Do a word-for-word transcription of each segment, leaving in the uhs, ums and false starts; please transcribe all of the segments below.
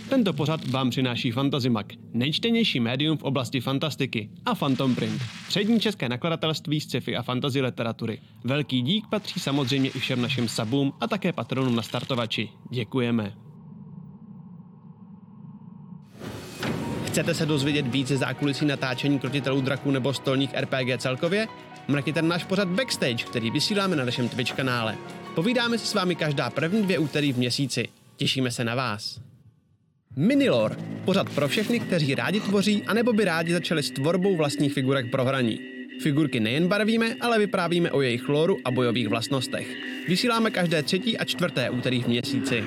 Tento pořad vám přináší Fantasymag, nejčtenější médium v oblasti fantastiky, a Phantom Print, přední české nakladatelství z sci-fi a fantasy literatury. Velký dík patří samozřejmě i všem našim subům a také patronům na startovači. Děkujeme. Chcete se dozvědět více zákulisí natáčení Krotitelů draků nebo stolních R P G celkově? Mrkněte na náš pořad Backstage, který vysíláme na našem Twitch kanále. Povídáme si s vámi každá první dvě úterý v měsíci. Těšíme se na vás. Minilore, pořad pro všechny, kteří rádi tvoří, anebo by rádi začali s tvorbou vlastních figurek pro hraní. Figurky nejen barvíme, ale vyprávíme o jejich lóru a bojových vlastnostech. Vysíláme každé třetí a čtvrté úterý v měsíci.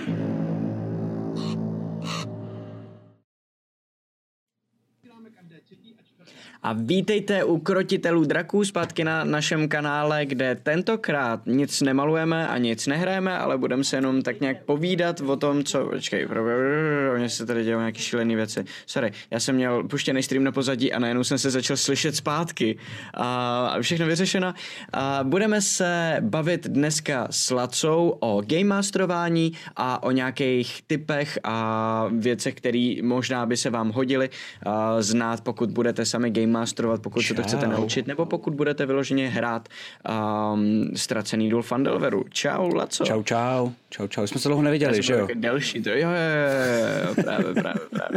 A vítejte u Krotitelů draků zpátky na našem kanále, kde tentokrát nic nemalujeme a nic nehrajeme, ale budeme se jenom tak nějak povídat o tom, co... Počkej, mě se tady dělou nějaké šílené věci. Sorry, já jsem měl puštěný stream na pozadí a najednou jsem se začal slyšet zpátky. A všechno vyřešeno. A budeme se bavit dneska s Lacou o game masterování a o nějakých typech a věcech, které možná by se vám hodily znát, pokud budete sami game masterovat, pokud Čau. se to chcete naučit, nebo pokud budete vyloženě hrát um, Ztracený důl Phandelveru. Čau, Laco. Čau, čau. Čau, čau. Jsme se dlouho neviděli, že jo? Delší to, jo, jo, jo, jo, právě, právě, právě.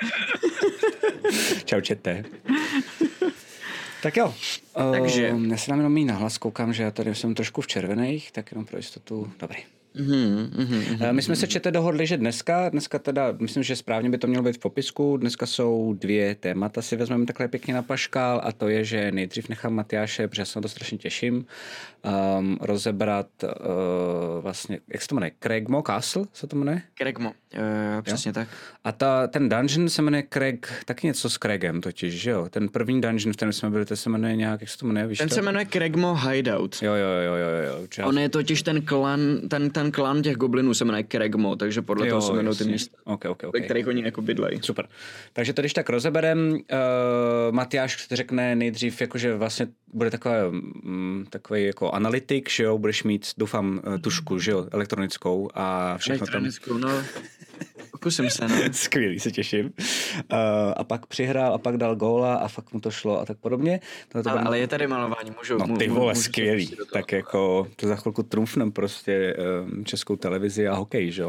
Čau, čete. Tak jo. Takže. Uh, já se dám jenom mít nahlas, koukám, že já tady jsem trošku v červených, tak jenom pro jistotu. Dobrý. Mm-hmm, mm-hmm. My jsme se čete dohodli, že dneska, dneska teda, myslím, že správně by to mělo být v popisku, dneska jsou dvě témata, si vezmeme takhle pěkně na paškál, a to je, že nejdřív nechám Matyáše, protože já se na to strašně těším, um, rozebrat uh, vlastně, jak se to jmenuje, Cragmo Castle se to jmenuje? Cragmo, uh, přesně jo? tak. A ta, ten dungeon se jmenuje Crag, taky něco s Cragem totiž, že jo? Ten první dungeon, v kterém jsme byli, to se jmenuje nějak, jak se to jmenuje, víš Ten to? se jmenuje Cragmo Hideout. Jo, jo, jo, jo, jo. On je totiž ten klan, ten, ten klan těch goblinů se jmenuje Cragmo, takže podle jo, toho se jmenují ty města, okay, okay, okay. ve kterých oni jako bydlejí. Super. Takže to když tak rozeberem, uh, Matyáš řekne nejdřív, jakože vlastně bude takové, um, takový jako analytik, že jo, budeš mít, doufám, tušku, že jo, elektronickou a všechno elektronickou, tam. no. Pokusím se, no. Skvělý, se těším. Uh, a pak přihrál a pak dal góla a fakt mu to šlo a tak podobně. To to ale, bude... ale je tady malování, můžu... No ty vole, můžu skvělý. Tak jako to za chvilku trumfnem prostě um, českou televizi a hokej, že jo.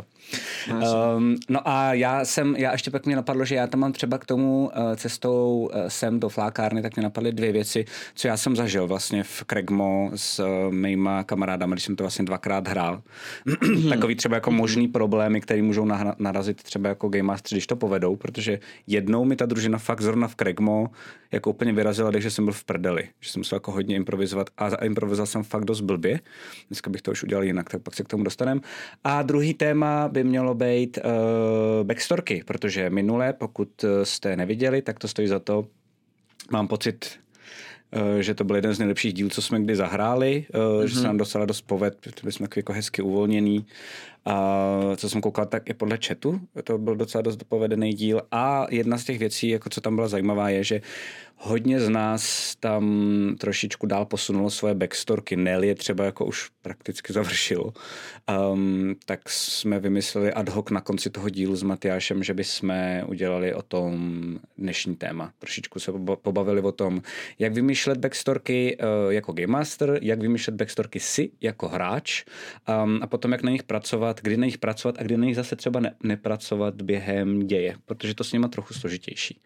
Um, no a já jsem, já ještě pak mě napadlo, že já tam mám třeba k tomu uh, cestou uh, sem do flákárny, tak mě napadly dvě věci, co já jsem zažil vlastně v Cragmo s uh, mýma kamarádama, když jsem to vlastně dvakrát hrál. Takový třeba jako možný problémy, které můžou nahra- narazit třeba jako Game Master, když to povedou, protože jednou mi ta družina fakt zrovna v Cragmo jako úplně vyrazila, takže jsem byl v prdeli, že jsem musel jako hodně improvizovat a zaimprovizoval jsem fakt dost blbě. Dneska bych to už udělal jinak, tak pak se k tomu dostaneme. A druhý téma by mělo být uh, backstorky, protože minule, pokud jste neviděli, tak to stojí za to. Mám pocit, Uh, že to byl jeden z nejlepších dílů, co jsme kdy zahráli, uh, mm-hmm. že se nám docela dost poved, byli jsme jako hezky uvolněný. A co jsem koukal, tak i podle chatu, to byl docela dost povedený díl. A jedna z těch věcí, jako co tam byla zajímavá, je, že hodně z nás tam trošičku dál posunulo svoje backstorky. Nel je třeba jako už prakticky završil. Um, tak jsme vymysleli ad hoc na konci toho dílu s Matyášem, že bychom udělali o tom dnešní téma. Trošičku se pobavili o tom, jak vymýšlet backstorky uh, jako game master, jak vymýšlet backstorky si jako hráč um, a potom jak na nich pracovat, kdy na nich pracovat a kdy na nich zase třeba ne- nepracovat během děje, protože to s nima trochu složitější.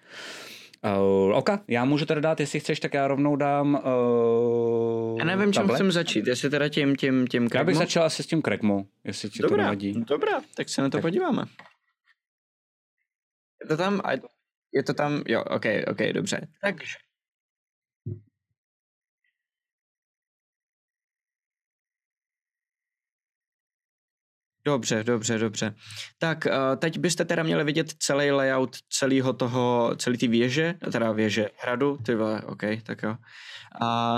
Uh, ok, já můžu teda dát, jestli chceš, tak já rovnou dám uh, Já nevím, čím chcem začít, jestli teda tím, tím, tím Cragmo? Já bych začal asi s tím Cragmo, jestli ti dobrá, to nevadí. Dobrá, tak se na to tak podíváme. Je to tam, je to tam, jo, ok, ok, dobře. Takže. Dobře, dobře, dobře. Tak uh, teď byste teda měli vidět celý layout celého toho, celý ty věže, teda věže hradu, ty vole, ok, tak jo. A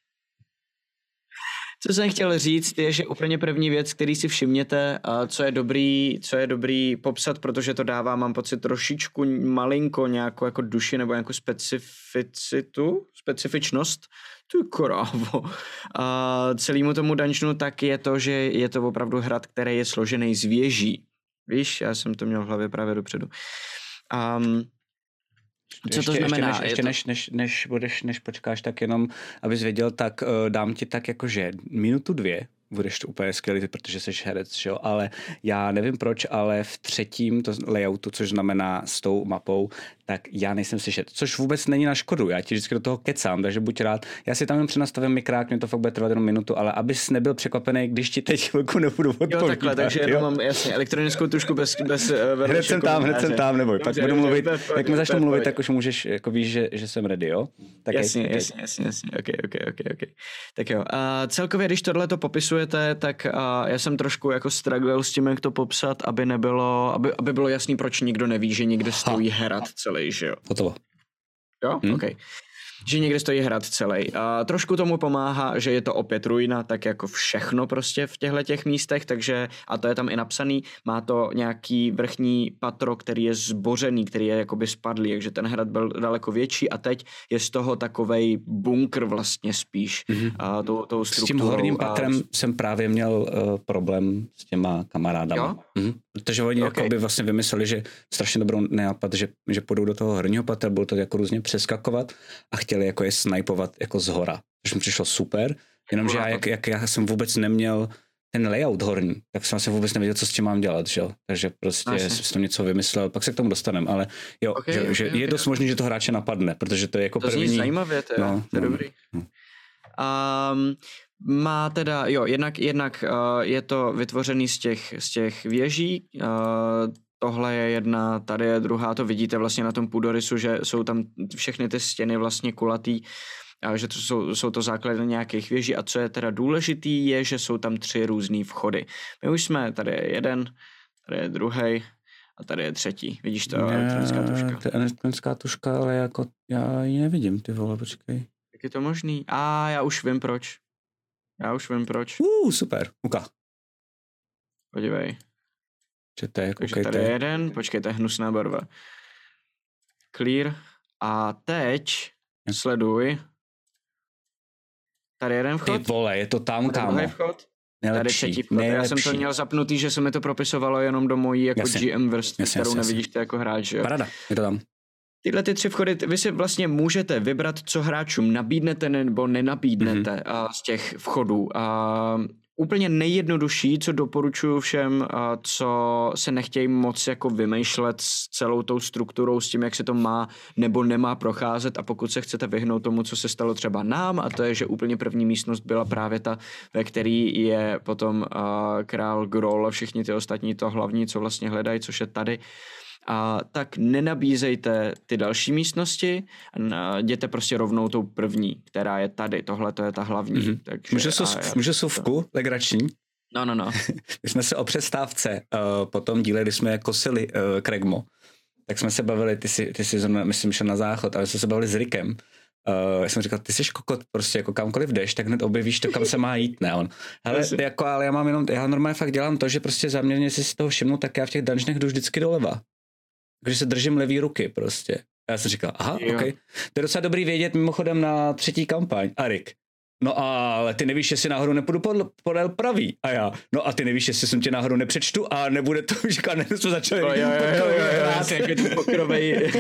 co jsem chtěl říct, je, že úplně první věc, který si všimněte, a co je dobrý, co je dobrý popsat, protože to dává, mám pocit, trošičku malinko nějakou jako duši nebo nějakou specificitu, specifičnost, ty krávo, a celému tomu dungeonu, tak je to, že je to opravdu hrad, který je složený z věží. Víš, já jsem to měl v hlavě právě dopředu. Um, co to ještě, znamená? Ještě, než, ještě to... než, než, než, budeš, než počkáš, tak jenom, abys věděl, tak uh, dám ti tak jakože minutu dvě, budeš to úplně skvělý, protože jsi herec, že jo? Ale já nevím proč, ale v třetím to layoutu, což znamená s tou mapou, tak já nejsem slyšet, což vůbec není na škodu, já ti vždycky do toho kecám, takže buď rád, já si tam jen přenastavím mikrák, mě to fakt bude trvat jenom minutu, ale abys nebyl překvapený, když ti teď chvilku nebudu odpovídat. Jo, takhle, takže jenom mám jasně elektronickou tušku bez, bez uh, hned jsem tam, hned jsem tam, neboj, pak budu mluvit, jak mi začnu mluvit, tak už můžeš, jako víš, že, že jsem ready, jo? Tak jasně, je, jasně, jasně, jasně, ok, ok, ok, ok. Tak jo, a celkově, když tohle to popisujete, tak a já jsem trošku jako struggle s tím, jak to popsat, aby nebylo, aby, aby bylo jasný, proč nikdo neví, že někde stojí hrad celý, že jo? Hotovo. Jo? Hmm. OK. Že někde stojí hrad celý. A trošku tomu pomáhá, že je to opět ruina, tak jako všechno prostě v těchto těch místech, takže, a to je tam i napsaný, má to nějaký vrchní patro, který je zbořený, který je jakoby spadlý, takže ten hrad byl daleko větší a teď je z toho takovej bunkr vlastně spíš. Mm-hmm. A tou, tou s tím horním patrem a... jsem právě měl uh, problém s těma kamarádama. Mm-hmm. Protože oni okay. jako by vlastně vymysleli, že strašně dobrou nápad, že, že půjdou do toho horního patra, budou to jako různě přeskakovat a chtěli jako je snajpovat jako z hora. Což mi přišlo super, jenomže já, jak, jak já jsem vůbec neměl ten layout horní, tak jsem asi vůbec nevěděl, co s tím mám dělat, že jo. Takže prostě Asi. jsem si to něco vymyslel, pak se k tomu dostanem, ale jo, okay, že, okay, že okay. je dost možný, že to hráče napadne, protože to je jako to první. To zní zajímavě, to je, no, to je no, dobrý. No. Um, má teda, jo, jednak, jednak uh, je to vytvořený z těch, z těch věží, uh, tohle je jedna, tady je druhá, to vidíte vlastně na tom půdorysu, že jsou tam všechny ty stěny vlastně kulatý, a že to jsou, jsou to základy nějakých věží a co je teda důležitý je, že jsou tam tři různý vchody. My už jsme, tady je jeden, tady je druhý a tady je třetí. Vidíš to, ne, elektronická tuška? To je elektronická tuška, ale jako já ji nevidím, ty vole, počkej. Jak je to možný? A já už vím proč. Já už vím proč. Uh, super, uka. Podívej. Čete, Takže tady je jeden, počkej, to je hnusná barva. Clear. A teď sleduj. Tady jeden vchod. Ty vole, je to tam, kámo. Vchod. Nejlepší, tady třetí vchod. Já jsem to měl zapnutý, že se mi to propisovalo jenom do mojí jako jasně. G M vrstvy, kterou jasně, nevidíš ty jako hráč. Jo? Parada, je to tam. Tyhle ty tři vchody, vy si vlastně můžete vybrat, co hráčům nabídnete nebo nenabídnete mm-hmm. z těch vchodů. A úplně nejjednodušší, co doporučuji všem, co se nechtějí moc jako vymýšlet s celou tou strukturou, s tím, jak se to má nebo nemá procházet a pokud se chcete vyhnout tomu, co se stalo třeba nám, a to je, že úplně první místnost byla právě ta, ve který je potom uh, král Groll a všichni ty ostatní to hlavní, co vlastně hledají, což je tady, a tak nenabízejte ty další místnosti, jděte prostě rovnou tou první, která je tady, tohle to je ta hlavní. Mm-hmm. Takže, může, jsou, já, může suvku, to... legrační? No, no, no. My jsme se o přestávce uh, po tom díle, kdy jsme kosili uh, Kregmo, tak jsme se bavili, ty jsi, ty jsi zrovna, myslím, šel na záchod, ale jsme se bavili s Rickem. Uh, já jsem říkal, ty jsi kokot, prostě jako kamkoliv jdeš, tak hned objevíš to, kam se má jít, ne on. Hele, jako, ale já mám jenom, já normálně fakt dělám to, že prostě záměrně, jestli si toho všimnu, tak já v těch dungeonech jdu vždycky doleva. Takže se držím levý ruky prostě. A já jsem říkal, aha, jo. ok. To je docela dobrý vědět mimochodem na třetí kampaň. A Rick, no ale ty nevíš, jestli náhodou nepůjdu podle, podél pravý. A já, no a ty nevíš, jestli jsem tě náhodou nepřečtu a nebude to, říká, ne, jsme začali. No, jo, jo, jo, jo, jak je to pokrovej.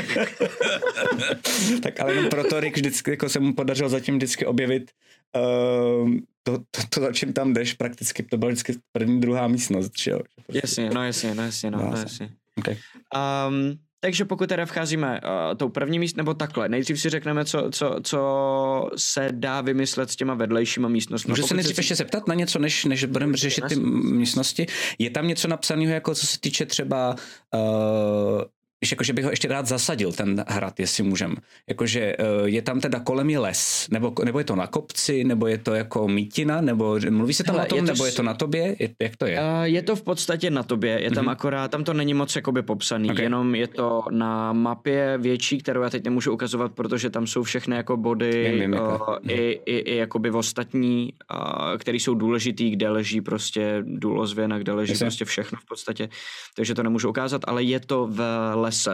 Tak ale jenom proto Rick vždycky, jako se mu podařilo zatím vždycky objevit uh, to, to, to, za čím tam jdeš, prakticky, to byla vždycky první, druhá místnost, že jo. Prostě. Jasně, no jasně, no jasně, no, no jasně. Okay. Um, takže pokud teda vcházíme uh, tou první míst, nebo takhle, nejdřív si řekneme, co, co, co se dá vymyslet s těma vedlejšíma místnostmi. Můžu se nejdřív si... ještě zeptat na něco, než, než budeme řešit ty místnosti? Je tam něco napsaného, jako co se týče třeba... Uh, Víš, jakože bych ho ještě rád zasadil, ten hrad, jestli můžem. Jakože je tam teda kolem je les, nebo, nebo je to na kopci, nebo je to jako mítina, nebo mluví se tam Hele, o tom, je to nebo s... je to na tobě? Je, jak to je? Uh, je to v podstatě na tobě, je tam mm-hmm. akorát, tam to není moc jakoby popsaný, okay. jenom je to na mapě větší, kterou já teď nemůžu ukazovat, protože tam jsou všechny jako body Vím, uh, i, i, i jakoby ostatní, uh, který jsou důležitý, kde leží prostě důlozvěna, kde leží Myslím. prostě všechno v podstatě, takže to nemůžu ukázat, ale je to v lese.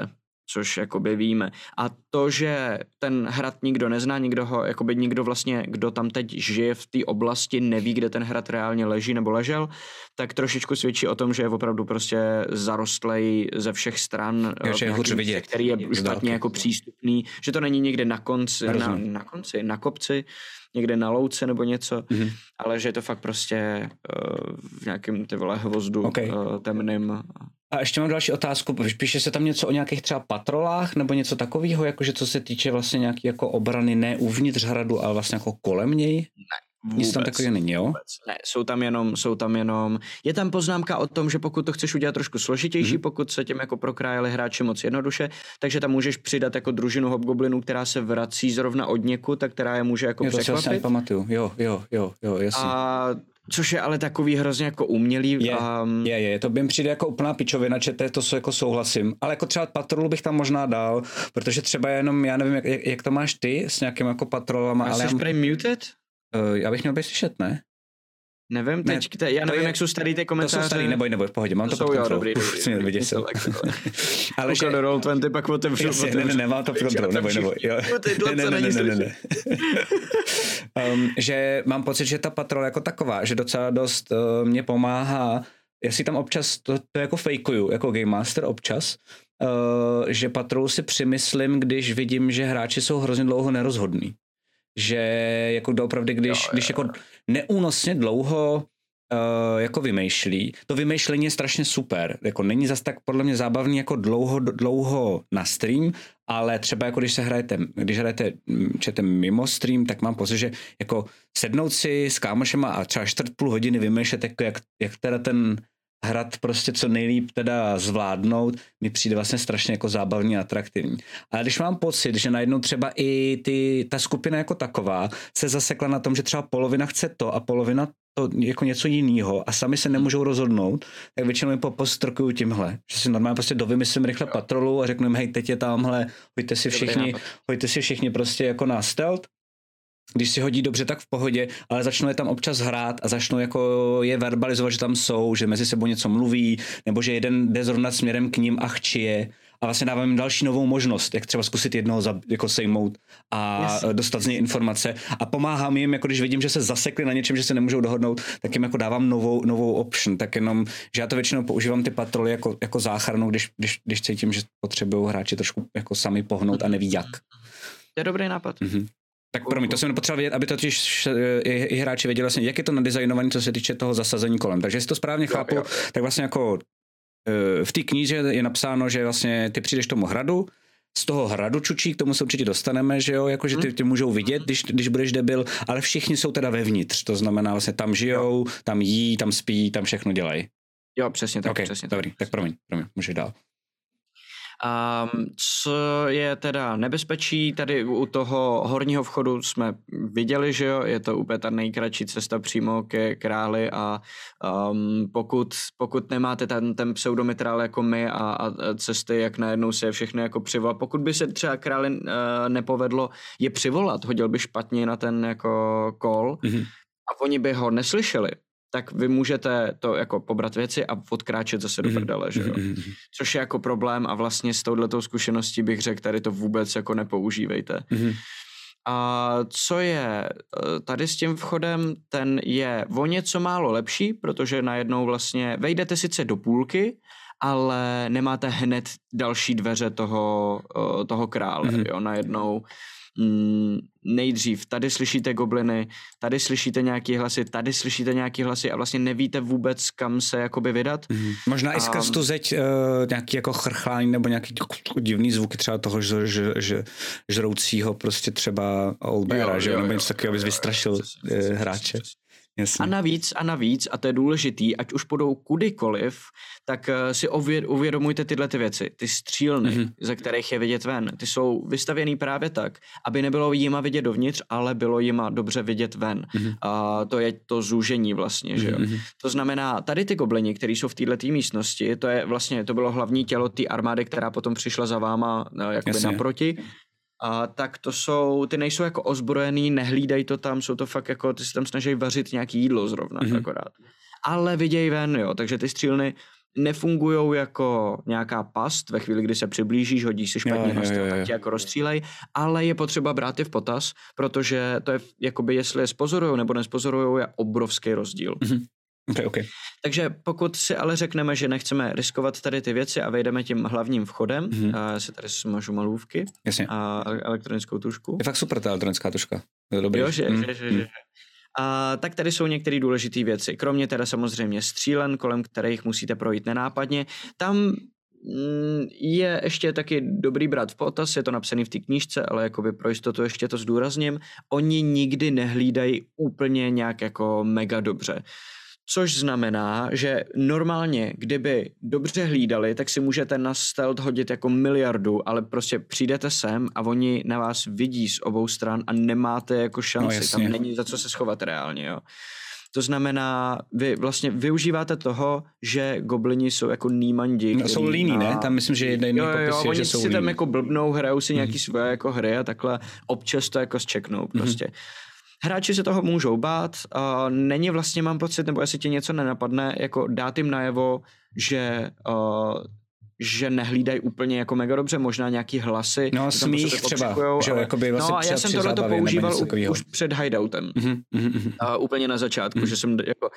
což jakoby víme. A to, že ten hrad nikdo nezná, nikdo ho, jakoby nikdo vlastně, kdo tam teď žije v té oblasti, neví, kde ten hrad reálně leží nebo ležel, tak trošičku svědčí o tom, že je opravdu prostě zarostlej ze všech stran, jo, že je hůř vidět, který je špatně jako přístupný, že to není někde na konci, na, na konci, na kopci, někde na louce nebo něco, mm-hmm. ale že je to fakt prostě uh, v nějakém ty vole hvozdu okay. uh, temným. A ještě mám další otázku. Píše se tam něco o nějakých třeba patrolách nebo něco takového, jakože co se týče vlastně nějaký jako obrany ne uvnitř hradu, ale vlastně jako kolem něj? Ne, vůbec. Nic tam takového není, jo? Vůbec. Ne, jsou tam jenom, jsou tam jenom, je tam poznámka o tom, že pokud to chceš udělat trošku složitější, mm-hmm. pokud se těm jako prokrájeli hráči moc jednoduše, takže tam můžeš přidat jako družinu hobgoblinů, která se vrací zrovna od někud, tak která je může jako jo, překvapit. To si vlastně pamatuju, jo, jo, jo, jo, jasně. A což je ale takový hrozně jako umělý. Je, um... je, je, to by mi přijde jako úplná pičovina, že to, to jako souhlasím, ale jako třeba patrolu bych tam možná dal, protože třeba jenom, já nevím, jak, jak to máš ty s nějakým jako patrolama. A jsi prej muted? Uh, já bych měl být slyšet, ne? Nevím, teď, ne, já nevím, je, jak jsou starý ty komentáře. To jsou starý, neboj, neboj, v pohodě, mám to, to pod kontrolou. Dobrý, dobrý, dobrý, dobrý, ale že... do Roll dvacet, pak otevřu. Ne, ne, ne, mám to pod kontrolou, neboj, neboj. Ne, ne, ne, ne, ne. um, že mám pocit, že ta patrola jako taková, že docela dost uh, mě pomáhá, já si tam občas, to, to jako fejkuju, jako Game Master občas, uh, že patrolu si přimyslím, když vidím, že hráči jsou hrozně dlouho nerozhodní. Že jako doopravdy, když, jo, jo. když jako neúnosně dlouho uh, jako vymýšlí, to vymýšlení je strašně super, jako není zas tak podle mě zábavný jako dlouho, dlouho na stream, ale třeba jako když se hrajete, když hrajete čete mimo stream, tak mám pocit, že jako sednout si s kámošema a třeba čtvrt půl hodiny vymýšlet, jako jak, jak teda ten hrad prostě co nejlíp teda zvládnout, mi přijde vlastně strašně jako zábavní a atraktivní. Ale když mám pocit, že najednou třeba i ty, ta skupina jako taková se zasekla na tom, že třeba polovina chce to a polovina to jako něco jiného a sami se nemůžou rozhodnout, tak většinou mi postrkuju tímhle. Že si normálně prostě dovymyslím rychle patrolu a řeknu jim, hej, teď je tamhle, hoďte si všichni, hoďte si všichni prostě jako na stealth. Když si hodí dobře, tak v pohodě, ale začnou je tam občas hrát a začnou jako je verbalizovat, že tam jsou, že mezi sebou něco mluví, nebo že jeden jde zrovna směrem k ním a chčije a vlastně dávám jim další novou možnost, jak třeba zkusit jednoho za, jako sejmout a yes. dostat z něj informace a pomáhám jim, jako když vidím, že se zasekli na něčem, že se nemůžou dohodnout, tak jim jako dávám novou, novou option, tak jenom, že já to většinou používám ty patroly jako, jako záchranu, když, když, když cítím, že potřebují hráči trošku jako sami pohnout a neví jak. To je dobrý nápad. Mm-hmm. Tak promiň, to jsem nepotřeboval vědět, aby totiž i hráči věděli vlastně, jak je to nadizajnované, co se týče toho zasazení kolem. Takže jestli to správně chápu, jo, jo. tak vlastně jako v té kníže je napsáno, že vlastně ty přijdeš tomu hradu, z toho hradu čučí, k tomu se určitě dostaneme, že jo, jakože ty, ty můžou vidět, když, když budeš debil, ale všichni jsou teda vevnitř, to znamená vlastně tam žijou, jo. tam jí, tam spí, tam všechno dělají. Jo, přesně tak, okay, přesně dobrý, tak. tak promiň, promiň, můžeš dál. Um, co je teda nebezpečí, tady u toho horního vchodu jsme viděli, že jo, je to úplně ta nejkratší cesta přímo ke králi a um, pokud, pokud nemáte ten, ten pseudometrál jako my a, a cesty, jak najednou se je všechny jako přivolat, pokud by se třeba králi uh, nepovedlo je přivolat, hodil by špatně na ten jako call mm-hmm. a oni by ho neslyšeli, tak vy můžete to jako pobrat věci a odkráčet zase do prdele, že jo. Což je jako problém a vlastně s touhletou zkušeností bych řekl, tady to vůbec jako nepoužívejte. Mm-hmm. A co je tady s tím vchodem, ten je o něco málo lepší, protože najednou vlastně vejdete sice do půlky, ale nemáte hned další dveře toho, toho krále, mm-hmm. jo, najednou Mm, nejdřív tady slyšíte gobliny, tady slyšíte nějaký hlasy, tady slyšíte nějaký hlasy a vlastně nevíte vůbec, kam se jakoby vydat. Mm-hmm. Možná a... i skrz tu zeď uh, nějaký jako chrchlání nebo nějaký divný zvuky třeba toho že, že, že, žroucího prostě třeba Olbera, že jo, nebo něco takového, abys vystrašil uh, hráče. Jasně. A navíc, a navíc, a to je důležitý, ať už půjdou kudykoliv, tak uh, si ově, uvědomujte tyhle ty věci, ty střílny, mm-hmm. ze kterých je vidět ven. Ty jsou vystavěný právě tak, aby nebylo jima vidět dovnitř, ale bylo jima dobře vidět ven. Mm-hmm. A to je to zúžení vlastně, že jo. Mm-hmm. To znamená, tady ty goblini, který jsou v této místnosti, to je vlastně, to bylo hlavní tělo té armády, která potom přišla za váma uh, jakoby Jasně. naproti. A tak to jsou, ty nejsou jako ozbrojený, nehlídají to tam, jsou to fakt jako, ty se tam snaží vařit nějaký jídlo zrovna, mm-hmm. akorát. Ale vidějí ven, jo, takže ty střílny nefungujou jako nějaká past, ve chvíli, kdy se přiblížíš, hodíš si špatně Jo, na jo, styl, jo, jo. tak tě jako rozstřílej, ale je potřeba brát je v potaz, protože to je, jakoby, jestli je spozorujou nebo nespozorujou, je obrovský rozdíl. Mhm. Okay, okay. Takže pokud si ale řekneme, že nechceme riskovat tady ty věci a vejdeme tím hlavním vchodem, Mhm. a já si tady smažu malůvky Jasně. a elektronickou tušku. Je fakt super ta elektronická tuška. Je dobrý. Jo, že, Mm, že, že, mm. že. A tak tady jsou některé důležité věci. Kromě teda samozřejmě střílen, kolem kterých musíte projít nenápadně. Tam mm, je ještě taky dobrý brát v potaz, je to napsané v té knížce, ale jakoby pro jistotu ještě to zdůrazním. Oni nikdy nehlídají úplně nějak jako mega dobře. Což znamená, že normálně, kdyby dobře hlídali, tak si můžete na stealth hodit jako miliardu, ale prostě přijdete sem a oni na vás vidí z obou stran a nemáte jako šanci. No, tam není za co se schovat reálně, jo. To znamená, vy vlastně využíváte toho, že goblini jsou jako nímandi. No, jsou líní, ne? Tam myslím, že jeden jo, jo, popis je, oni že jsou si tam líní. jako blbnou, hrajou si nějaký Mhm. svoje jako hry a takhle občas to jako zčeknou prostě. Hráči se toho můžou bát, uh, není vlastně, mám pocit, nebo jestli ti něco nenapadne, jako dát jim najevo, že, uh, že nehlídají úplně jako mega dobře, možná nějaký hlasy. No, že tam po smích sebe třeba, pokřikujou, že jo, ale- jakoby vlastně No a já třeba jsem při tohleto zábavě nebo používal něco u, takovýho. už před hideoutem. Mhm, mhm, mhm. A úplně na začátku, Mhm. že jsem d- jako,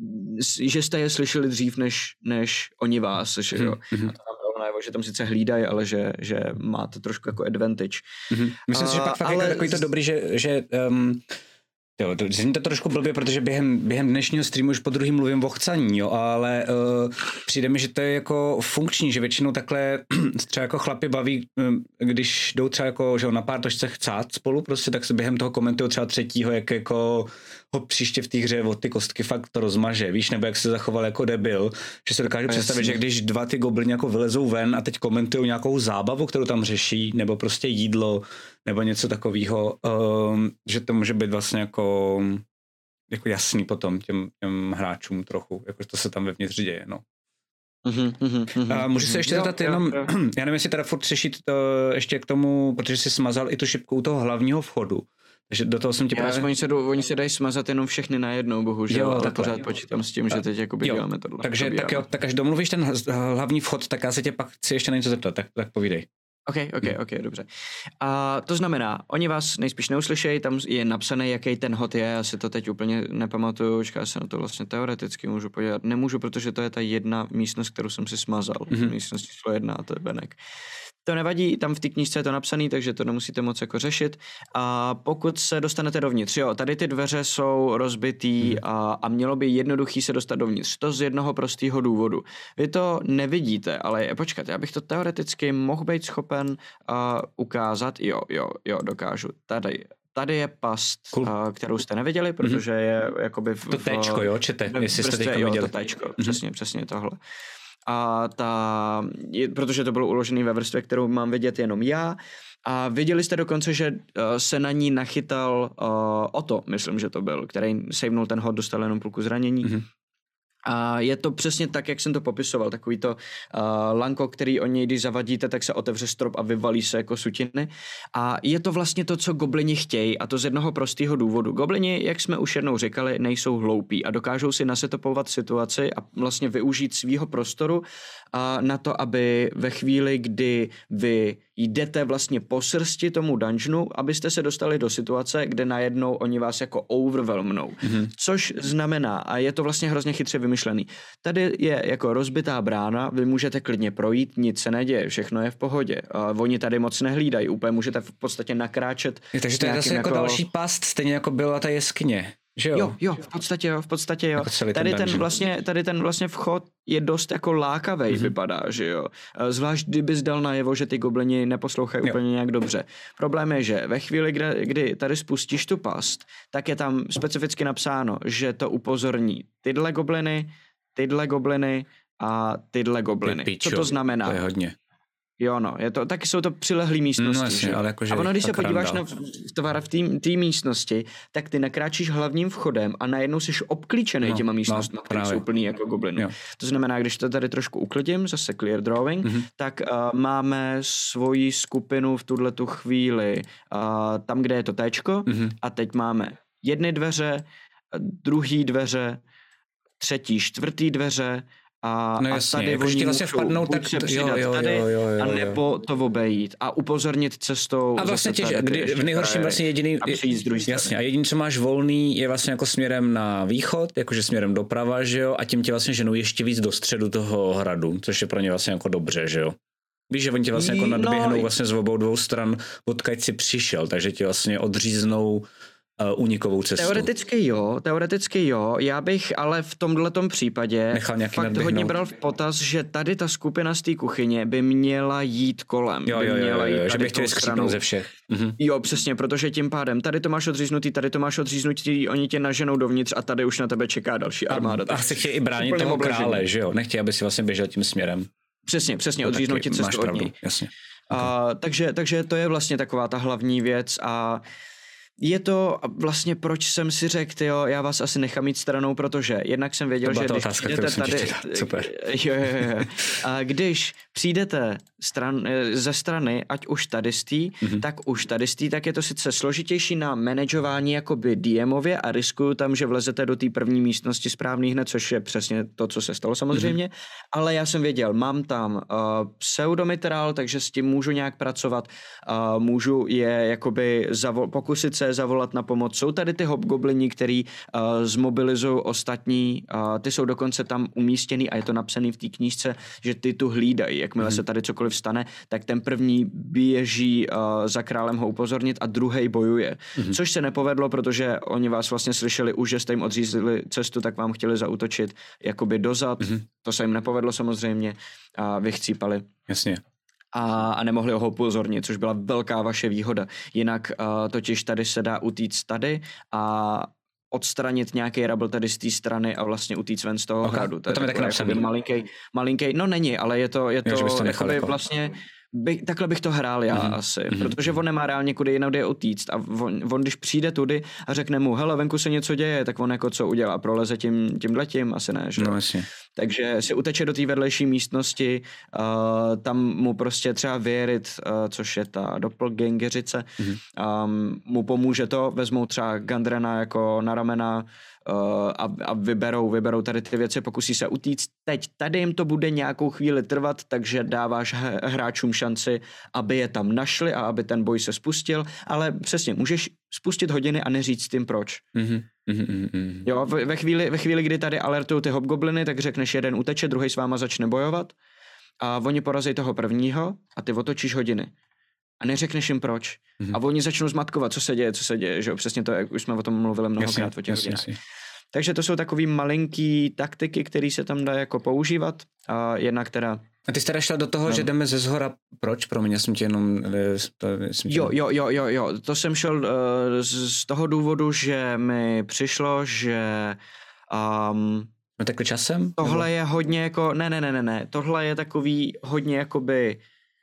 že jste je slyšeli dřív, než, než oni vás, že jo. Mhm, A to nám dalo najevo, že tam sice hlídají, ale že, že máte trošku jako advantage. mhm. Myslím si, že A- pak fakt ale je takový to z- dobrý, že, že um, jo, to, zní to trošku blbě, protože během, během dnešního streamu už po druhý mluvím o chcaní, jo, ale uh, přijde mi, že to je jako funkční, že většinou takhle třeba jako chlapi baví, um, když jdou třeba jako, že jo, na pár točce chcát spolu, prostě tak se během toho komentují třeba třetího, jak jako ho příště v té hře od ty kostky fakt to rozmaže, víš, nebo jak se zachoval jako debil, že se dokážu A představit, jasně. že když dva ty gobliny jako vylezou ven a teď komentují nějakou zábavu, kterou tam řeší, nebo prostě jídlo, nebo něco takového, um, že to může být vlastně jako, jako jasný potom těm, těm hráčům trochu, jako to se tam vevnitř děje, no. Mhm, mhm, mhm, A můžu se mhm. ještě Jo, zeptat jo, jenom, jo. já nevím, jestli teda furt řešit to ještě k tomu, protože jsi smazal i tu šipku u toho hlavního vchodu, takže do toho jsem ti Já, právě... oni, se do, oni se dají smazat jenom všechny najednou, bohužel, Jo, ale takhle. pořád počítám s tím, že teď jakoby Jo, děláme tohle. Takže probíráme. tak jo, tak až domluvíš ten hl- hlavní vchod, tak já se tě pak chci ještě na něco zeptat, tak, tak povídej. OK, OK, OK, dobře. A to znamená, oni vás nejspíš neuslyšejí, tam je napsané, jaký ten hod je, já si to teď úplně nepamatuju, čeká se na to vlastně teoreticky můžu podívat. Nemůžu, protože to je ta jedna místnost, kterou jsem si smazal. Mhm. Místnost číslo jedna a to je venek. To nevadí, tam v té knížce je to napsané, takže to nemusíte moc jako řešit. A pokud se dostanete dovnitř, jo, tady ty dveře jsou rozbitý Mhm. a, a mělo by jednoduchý se dostat dovnitř. To z jednoho prostého důvodu. Vy to nevidíte, ale počkat, já bych to teoreticky mohl být schopen uh, ukázat. Jo, jo, jo, dokážu. Tady, tady je past, Cool. uh, kterou jste neviděli, protože je jakoby v, To téčko, jo, čete, v- jestli jste vrstvě- teďka jo, viděli. to téčko, přesně, přesně tohle. A ta, je, protože to bylo uložené ve vrstvě, kterou mám vidět jenom já. A viděli jste dokonce, že uh, se na ní nachytal uh, Otto, myslím, že to byl, který savenul ten hod, dostal jenom půlku zranění. Mhm. A je to přesně tak, jak jsem to popisoval, takový to uh, lanko, který o něj, když zavadíte, tak se otevře strop a vyvalí se jako sutiny. A je to vlastně to, co goblini chtějí, a to z jednoho prostého důvodu. Goblini, jak jsme už jednou říkali, nejsou hloupí a dokážou si nasetopovat situaci a vlastně využít svýho prostoru uh, na to, aby ve chvíli, kdy vy jdete vlastně po srsti tomu dungeonu, abyste se dostali do situace, kde najednou oni vás jako overwhelmnou. Mhm. Což znamená, a je to vlastně hrozně chytře vymyšlený, tady je jako rozbitá brána, vy můžete klidně projít, nic se neděje, všechno je v pohodě. A oni tady moc nehlídají, úplně můžete v podstatě nakráčet. Je, takže s to je nějakým zase jako další past, stejně jako byla ta jeskyně, že jo? Jo, jo, v podstatě jo, v podstatě jo. Jako celý ten Tady ten, dungeon. vlastně, tady ten vlastně vchod je dost jako lákavej, Mhm. vypadá, že jo. Eh, Zvlášť kdybys dal najevo, že ty goblini neposlouchají Jo. úplně nějak dobře. Problém je, že ve chvíli, kdy, kdy tady spustíš tu past, tak je tam specificky napsáno, že to upozorní tyhle gobliny, tyhle gobliny a tyhle gobliny. Ty Co pičo, to znamená? To je hodně. Jo, no, je to, taky jsou to přilehlý místnosti. No jasně, že? ale jakože A ono, když se fakt podíváš na randál. v- tvar v té místnosti, tak ty nakráčíš hlavním vchodem a najednou jsi obklíčený No, těma no, místnostmi, které právě. jsou plný jako gobliny. Jo. To znamená, když to tady trošku uklidím, zase clear drawing, Mhm. tak uh, máme svoji skupinu v tuhle tu chvíli uh, tam, kde je to téčko, Mhm. a teď máme jedny dveře, druhý dveře, třetí, čtvrtý dveře A, no a jasně, tady jako, oni vlastně můžou vpadnou, buď tak se to- přidat jo, jo, tady, jo, jo, jo, a jo. nebo to obejít a upozornit cestou. A vlastně zase těž, tady ty kdy, ještě v nejhorším frajery vlastně jediný, a přijít z druhé strany. jasně, a jediný, co máš volný, je vlastně jako směrem na východ, jakože směrem doprava, že jo, a tím tě vlastně ženou ještě víc do středu toho hradu, což je pro ně vlastně jako dobře, že jo. Víš, že oni tě vlastně jako No, nadběhnou vlastně z obou dvou stran, odkud si přišel, takže tě vlastně odříznou uh, únikovou cestu. Teoreticky jo, teoreticky jo, já bych ale v tomhletom případě Nechal nějaký fakt nadběhnout. hodně bral v potaz, že tady ta skupina z té kuchyně by měla jít kolem. Jo, by jo, jo, měla jo, jít jo, že tady by chtěli tou skřípnout stranou. ze všech. Mhm. Jo, přesně, protože tím pádem tady to máš odříznutý, tady to máš odříznutý, oni tě naženou dovnitř a tady už na tebe čeká další armáda. A, a se chtějí i bránit Úplně toho obležení. krále, že jo, nechtějí, aby si vlastně běžel tím směrem. Přesně, přesně, To odříznou taky ti máš cestu od pravdu, něj. jasně. A, takže, takže to je vlastně taková ta hlavní věc a je to vlastně, proč jsem si řekl, jo, já vás asi nechám mít stranou, protože jednak jsem věděl, To byla že ta když otázka, přijdete kterou jsem tady, ti chtěl dát. Super. jo, jo, jo. A když přijdete stran, ze strany, ať už tady z tý, mm-hmm. tak už tady z tý, tak je to sice složitější na manažování jakoby D M ově a riskuju tam, že vlezete do té první místnosti správný hned, což je přesně to, co se stalo samozřejmě, mm-hmm. ale já jsem věděl, mám tam uh, pseudomitral, takže s tím můžu nějak pracovat, uh, můžu je jakoby zavol, pokusit se zavolat na pomoc. Jsou tady ty hobgoblini, který uh, zmobilizují ostatní, uh, ty jsou dokonce tam umístěný a je to napsaný v té knížce, že ty tu hlídají. Jakmile mm-hmm. se tady cokoliv stane, tak ten první běží uh, za králem ho upozornit a druhej bojuje. Mm-hmm. Což se nepovedlo, protože oni vás vlastně slyšeli už, že jste jim odřízli cestu, tak vám chtěli zaútočit jakoby dozad. Mm-hmm. To se jim nepovedlo samozřejmě a vychcípali. Jasně. A, a nemohli ho upozornit, což byla velká vaše výhoda. Jinak uh, totiž tady se dá utíct tady a odstranit nějaký rabl tady z té strany a vlastně utíct ven z toho Okay. hradu. To je tam taky napsaný. Malinký, malinký, no není, ale je to, je to, Jo, to jakoby jako. vlastně, by, takhle bych to hrál já mm-hmm. asi, mm-hmm. protože on nemá reálně kudy jinou jde utíct a on, on když přijde tudy a řekne mu, hele, venku se něco děje, tak on jako co udělá, proleze tím, tímhletím, asi ne, že? No jasně. Takže si uteče do té vedlejší místnosti, uh, tam mu prostě třeba Věrit, uh, což je ta doppelgangeřice, mm-hmm. um, mu pomůže to, vezmou třeba Gandrena jako na ramena uh, a, a vyberou, vyberou tady ty věci, pokusí se utíct. Teď tady jim to bude nějakou chvíli trvat, takže dáváš hráčům šanci, aby je tam našli a aby ten boj se spustil, ale přesně, můžeš spustit hodiny a neříct tím proč. Mm-hmm. Mm-hmm. Jo, ve chvíli, ve chvíli, kdy tady alertují ty hobgobliny, tak řekneš, jeden uteče, druhý s váma začne bojovat a oni porazí toho prvního a ty otočíš hodiny. A neřekneš jim proč. Mm-hmm. A oni začnou zmatkovat, co se děje, co se děje, že jo, přesně to, jak už jsme o tom mluvili mnohokrát o těch hodinách. Takže to jsou takový malinký taktiky, které se tam dá jako používat a jedna, která... A ty jsi teda šel do toho, no. že jdeme ze zhora. Proč? Pro mě jsem tě jenom... To, jsem tě... Jo, jo, jo, jo, jo. To jsem šel uh, z, z toho důvodu, že mi přišlo, že... Um, no takhle časem? Tohle nebo? je hodně jako... Ne, ne, ne, ne, ne. Tohle je takový hodně jakoby...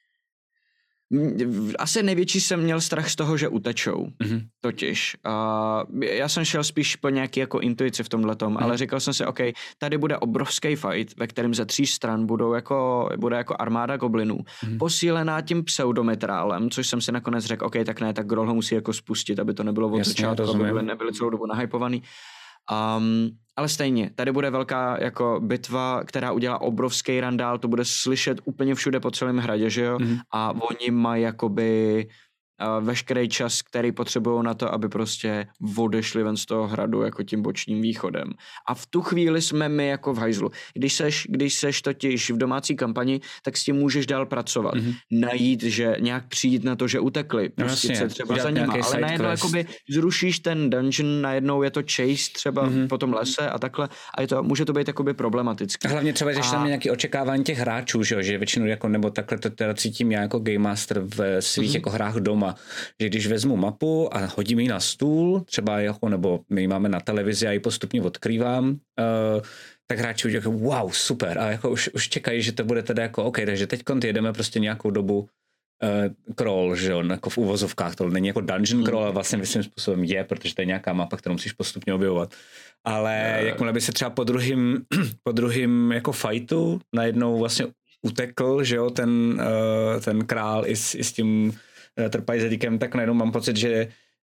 Asi největší jsem měl strach z toho, že utečou, mm-hmm. totiž. Uh, já jsem šel spíš po nějaký jako intuici v tomhletom, mm-hmm. ale říkal jsem si, OK, tady bude obrovský fight, ve kterém ze tří stran budou jako, bude jako armáda goblinů, mm-hmm. posílená tím pseudometrálem, což jsem si nakonec řekl, OK, tak ne, tak Grol ho musí jako spustit, aby to nebylo od začátku, aby byly, nebyly celou dobu nahypovaný. Um, ale stejně, tady bude velká jako bitva, která udělá obrovský randál, to bude slyšet úplně všude po celém hradě, že jo? Mm-hmm. A oni mají jakoby uh, veškerý čas, který potřebují na to, aby prostě odešli ven z toho hradu jako tím bočním východem. A v tu chvíli jsme my jako v hajzlu. Když seš, když seš totiž v domácí kampani, tak s tím můžeš dál pracovat. Mm-hmm. Najít, že nějak přijít na to, že utekli. Pustit se třeba za nima. Ale najednou jakoby zrušíš ten dungeon, najednou je to chase třeba mm-hmm. po tom lese a takhle. A je to, může to být jakoby problematické. A hlavně třeba, když a... tam je nějaké očekávání těch hráčů, že, že většinou jako, nebo takhle to teda cítím já jako game master v svých mm-hmm. jako hrách doma, že když vezmu mapu a hodím ji na stůl, třeba jako, nebo my ji máme na televizi a ji postupně odkrývám, uh, tak hráči udělají jako wow, super, a jako už, už čekají, že to bude teda jako OK, takže teď jedeme prostě nějakou dobu uh, crawl, že jo, jako v uvozovkách, to není jako dungeon crawl, ale vlastně svým způsobem je, protože to je nějaká mapa, kterou musíš postupně objevovat. Ale jakmile by se třeba po druhým, po druhým jako fightu najednou vlastně utekl, že jo, ten, uh, ten král i s, i s tím trpajízedíkem, tak najednou mám pocit, že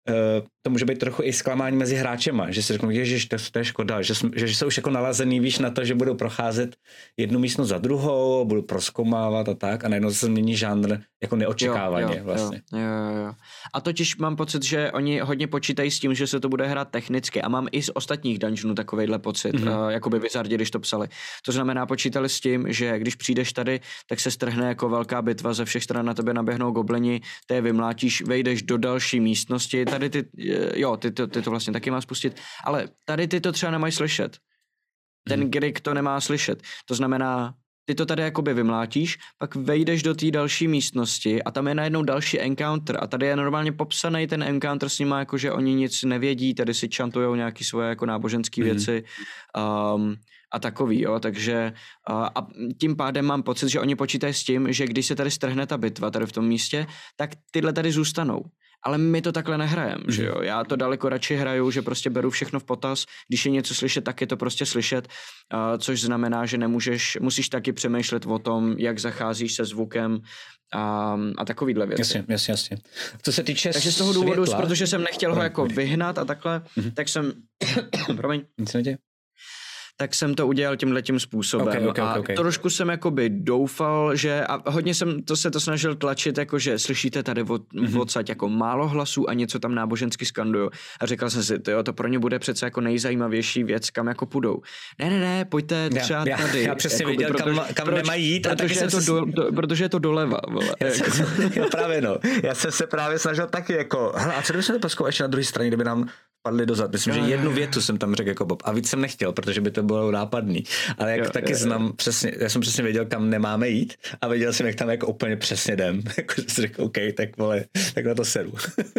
to může být trochu i zklamání mezi hráčema, že si řeknou, ježiš, to, to je škoda, že, že, že jsou už jako nalazený, víš, na to, že budou procházet jednu místnost za druhou, budou prozkoumávat a tak a najednou se změní žánr jako neočekávaně jo, jo, vlastně. Jo, jo, jo. A totiž mám pocit, že oni hodně počítají s tím, že se to bude hrát technicky a mám i z ostatních dungeonů takovejhle pocit, mm-hmm. uh, jakoby Wizardi, když to psali. To znamená, počítali s tím, že když přijdeš tady, tak se strhne jako velká bitva, ze všech stran na tebe naběhnou goblini, ty je vymlátíš, vejdeš do další místnosti, tady ty, jo, ty to, ty to vlastně taky má spustit, ale tady ty to třeba nemají slyšet. Ten mm-hmm. Grig to nemá slyšet. To znamená, ty to tady jakoby vymlátíš, pak vejdeš do té další místnosti a tam je najednou další encounter a tady je normálně popsaný ten encounter s nima, jako že oni nic nevědí, tady si čantujou nějaký svoje jako náboženské mm. věci um, a takový, jo, takže uh, a tím pádem mám pocit, že oni počítají s tím, že když se tady strhne ta bitva tady v tom místě, tak tyhle tady zůstanou. Ale my to takhle nehrajem, mm. že jo, já to daleko radši hraju, že prostě beru všechno v potaz, když je něco slyšet, tak je to prostě slyšet, uh, což znamená, že nemůžeš, musíš taky přemýšlet o tom, jak zacházíš se zvukem a, a takovýhle věci. Jasně, jasně, jasně. Co se týče Takže z toho důvodu, světla, protože jsem nechtěl ho jako vyhnat a takhle, mm. tak jsem, promiň. Nic neděje. Tak jsem to udělal tímhletím způsobem okay, okay, a okay. trošku jsem jakoby doufal, že a hodně jsem to se to snažil tlačit, jakože slyšíte tady od, mm-hmm. odsaď jako málo hlasů a něco tam nábožensky skanduju a říkal jsem si, tyjo, to pro ně bude přece jako nejzajímavější věc, kam jako půjdou. Ne, ne, ne, pojďte třeba já, tady. Já, já přesně jakoby, věděl, protože, kam, kam proč, nemají jít. Protože, a je to do, do, protože je to doleva. Vole, já, jako. jsem, já právě no, já jsem se právě snažil taky jako, hele, a co kdyby jsme to poskoušeli ještě na druhé straně, kdyby nám padli dozad. Myslím, jo, že jednu jo, větu jsem tam řekl jako Bob. A víc jsem nechtěl, protože by to bylo nápadný. Ale jak jo, taky jo, znám jo. přesně, já jsem přesně věděl, kam nemáme jít a věděl jsem, jak tam jako úplně přesně jdem. Jako jsem řekl, OK, tak vole, tak na to sedu.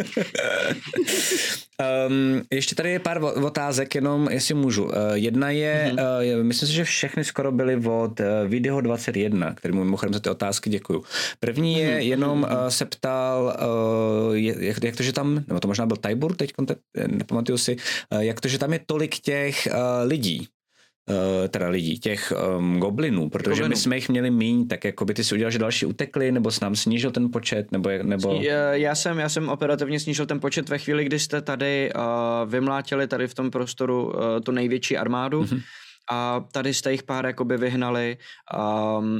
um, ještě tady je pár otázek, jenom jestli můžu. Uh, jedna je, mm-hmm. uh, myslím si, že všechny skoro byly od uh, Video dvacet jedna, kterému mimochodem za ty otázky děkuju. První je, mm-hmm. jenom uh, se ptal, uh, jak, jak to, že tam, nebo to možná byl Tybur teď, nepamatuju si, jak to, že tam je tolik těch uh, lidí, uh, teda lidí, těch um, goblinů, protože Goblinů. My jsme jich měli míň, tak jako by ty si udělal, že další utekli, nebo jsi nám snížil ten počet, nebo... nebo... Já jsem, já jsem operativně snížil ten počet ve chvíli, kdy jste tady uh, vymlátili tady v tom prostoru uh, tu největší armádu, mm-hmm. a tady jste jich pár jakoby vyhnali, um,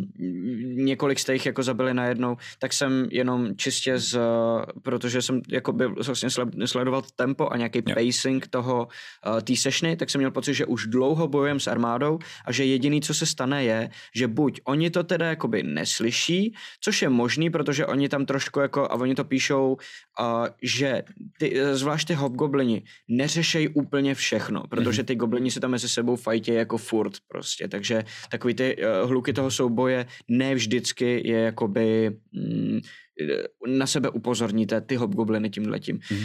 několik jste jich jako zabili najednou, tak jsem jenom čistě z, protože jsem jakoby vlastně sledoval tempo a nějaký yeah. pacing toho uh, té sessiony, tak jsem měl pocit, že už dlouho bojujem s armádou a že jediný, co se stane je, že buď oni to teda jakoby neslyší, což je možný, protože oni tam trošku jako, a oni to píšou, uh, že ty, zvlášť ty hobgoblini neřešejí úplně všechno, protože ty goblini se tam mezi sebou fajtě jako furt prostě, takže takový ty uh, hluky toho souboje ne vždycky je jakoby mm, na sebe upozorníte ty hobgobliny tímhletím. Mm.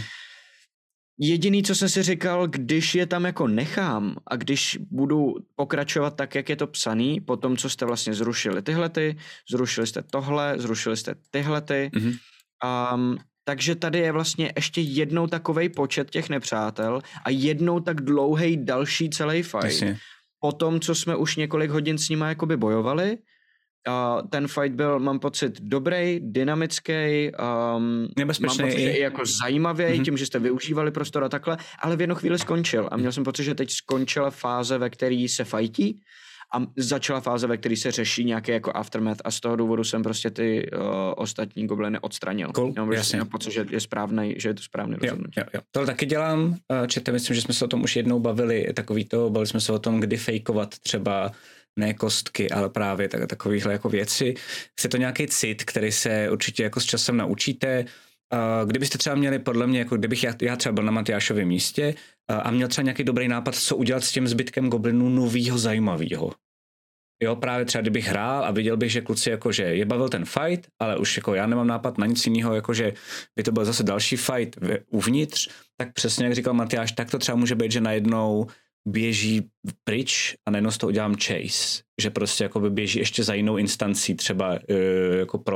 Jediný, co jsem si říkal, když je tam jako nechám a když budu pokračovat tak, jak je to psaný, po tom, co jste vlastně zrušili tyhlety, zrušili jste tohle, zrušili jste tyhlety, mm. um, takže tady je vlastně ještě jednou takovej počet těch nepřátel a jednou tak dlouhej další celý fight. Jasně. Po tom, co jsme už několik hodin s nima jakoby bojovali, uh, ten fight byl, mám pocit, dobrý, dynamický, um, nebezpečný, mám pocit, že i jako zajímavý, mm-hmm. tím, že jste využívali prostor a takhle, ale v jednu chvíli skončil a měl jsem pocit, že teď skončila fáze, ve které se fajtí, a začala fáze, ve které se řeší nějaký jako aftermath a z toho důvodu jsem prostě ty uh, ostatní gobliny odstranil. Cool, no, jasně. Jsem pocit, že je správnej, že je to správný rozhodnutí. Jo, jo. Tohle taky dělám, čete, myslím, že jsme se o tom už jednou bavili, takový to, bavili jsme se o tom, kdy fejkovat třeba ne kostky, ale právě tak, takovýhle jako věci. Je to nějaký cit, který se určitě jako s časem naučíte. Uh, kdybyste třeba měli, podle mě, jako kdybych já, já třeba byl na Matyášovém místě uh, a měl třeba nějaký dobrý nápad, co udělat s tím zbytkem goblinů novýho, zajímavýho. Jo, právě třeba kdybych hrál a viděl bych, že kluci jakože je bavil ten fight, ale už jako já nemám nápad na nic jiného, jakože by to byl zase další fight uvnitř, tak přesně jak říkal Matyáš, tak to třeba může být, že najednou běží pryč a najednou z toho udělám chase, že prostě jakoby běží ještě za jinou instancí třeba uh, jako pro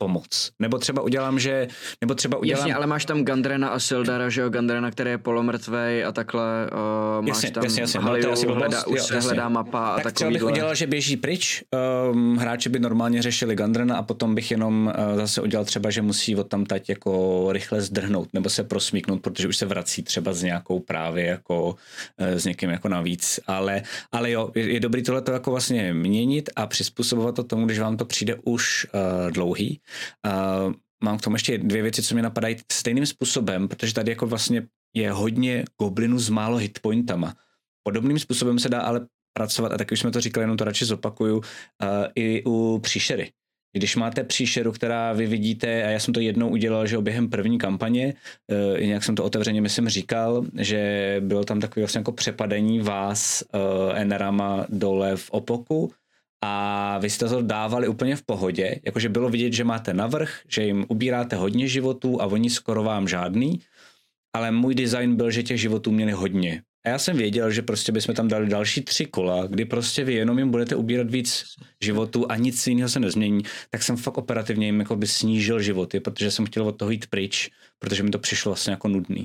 pomoct. Nebo třeba udělám, že... Nebo třeba udělám... Jasně, ale máš tam Gandrena a Sildara, že jo, Gandrena, který je polomrtvej a takhle, uh, máš jasně, tam jasně, jasně. Halilu, no, to hledá, jo, už se jasně. hledá mapa a tak takovýhle. třeba bych udělal, že běží pryč, um, hráči by normálně řešili Gandrena a potom bych jenom uh, zase udělal třeba, že musí od tam tať jako rychle zdrhnout nebo se prosmíknout, protože už se vrací třeba s nějakou právě jako uh, s někým jako navíc, ale, ale jo, je, je dobrý tohleto jako vlastně měnit a přizpůsobovat to tomu, když vám to přijde už uh, dlouhý. Uh, Mám k tomu ještě dvě věci, co mě napadají stejným způsobem, protože tady jako vlastně je hodně goblinů s málo hitpointama. Podobným způsobem se dá ale pracovat, a taky už jsme to říkali, jenom to radši zopakuju, uh, i u příšery. Když máte příšeru, která vy vidíte, a já jsem to jednou udělal, že během první kampaně, uh, nějak jsem to otevřeně myslím říkal, že bylo tam takové vlastně jako přepadení vás uh, enerama dole v opoku, a vy jste to dávali úplně v pohodě, jakože bylo vidět, že máte navrch, že jim ubíráte hodně životů a oni skoro vám žádný, ale můj design byl, že těch životů měli hodně. A já jsem věděl, že prostě bychom tam dali další tři kola, kdy prostě vy jenom jim budete ubírat víc životů a nic jiného se nezmění, tak jsem fakt operativně jim jako by snížil životy, protože jsem chtěl od toho jít pryč, protože mi to přišlo vlastně jako nudný.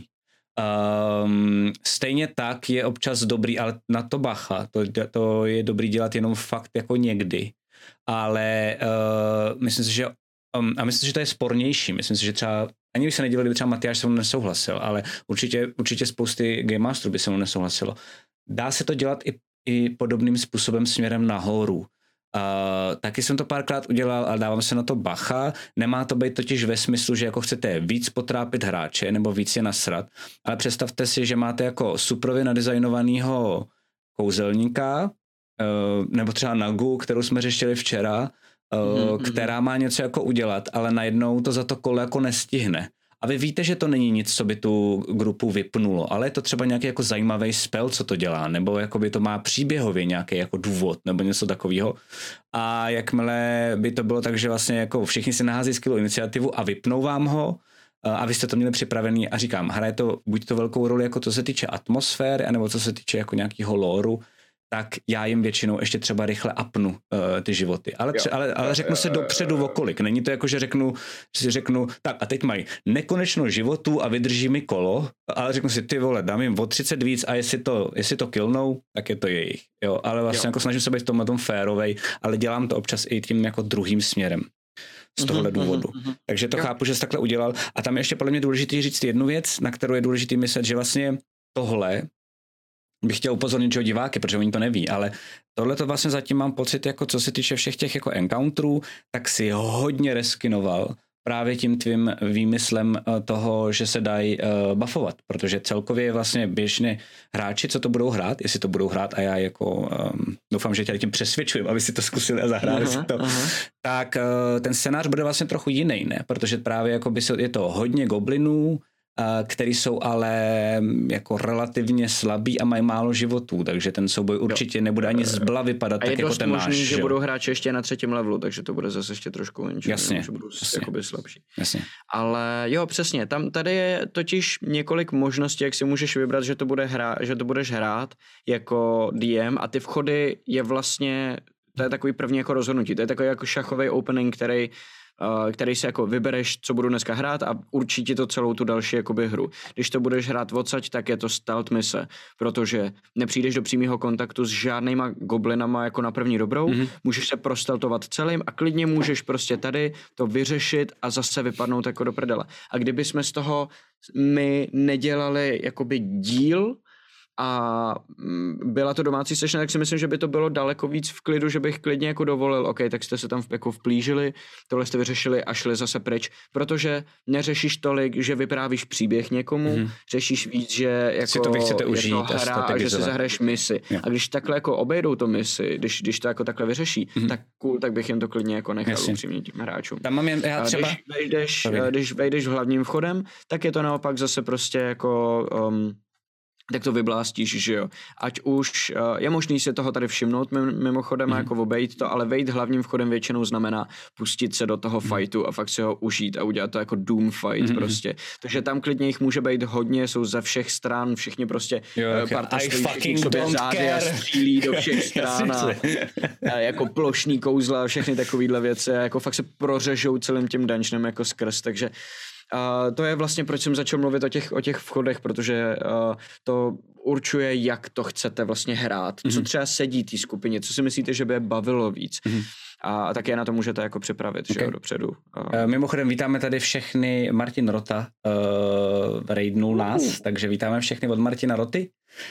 Um, stejně tak je občas dobrý, ale na to bacha, to, to je dobrý dělat jenom fakt jako někdy, ale uh, myslím si, že um, a myslím si, že to je spornější, myslím si, že třeba ani bych se nedělal, kdyby třeba Matyáš se mnou nesouhlasil, ale určitě, určitě spousty Game Masterů by se mnou nesouhlasilo. Dá se to dělat i, i podobným způsobem směrem nahoru. Uh, taky jsem to párkrát udělal, ale dávám se na to bacha. Nemá to být totiž ve smyslu, že jako chcete víc potrápit hráče nebo víc je nasrat, ale představte si, že máte jako suprově nadizajnovanýho kouzelníka uh, nebo třeba Nagu, kterou jsme řešili včera, uh, mm-hmm. která má něco jako udělat, ale najednou to za to kolo jako nestihne. A vy víte, že to není nic, co by tu grupu vypnulo, ale je to třeba nějaký jako zajímavý spell, co to dělá, nebo jakoby to má příběhově nějaký jako důvod, nebo něco takového. A jakmile by to bylo tak, že vlastně jako všichni si nahází skvělou iniciativu a vypnou vám ho, a vy jste to měli připravený a říkám, hraje to buď to velkou roli, jako co se týče atmosféry, anebo co se týče jako nějakého lóru, tak já jim většinou ještě třeba rychle apnu uh, ty životy. Ale, tře- ale, ale řeknu se dopředu okolik. Není to jako, že řeknu, že si řeknu, tak a teď mají nekonečno životů a vydrží mi kolo, ale řeknu si, ty vole, dám jim o třicet víc a jestli to, jestli to killnou, tak je to jejich. Jo, ale vlastně jo. Jako snažím se být v tomhle tom férovej, ale dělám to občas i tím jako druhým směrem. Z tohohle mm-hmm, důvodu. Mm-hmm. Takže to jo. Chápu, že jsi takhle udělal. A tam je ještě podle mě důležitý říct jednu věc, na kterou je důležitý myslet, že vlastně tohle bych chtěl upozornit, že diváky, protože oni to neví, ale tohle to vlastně zatím mám pocit, jako co se týče všech těch jako encounterů, tak si hodně reskinoval právě tím tvým výmyslem toho, že se dají uh, buffovat, protože celkově vlastně běžně hráči, co to budou hrát, jestli to budou hrát a já jako um, doufám, že tě tím přesvědčujem, aby si to zkusili a zahráli aha, si to, aha. tak uh, ten scénář bude vlastně trochu jiný, ne? Protože právě jako by se, je to hodně goblinů, který jsou ale jako relativně slabí a mají málo životů, takže ten souboj určitě nebude ani zbla vypadat tak jako ten náš. A je dost možný, že budou hráči ještě na třetím levelu, takže to bude zase ještě trošku menší, jasně, že budou jasně. jakoby slabší. Jasně. Ale jo, přesně, tam tady je totiž několik možností, jak si můžeš vybrat, že to, bude hra, že to budeš hrát jako D M a ty vchody je vlastně, to je takový první jako rozhodnutí, to je takový jako šachový opening, který Uh, který si jako vybereš, co budu dneska hrát a určitě to celou tu další jakoby hru. Když to budeš hrát odsaď, tak je to stealth mise, protože nepřijdeš do přímého kontaktu s žádnýma goblinama jako na první dobrou, mm-hmm. můžeš se prosteltovat celým a klidně můžeš prostě tady to vyřešit a zase vypadnout jako do prdele. A kdyby jsme z toho my nedělali jakoby díl a byla to domácí sešna, tak si myslím, že by to bylo daleko víc v klidu, že bych klidně jako dovolil, ok, tak jste se tam v peku vplížili, tohle jste vyřešili a šli zase pryč, protože neřešíš tolik, že vyprávíš příběh někomu, mm-hmm. řešíš víc, že jako si to vy chcete užít je to hra a že si zahraješ misi. Yeah. A když takhle jako obejdou to misi, když, když to jako takhle vyřeší, mm-hmm. tak cool, tak bych jim to klidně jako nechal upřímně těm hráčům. Tam mám jen, já třeba... Když vejdeš, když vejdeš hlavním vchodem, tak je to naopak zase prostě jako... Um, tak to vyblástíš, že jo. Ať už uh, je možný si toho tady všimnout mimochodem mm. jako obejít to, ale vejít hlavním vchodem většinou znamená pustit se do toho fightu a fakt si ho užít a udělat to jako Doom fight mm. prostě. Takže tam klidně jich může být hodně, jsou ze všech stran, všichni prostě jo, okay. parta stojí všichni sobě zády a střílí do všech stran a, a jako plošný kouzla a všechny takovýhle věci a jako fakt se prořežou celým tím dungeonem jako skrz, takže Uh, to je vlastně, proč jsem začal mluvit o těch, o těch vchodech, protože uh, to určuje, jak to chcete vlastně hrát, mm-hmm. co třeba sedí té skupině, co si myslíte, že by je bavilo víc. Mm-hmm. A taky na to můžete jako připravit, okay. že jo, dopředu. Uh, mimochodem vítáme tady všechny, Martin Rota uh, raidnul nás, uh. takže vítáme všechny od Martina Roty.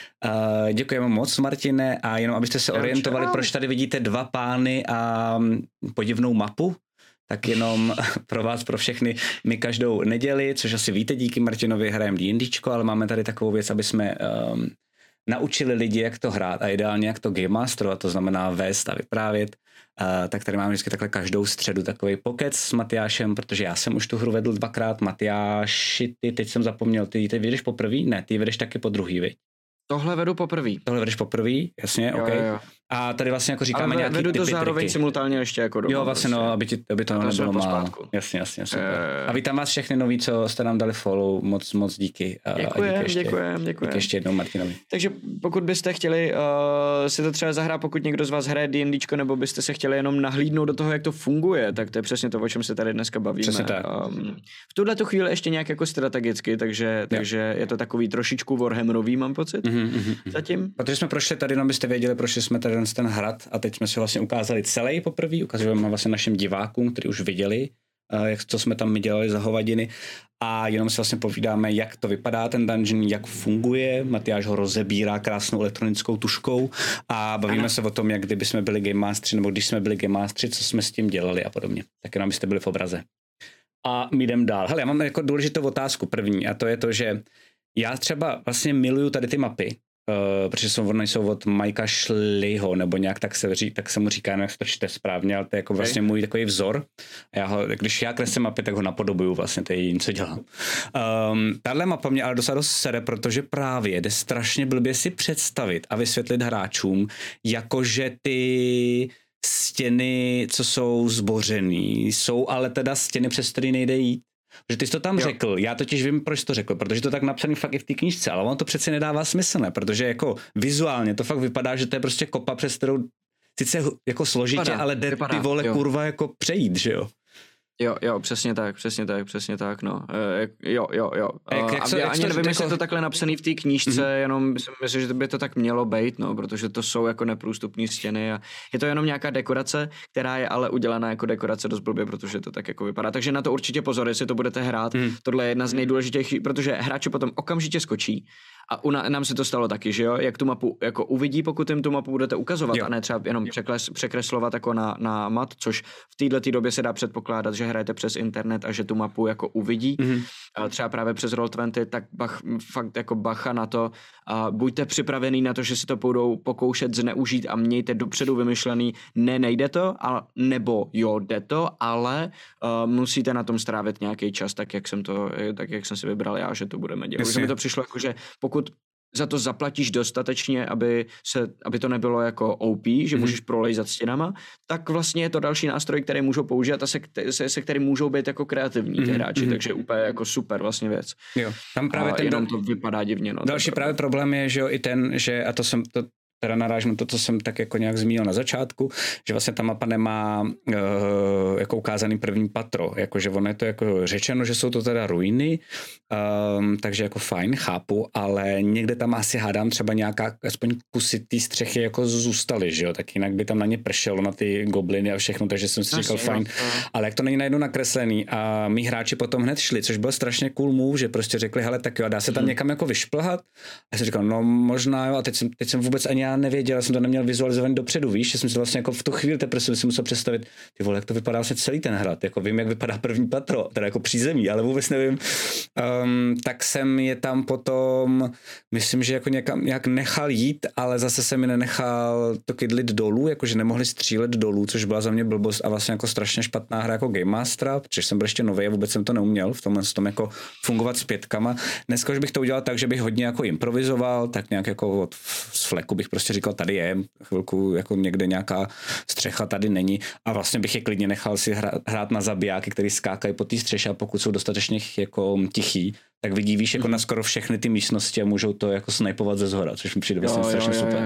Uh, děkujeme moc, Martine, a jenom abyste se orientovali, proč tady vidíte dva pány a podivnou mapu, tak jenom pro vás, pro všechny, my každou neděli, což asi víte, díky Martinovi hrajeme D&Dčko, ale máme tady takovou věc, aby jsme um, naučili lidi, jak to hrát a ideálně jak to game masterovat, to znamená vést a vyprávět. Uh, tak tady máme vždycky takhle každou středu takový pokec s Matyášem, protože já jsem už tu hru vedl dvakrát. Matyáši, ty teď jsem zapomněl, ty, ty vedeš poprvý? Ne, ty vedeš taky po druhý, viď? Tohle vedu poprvý. Tohle vedeš poprvý, jasně, jo, ok. jo, jo. A tady vlastně jako říkáme ale nějaký vedu typy, to zároveň triky. Simultánně ještě jako doma. Jo, vlastně prostě. no, aby, ti, aby to, to nebylo málo. Jasně, jasně, super. E... A vítám vás všechny noví, co jste nám dali follow, moc, moc díky. Děkujem, a díky ještě, děkujem, děkujem. Díky ještě jednou Martinovi. Takže pokud byste chtěli uh, si to třeba zahrát, pokud někdo z vás hraje D&Dčko, nebo byste se chtěli jenom nahlídnout do toho, jak to funguje, tak to je přesně to, o čem se tady dneska bavíme. Přesně tak. Um, v tuhle tu chvíli ještě nějak jako strategicky, takže, takže je to takový trošičku Warhammerový, mám pocit, mm-hmm, mm-hmm. zatím. Protože jsme prošli tady, no byste věděli, prošli jsme tady ten hrad a teď jsme si vlastně ukázali celý poprvé, ukazujeme vlastně našim divákům, kteří už viděli, jak, co jsme tam my dělali za hovadiny a jenom si vlastně povídáme, jak to vypadá ten dungeon, jak funguje. Matyáš ho rozebírá krásnou elektronickou tuškou a bavíme ano. se o tom, jak kdyby jsme byli game mastery, nebo když jsme byli game mastery, co jsme s tím dělali a podobně. Tak jenom byste byli v obraze. A my jdem dál. Hele, já mám jako důležitou otázku první a to je to, že já třeba vlastně miluju tady ty mapy, Uh, protože jsou, oni jsou od Mikea Schleyho, nebo nějak tak se, ří, tak se mu říká, jak se to čte správně, ale to je jako vlastně můj takový vzor. A já ho, když já kreslím mapy, tak ho napodobuju vlastně, to je jediné, co dělám. Um, tahle mapa mě ale docela dost sere, protože právě jde strašně blbě si představit a vysvětlit hráčům, jakože ty stěny, co jsou zbořený, jsou ale teda stěny, přes který nejde jít. Že ty jsi to tam jo. řekl, já totiž vím, proč to řekl, protože to tak napsaný fakt i v té knížce, ale ono to přeci nedává smysl, ne? Protože jako vizuálně to fakt vypadá, že to je prostě kopa, přes kterou sice jako složitě, vypadá, ale jde ty vole jo. kurva jako přejít, že jo? Jo, jo, přesně tak, přesně tak, přesně tak, no. E, jo, jo, jo. Jak, jak a já ani nevím, jako... jestli je to takhle napsaný v té knížce, mm-hmm. jenom myslím, že by to tak mělo být, no, protože to jsou jako neprůstupné stěny a je to jenom nějaká dekorace, která je ale udělaná jako dekorace dost blbě, protože to tak jako vypadá. Takže na to určitě pozor, jestli to budete hrát. Mm. Tohle je jedna z nejdůležitějších, protože hráči potom okamžitě skočí. A u nám se to stalo taky, že jo, jak tu mapu jako uvidí, pokud jim tu mapu budete ukazovat, jo. a ne třeba jenom překles, překreslovat jako na, na mat, což v této době se dá předpokládat, že hrajete přes internet a že tu mapu jako uvidí, mm-hmm. a třeba právě přes Roll dvacet, tak bach, fakt jako bacha na to, a buďte připravený na to, že si to budou pokoušet zneužít a mějte dopředu vymyšlený, ne, nejde to, a, nebo jo, jde to, ale uh, musíte na tom strávit nějaký čas, tak jak jsem to, tak jak jsem si vybral já, že to budeme dělat. Už mi to přišlo jako, že pokud za to zaplatíš dostatečně, aby, se, aby to nebylo jako O P, že mm-hmm. můžeš prolejzat stěnama, tak vlastně je to další nástroj, který můžou použít a se, se, se kterým můžou být jako kreativní ty hráči, mm-hmm. takže úplně jako super vlastně věc. Jo, tam právě a ten jenom do... to vypadá divně. No, další právě problém je, že jo, i ten, že, a to jsem, to teda narážím na to, co jsem tak jako nějak zmínil na začátku, že vlastně ta mapa nemá uh, jako ukázaný první patro, jakože ono je to jako řečeno, že jsou to teda ruiny, um, takže jako fajn, chápu, ale někde tam asi hádám třeba nějaká, aspoň kusy té střechy jako zůstaly, že jo, tak jinak by tam na ně pršelo, na ty gobliny a všechno, takže jsem si říkal fajn, ale jak to není najednou nakreslený a mý hráči potom hned šli, což byl strašně cool move, že prostě řekli, hele, tak jo, dá se tam hmm. někam jako vyšplhat a já jsem říkal, no možná jo, a teď jsem, teď jsem vůbec ani já nevěděl, já jsem to neměl vizualizovaný dopředu, víš, že jsem si vlastně jako v tu chvíli teprve jsem si musel představit, ty vole, jak to vypadá vlastně celý ten hrad, jako vím, jak vypadá první patro, teda jako přízemí, ale vůbec nevím. Um, tak jsem je tam potom, myslím, že jako někam, nějak nechal jít, ale zase jsem mi nenechal to kydlit dolů, jakože nemohli střílet dolů, což byla za mě blbost a vlastně jako strašně špatná hra jako Game Mastera, protože jsem byl ještě nový a vůbec jsem to neuměl v tomhle tom jako fungovat s pětkama. Dneska už bych to udělal tak, že bych hodně jako improvizoval, tak nějak jako od z fleku bych prostě říkal, tady je chvilku jako někde nějaká střecha, tady není a vlastně bych je klidně nechal si hrát, hrát na zabijáky, který skákají po té střeše a pokud jsou dostatečně jako tichý, tak vidí, víš, jako na skoro všechny ty místnosti a můžou to jako snajpovat ze zhora, což mi přijde vlastně strašně super.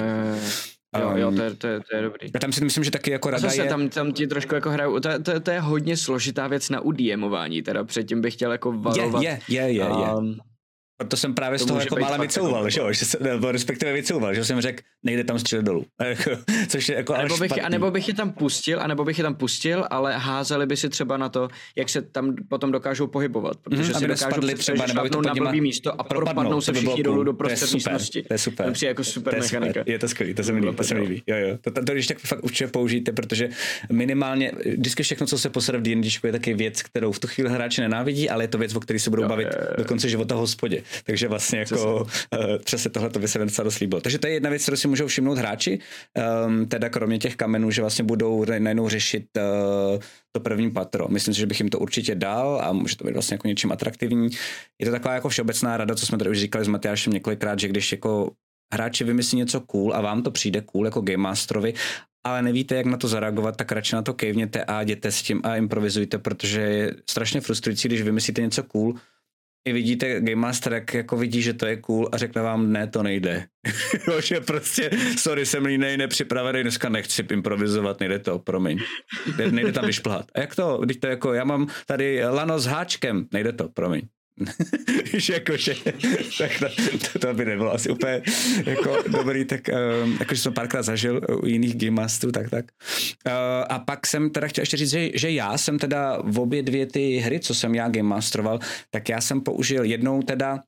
Jo, jo, to je, to, je, to je dobrý. A tam si myslím, že taky jako rada zase je... tam, tam ti trošku jako hrajou, to, to, to je hodně složitá věc na UDMování, teda předtím bych chtěl jako valovat. Je, je, je, je, je. Um, Proto jsem právě z toho jako mále vycouval, že jo, že jsem, nebo respektive vycouval, že jsem řekl, nejde tam střílet dolů. Což je jako a nebo, bych, špatný. a nebo bych je tam pustil, a nebo bych je tam pustil, ale házeli by si třeba na to, jak se tam potom dokážou pohybovat, protože mm, si dokážou třeba nebo to na blbý místo a propadnou se všichni dolů do prostřed místnosti. To je super. To je jako super to je mechanika. Super. Je to skvělý, to se mi líbí, to se mi líbí. Jo, jo. To, to, to když tak fakt určitě použijte, protože minimálně vždycky všechno, co se posede v D and D je taky věc, kterou v tu chvíli hráči nenávidí, ale je to věc, o které se budou bavit do konce života v hospodě. Takže vlastně jako uh, přesně tohle to by se mi docela dost líbilo. Takže to je jedna věc, kterou si můžou všimnout hráči, um, teda kromě těch kamenů, že vlastně budou najednou řešit uh, to první patro. Myslím si, že bych jim to určitě dal a může to být vlastně jako něčím atraktivní. Je to taková jako všeobecná rada, co jsme tady už říkali s Matyášem několikrát, že když jako hráči vymyslí něco cool a vám to přijde cool jako Game Masterovi, ale nevíte, jak na to zareagovat, tak radši na to kejvněte a jděte s tím a improvizujte, protože je strašně frustrující, když vymyslíte něco cool, i vidíte Game Master, jak jako vidí, že to je cool a řekne vám, ne, to nejde. Že prostě, sorry, jsem línej, nepřipravený, dneska nechci improvizovat, nejde to, promiň. Nejde tam vyšplhat. A jak to, když to jako, já mám tady lano s háčkem, nejde to, promiň. Že jakože, tak to, to, to by nebylo asi úplně jako dobrý, tak um, jakože jsem párkrát zažil u jiných Game Masterů, tak tak. Uh, a pak jsem teda chtěl ještě říct, že, že já jsem teda v obě dvě ty hry, co jsem já Game Masteroval, tak já jsem použil jednou teda,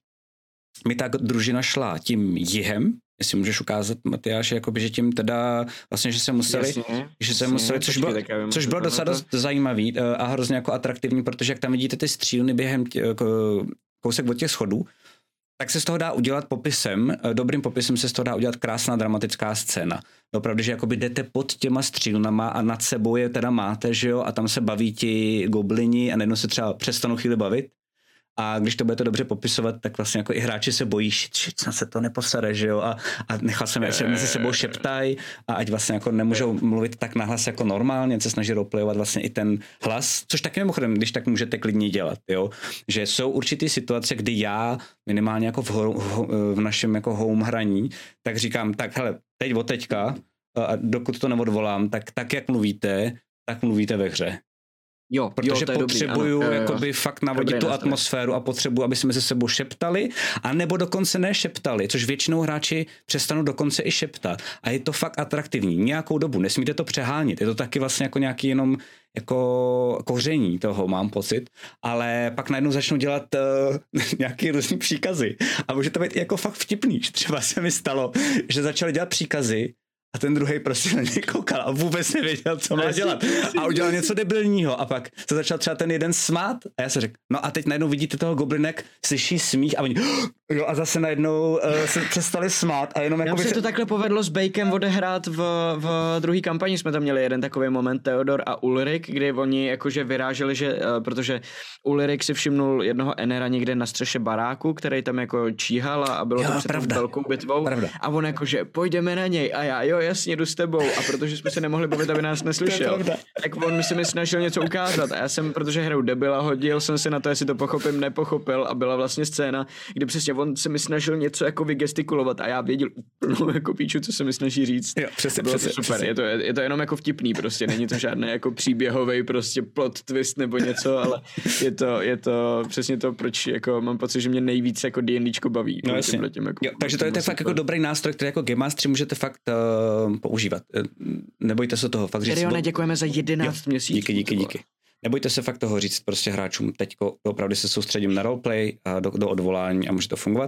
mi ta družina šla tím jihem, jestli můžeš ukázat, Matyáš, jakoby, že tím teda vlastně, že se museli, jasně, že se jasně, museli, což bylo, což bylo docela dost zajímavý a hrozně jako atraktivní, protože jak tam vidíte ty střílny během tě, kousek od těch schodů, tak se z toho dá udělat popisem, dobrým popisem se z toho dá udělat krásná dramatická scéna. Opravdu, že jakoby jdete pod těma střílnama a nad sebou je teda máte, že jo, a tam se baví ti goblini a najednou se třeba přestanou chvíli bavit. A když to budete dobře popisovat, tak vlastně jako i hráči se bojí, že se to neposere, že jo, a, a nechal jsem, jak se mezi sebou šeptají a ať vlastně jako nemůžou mluvit tak nahlas jako normálně, se snaží roleplayovat vlastně i ten hlas, což taky mimochodem, když tak můžete klidně dělat, jo, že jsou určitý situace, kdy já minimálně jako v, ho, v našem jako home hraní, tak říkám, tak hele, teď od teďka, a dokud to neodvolám, tak tak, jak mluvíte, tak mluvíte ve hře. Jo, protože jo, potřebuju dobrý, jakoby jo, fakt navodit dobrý tu nastavit. Atmosféru a potřebuju, aby jsme mezi sebou šeptali a nebo dokonce nešeptali, což většinou hráči přestanou dokonce i šeptat. A je to fakt atraktivní. Nějakou dobu, nesmíte to přehánit. Je to taky vlastně jako nějaký jenom jako koření toho, mám pocit, ale pak najednou začnou dělat uh, nějaký různý příkazy. A může to být jako fakt vtipný. Třeba se mi stalo, že začali dělat příkazy a ten druhej prostě na něj koukal a vůbec nevěděl, co má dělat. A udělal něco debilního a pak se začal třeba ten jeden smát a já se řekl, no a teď najednou vidíte toho goblinek, slyší smích a oni, jo, a zase najednou uh, se přestali smát a jenom jako... Nám se to takhle povedlo s Bakem odehrát v, v druhý kampani, jsme tam měli jeden takový moment, Theodor a Ulrik, kdy oni jakože vyráželi, že, uh, protože Ulrik si všimnul jednoho enera někde na střeše baráku, který tam jako číhal a bylo jo, to před velkou bitvou pravda. A on jakože pojďeme na něj a já, jo, jasně, jdu s tebou a protože jsme se nemohli bavit, aby nás neslyšel, tak on mi se mi snažil něco ukázat a já jsem, protože hraju debila, hodil jsem se na to, jestli to pochopím, nepochopil a byla vlastně scéna, kdy přesně on se mi snažil něco jako vygestikulovat a já věděl úplnou jako píču, co se mi snaží říct. Jo, přesně, bylo přesně, to super, přesně. Je, to, je to jenom jako vtipný prostě, není to žádný jako příběhový prostě plot twist nebo něco, ale je to, je to přesně to, proč jako mám pocit, že mě nejvíc jako DNDčko baví. No jasně. Jako, jo, takže to je to fakt jako dobrý nástroj, který jako Game Master můžete fakt uh, používat. Nebojte se toho fakt říct. Serione, děkujeme za jedenáct měsíců. Díky, díky, díky. Nebojte se fakt toho říct prostě hráčům, teďko opravdu se soustředím na roleplay a do, do odvolání a může to fungovat.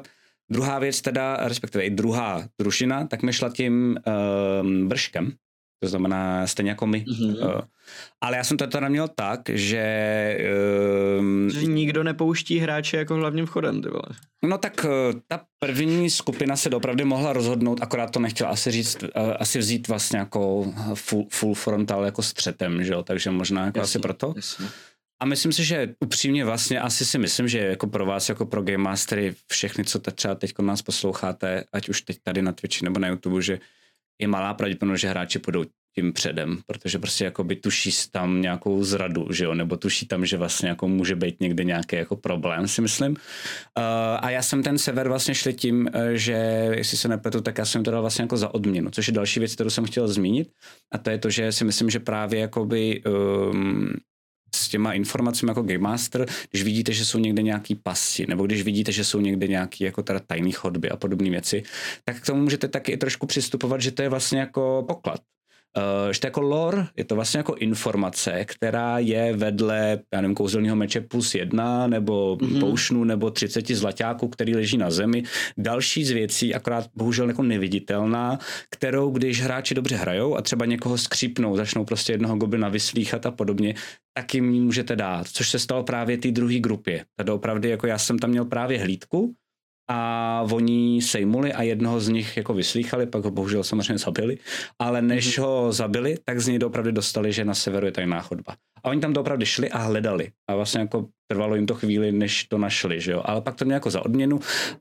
Druhá věc teda, respektive i druhá družina, tak my šla tím um, vrškem, to znamená stejně jako my. Mm-hmm. Uh, ale já jsem to teda měl tak, že... Um, že nikdo nepouští hráče jako hlavním vchodem, ty vole. No tak uh, ta první skupina se opravdu mohla rozhodnout, akorát to nechtěla asi říct, uh, asi vzít vlastně jako full, full frontal jako střetem, že jo, takže možná jako jasně, asi proto. Jasně. A myslím si, že upřímně vlastně asi si myslím, že jako pro vás, jako pro Game Mastery, všechny, co te třeba teď nás posloucháte, ať už teď tady na Twitchi nebo na YouTube, že je malá pravděpodobnost, že hráči půjdou tím předem, protože prostě jakoby tuší tam nějakou zradu, že jo, nebo tuší tam, že vlastně jako může být někde nějaký jako problém, si myslím. Uh, a já jsem ten sever vlastně šli tím, že jestli se nepletu, tak já jsem to dal vlastně jako za odměnu, což je další věc, kterou jsem chtěl zmínit, a to je to, že si myslím, že právě jakoby um, s těma informacemi jako Game Master, když vidíte, že jsou někde nějaký pasti, nebo když vidíte, že jsou někde nějaký jako teda tajný chodby a podobné věci, tak k tomu můžete taky i trošku přistupovat, že to je vlastně jako poklad. Uh, že to jako lore, je to vlastně jako informace, která je vedle, já nevím, kouzelního meče plus jedna, nebo mm-hmm. poušnu, nebo třiceti zlaťáků, který leží na zemi. Další z věcí, akorát bohužel jako neviditelná, kterou když hráči dobře hrajou a třeba někoho skřípnou, začnou prostě jednoho goblina vyslýchat a podobně, tak jim můžete dát, což se stalo právě té druhé grupě. Tady opravdu, jako já jsem tam měl právě hlídku, a oni sejmuli a jednoho z nich jako vyslýchali, pak ho bohužel samozřejmě zabili, ale než ho zabili, tak z něj opravdu dostali, že na severu je tajná chodba. A oni tam opravdu šli a hledali. A vlastně jako trvalo jim to chvíli, než to našli, že jo. Ale pak to měl jako za odměnu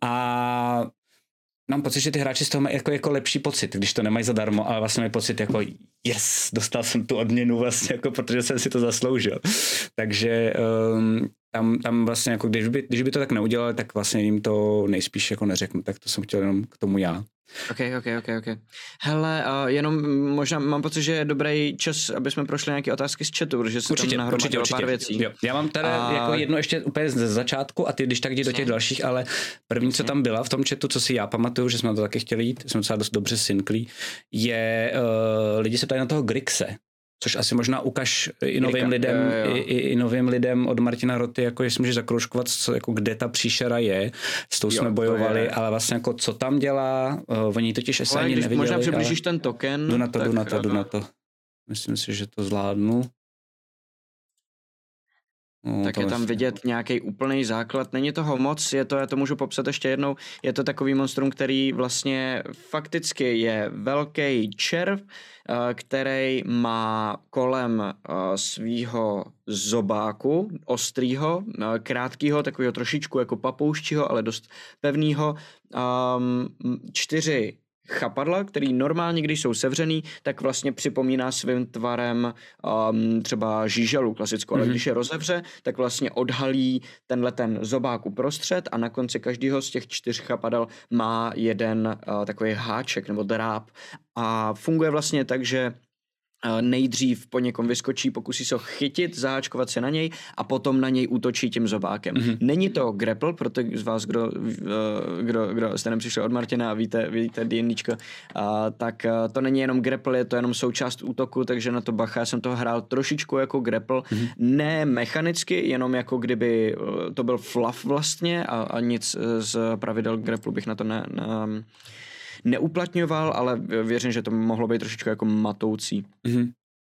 a mám pocit, že ty hráči z toho mají jako, jako lepší pocit, když to nemají zadarmo, ale vlastně mají pocit jako yes, dostal jsem tu odměnu vlastně, jako, protože jsem si to zasloužil. Takže um, tam, tam vlastně jako, když by, když by to tak neudělali, tak vlastně jim to nejspíš jako neřeknu, tak to jsem chtěl jenom k tomu já. Ok, ok, ok, ok. Hele, uh, jenom možná mám pocit, že je dobrý čas, aby jsme prošli nějaké otázky z chatu, protože se určitě, tam určitě, určitě. pár věcí. Jo. Já mám teda a... jako jedno ještě úplně ze začátku a ty když tak jdi do těch dalších, ale první, co tam byla v tom chatu, co si já pamatuju, že jsme na to taky chtěli jít, jsme docela dost dobře synklí, je, uh, lidi se ptají na toho Grixe, což asi možná ukaž i novým lidem, jo, jo. I, i novým lidem od Martina Roty, jako jestli můžeš zakroužkovat, co, jako kde ta příšera je, s tou jo, jsme bojovali, ale vlastně jako co tam dělá, uh, oni totiž asi ani neviděli. Možná přiblížíš ten token. Jdu na to, tak, jdu na to, jdu na to. Myslím si, že to zvládnu. No, tak je tam vidět nějaký úplný základ. Není toho moc, je to, já to můžu popsat ještě jednou, je to takový monstrum, který vlastně fakticky je velký červ, který má kolem svýho zobáku, ostrýho, krátkýho, takového trošičku jako papouštího, ale dost pevnýho, um, čtyři chapadla, který normálně, když jsou sevřený, tak vlastně připomíná svým tvarem um, třeba žíželu klasickou, ale mm-hmm. když je rozevře, tak vlastně odhalí tenhle ten zobák uprostřed a na konci každého z těch čtyř chapadel má jeden uh, takový háček nebo dráp a funguje vlastně tak, že nejdřív po někom vyskočí, pokusí se ho chytit, zaháčkovat se na něj a potom na něj útočí tím zobákem. Mm-hmm. Není to grapple, proto z vás, kdo, kdo, kdo jste nepřišli od Martina a víte, víte D&Dčko, a, tak a, to není jenom grapple, je to jenom součást útoku, takže na to bacha. Já jsem to hrál trošičku jako grapple, mm-hmm. ne mechanicky, jenom jako kdyby to byl fluff vlastně a, a nic z pravidel grapple bych na to ne... ne neuplatňoval, ale věřím, že to mohlo být trošičku jako matoucí. Mm-hmm.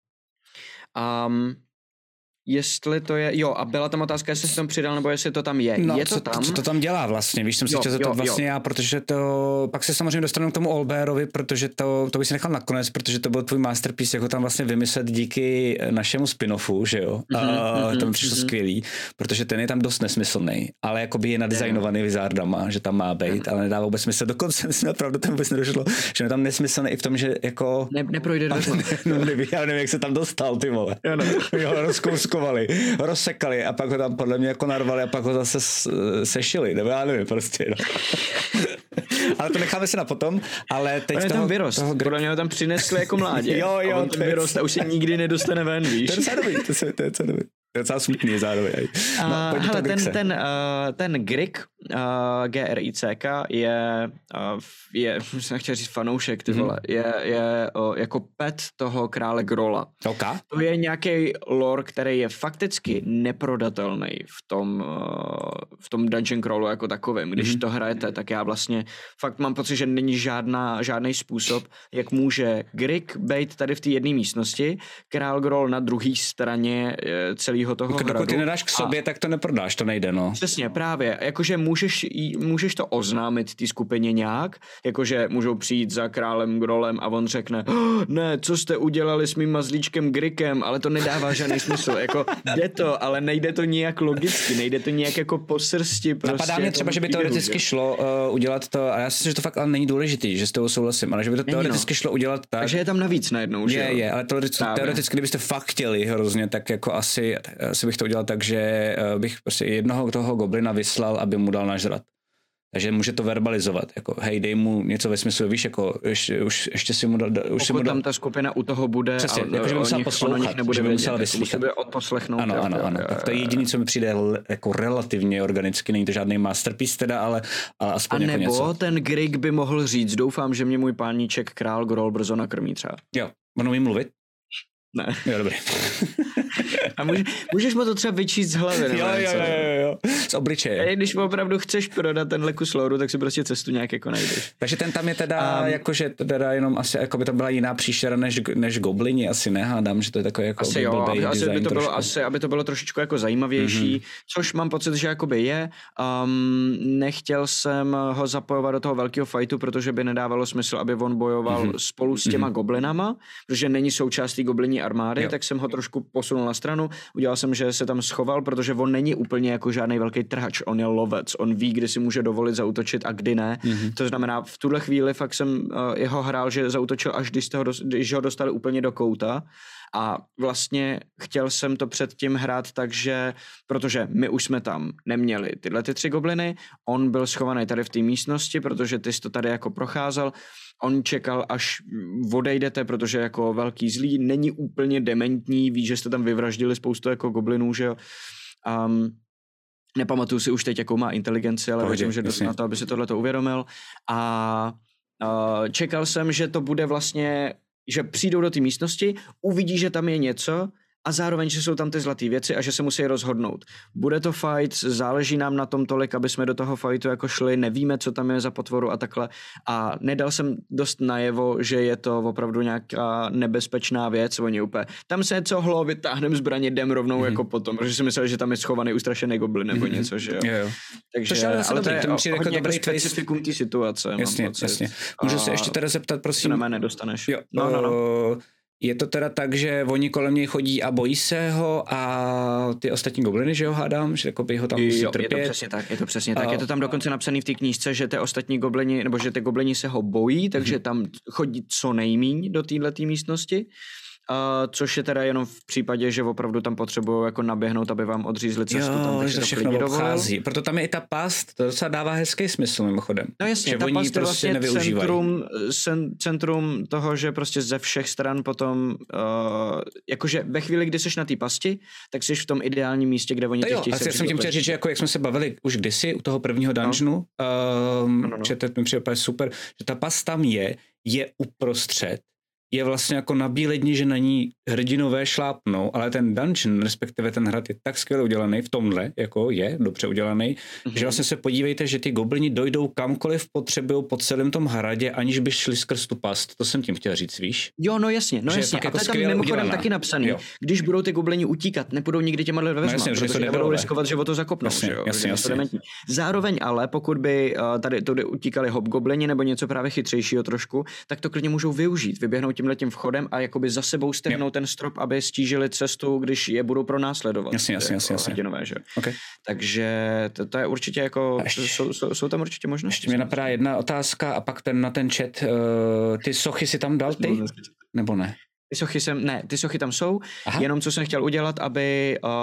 Um, jestli to je, jo, a byla tam otázka, jestli se tam přidal, nebo jestli to tam je. No, je co, to tam? Co to tam dělá vlastně, víš, jsem si chtěl zeptat vlastně jo. já, protože to, pak se samozřejmě dostanu k tomu Olberovi, protože to, to bych si nechal nakonec, protože to byl tvůj masterpiece, jako tam vlastně vymyslet díky našemu spin-offu, že jo, mm-hmm, a mm-hmm, to mi přišlo mm-hmm. skvělý, protože ten je tam dost nesmyslný, ale jakoby je nadizajnovaný wizardama, že tam má být, ale nedává vůbec smysl, dokonce myslím, opravdu tam vůbec nedošlo, že je tam nesmyslný i v tom, že jako... Ne, neprojde do no, nevím, já nevím, jak se tam dostal, ty vole. Jo, no. jo, rozkouskovali, rozsekali a pak ho tam podle mě jako narvali a pak ho zase sešili, nebo já nevím, prostě, no. Ale to necháme si na potom, ale teď toho... tam vyrost, toho... podle mě ho tam přinesli jako mládě. jo, jo. A on tam vyrost a už se nikdy nedostane ven, víš. To je docela dobrý, to je docela dobrý. To je docela smutný zároveň. No, uh, hele, ten, ten, uh, ten Grig uh, G R I C K je, uh, je jsem chtěl říct fanoušek, ty vole, mm-hmm. je, je uh, jako pet toho krále Grola. Okay. To je nějaký lore, který je fakticky neprodatelný v tom, uh, v tom dungeon crawlu jako takovém. Když mm-hmm. to hrajete, tak já vlastně fakt mám pocit, že není žádná, žádný způsob, jak může Grick být tady v té jedné místnosti, král Groll na druhé straně celého toho Dokud hradu. Dokud ty nedáš k sobě, a tak to neprodáš, to nejde, no. Přesně, právě. Jakože můžeš, můžeš to oznámit té skupině nějak, jakože můžou přijít za králem Grollem a on řekne, oh, ne, co jste udělali s mým mazlíčkem Grickem, ale to nedává žádný smysl. Jako jde to, ale nejde to nijak logicky, nejde to nijak jako po srsti. Prostě napadá mě třeba, že by teoreticky šlo uh, udělat to, a já si myslím, že to fakt ale není důležitý, že s toho souhlasím, ale že by to není, teoreticky no. šlo udělat tak. Takže je tam navíc najednou, že je, je, ale teoreticky, teoreticky, kdybyste fakt chtěli hrozně, tak jako asi, asi bych to udělal tak, že uh, bych prostě jednoho toho goblina vyslal, aby mu dal nažrat. Takže může to verbalizovat, jako hej, dej mu něco ve smyslu, víš, jako ještě, už, ještě si mu dal... Už Pokud si mu dal... tam ta skupina u toho bude, přesně, a jako, že by musela nich, poslouchat, nebude že by vědět, musela vyslíchat. Musí odposlechnout. Ano, ano, ano, tak to je jediné, co mi přijde jako relativně organicky, není to žádný masterpiece teda, ale, ale aspoň a jako nebo něco. ten Grick by mohl říct, doufám, že mě můj páníček král Groll brzo nakrmí třeba. Jo, on umí mluvit? Ne. Jo, dobrý. A může, můžeš mu to třeba vyčíst z hlavy, nebo jo, jo, jo, jo, z obličeje. A když opravdu chceš prodat tenhle kus loru, tak si prostě cestu nějak jako najdeš. Takže ten tam je teda, um, jakože teda jenom asi, jako by to byla jiná příšera než, než goblini, asi nehádám, že to je takový jako asi jo, aby, asi by to trošku. bylo, asi, aby to bylo trošičku jako zajímavější, mm-hmm. což mám pocit, že jakoby je. Um, nechtěl jsem ho zapojovat do toho velkého fightu, protože by nedávalo smysl, aby on bojoval mm-hmm. spolu s těma mm-hmm. goblinama, protože není součástí goblinní armády, jo. tak jsem ho trošku posunul na stranu. Udělal jsem, že se tam schoval, protože on není úplně jako žádný velký trhač, on je lovec, on ví, kdy si může dovolit zaútočit a kdy ne. Mm-hmm. To znamená, v tuhle chvíli fakt jsem uh, jeho hrál, že zaútočil, až když, ho, dost, když ho dostali úplně do kouta. A vlastně chtěl jsem to předtím hrát tak, že protože my už jsme tam neměli tyhle ty tři gobliny, on byl schovaný tady v té místnosti, protože ty jsi to tady jako procházel, on čekal, až odejdete, protože jako velký zlý, není úplně dementní, ví, že jste tam vyvraždili spoustu jako goblinů, že jo. Um, nepamatuju si už teď, jakou má inteligenci, ale věřím, že dost na to, aby si tohleto uvědomil. A uh, čekal jsem, že to bude vlastně že přijdou do té místnosti, uvidí, že tam je něco a zároveň, že jsou tam ty zlaté věci a že se musí rozhodnout. Bude to fight, záleží nám na tom tolik, aby jsme do toho fightu jako šli, nevíme, co tam je za potvoru a takhle. A nedal jsem dost najevo, že je to opravdu nějaká nebezpečná věc, oni úplně, tam se něco hlo, vytáhneme zbraně, jdem rovnou mm-hmm. jako potom, protože si myslel, že tam je schovaný ustrašený goblin nebo mm-hmm. něco, že jo. jo, jo. Takže, to ale, ale to je to je hodně jako specifikum té situace. Jasně, jasně. Můžu se ještě teda zeptat, prosím. Na mé nedostaneš. Jo, no, no, no. Je to teda tak, že oni kolem něj chodí a bojí se ho a ty ostatní gobliny, že ho hádám, že jako by ho tam musí jo, trpět. Je to přesně tak, je to přesně tak. Je to tam dokonce napsaný v té knížce, že ty ostatní goblini, nebo že ty goblini se ho bojí, takže tam chodí co nejmíň do téhletý místnosti. Uh, což je teda jenom v případě, že opravdu tam potřebují jako naběhnout, aby vám odřízli cestu. Jo, tam, že to všechno obchází. Proto tam je i ta past, to docela dává hezký smysl mimochodem. No jasně, že ta oni past je prostě vlastně centrum, centrum toho, že prostě ze všech stran potom, uh, jakože ve chvíli, kdy jsi na té pasti, tak jsi v tom ideálním místě, kde oni tě chtějí. Já jsem tím chtěl říct, že jako jak jsme se bavili už kdysi u toho prvního dungeonu, no. um, no, no, no. že to mi přijde super, že ta past tam je, je uprostřed, je vlastně jako na bílé dni, že na ní hrdinové šlápnou, ale ten dungeon, respektive ten hrad je tak skvěle udělaný v tomhle, jako je dobře udělaný, mm-hmm. že vlastně se podívejte, že ty goblini dojdou kamkoliv potřebují po celém tom hradě, aniž by šli skrz tu past. To jsem tím chtěl říct, víš? Jo, no jasně, no že jasně. Je a to jako je tam mimochodem udělaná. Taky napsaný. Jo. Když budou ty goblini utíkat, nepůjdou nikdy těma dveřma, no jasně, protože nebudou riskovat, že o to zakopnou. Jasně, že jo? jasně, jasně. Zároveň ale, pokud by uh, tady tudy utíkali hobgoblini nebo něco právě chytřejšího trošku, tak to klidně můžou využít, vyběhnout tímhletím vchodem a jakoby za sebou strhnout ten strop, aby stížili cestu, když je budou pronásledovat. Jasně, jasně, jasně. jasně. Hrdinové, že? Okay. Takže to, to je určitě jako, ještě, jsou, jsou, jsou tam určitě možnosti. Ještě mi napadá jedna otázka a pak ten na ten chat, uh, ty sochy si tam dal ty? Nebo ne? Ty sochy jsem, ne, ty sochy tam jsou, Aha. jenom co jsem chtěl udělat, aby, uh,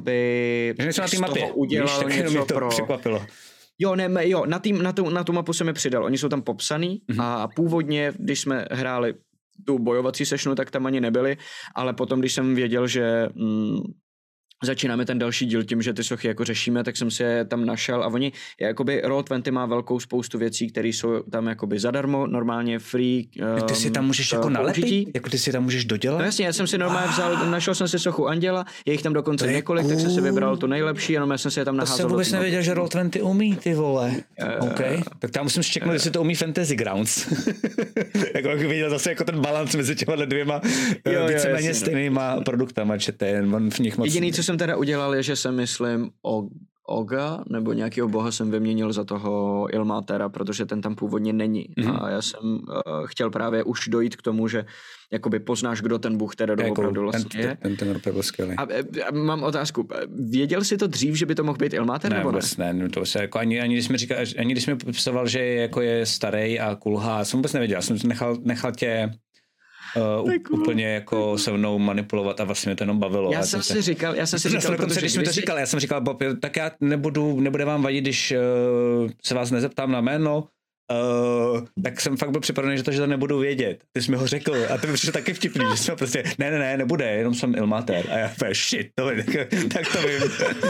aby že něco na té mapě, udělal víš, něco mě to pro... překvapilo. Jo, ne, jo, na, tým, na, tu, na tu mapu jsem je přidal, oni jsou tam popsaný mm-hmm. a původně, když jsme hráli tu bojovací sešnu, tak tam ani nebyli, ale potom, když jsem věděl, že mm, začínáme ten další díl tím, že ty sochy jako řešíme, tak jsem si je tam našel a oni, jakoby Roll dvacet má velkou spoustu věcí, které jsou tam jakoby zadarmo, normálně free. Um, ty si tam můžeš jako nalepit? Jako ty si tam můžeš dodělat? No jasně, já jsem si normálně vzal, našel jsem si sochu Anděla, je jich tam dokonce několik, tak jsem si vybral tu nejlepší, jenom já jsem si je tam naházel. To jsem vůbec nevěděl, že Roll dvacet umí, ty vole. Uh, okay. Tak tam musím čeknout, jestli to umí Fantasy Grounds. Jako bych viděl zase jako ten balans mezi těma dvěma víceméně stejnýma produktama, že ten v nich moc... Jediný, co jsem teda udělal, je, že jsem myslím o Oga, nebo nějakého boha jsem vyměnil za toho Ilmátera, protože ten tam původně není. Mm-hmm. A já jsem uh, chtěl právě už dojít k tomu, že jakoby poznáš, kdo ten bůh teda doopravdu vlastně je. Ten, ten, ten byl skvělý. A, a mám otázku. Věděl jsi to dřív, že by to mohl být Ilmáter, ne, nebo ne? Ne, ne, to se jako ani, ani, když mi říkal, ani když mi popisoval, že je, jako je starý a kulhá, jsem vůbec nevěděl. Já jsem nechal, nechal tě Uh, úplně jako se mnou manipulovat a vlastně mě to jenom bavilo. Já jsem si říkal, já jsem si říkal, protože když mi to říkal, já jsem říkal, Bob, tak já nebudu, nebude vám vadit, když uh, se vás nezeptám na jméno, uh, tak jsem fakt byl připravený, že to, že to nebudu vědět. Ty jsi mi ho řekl a to mi přišlo taky vtipný, že jsme prostě, ne, ne, ne, nebude, jenom jsem Ilmáter. A já fakt, shit, to vím, tak, tak to vím.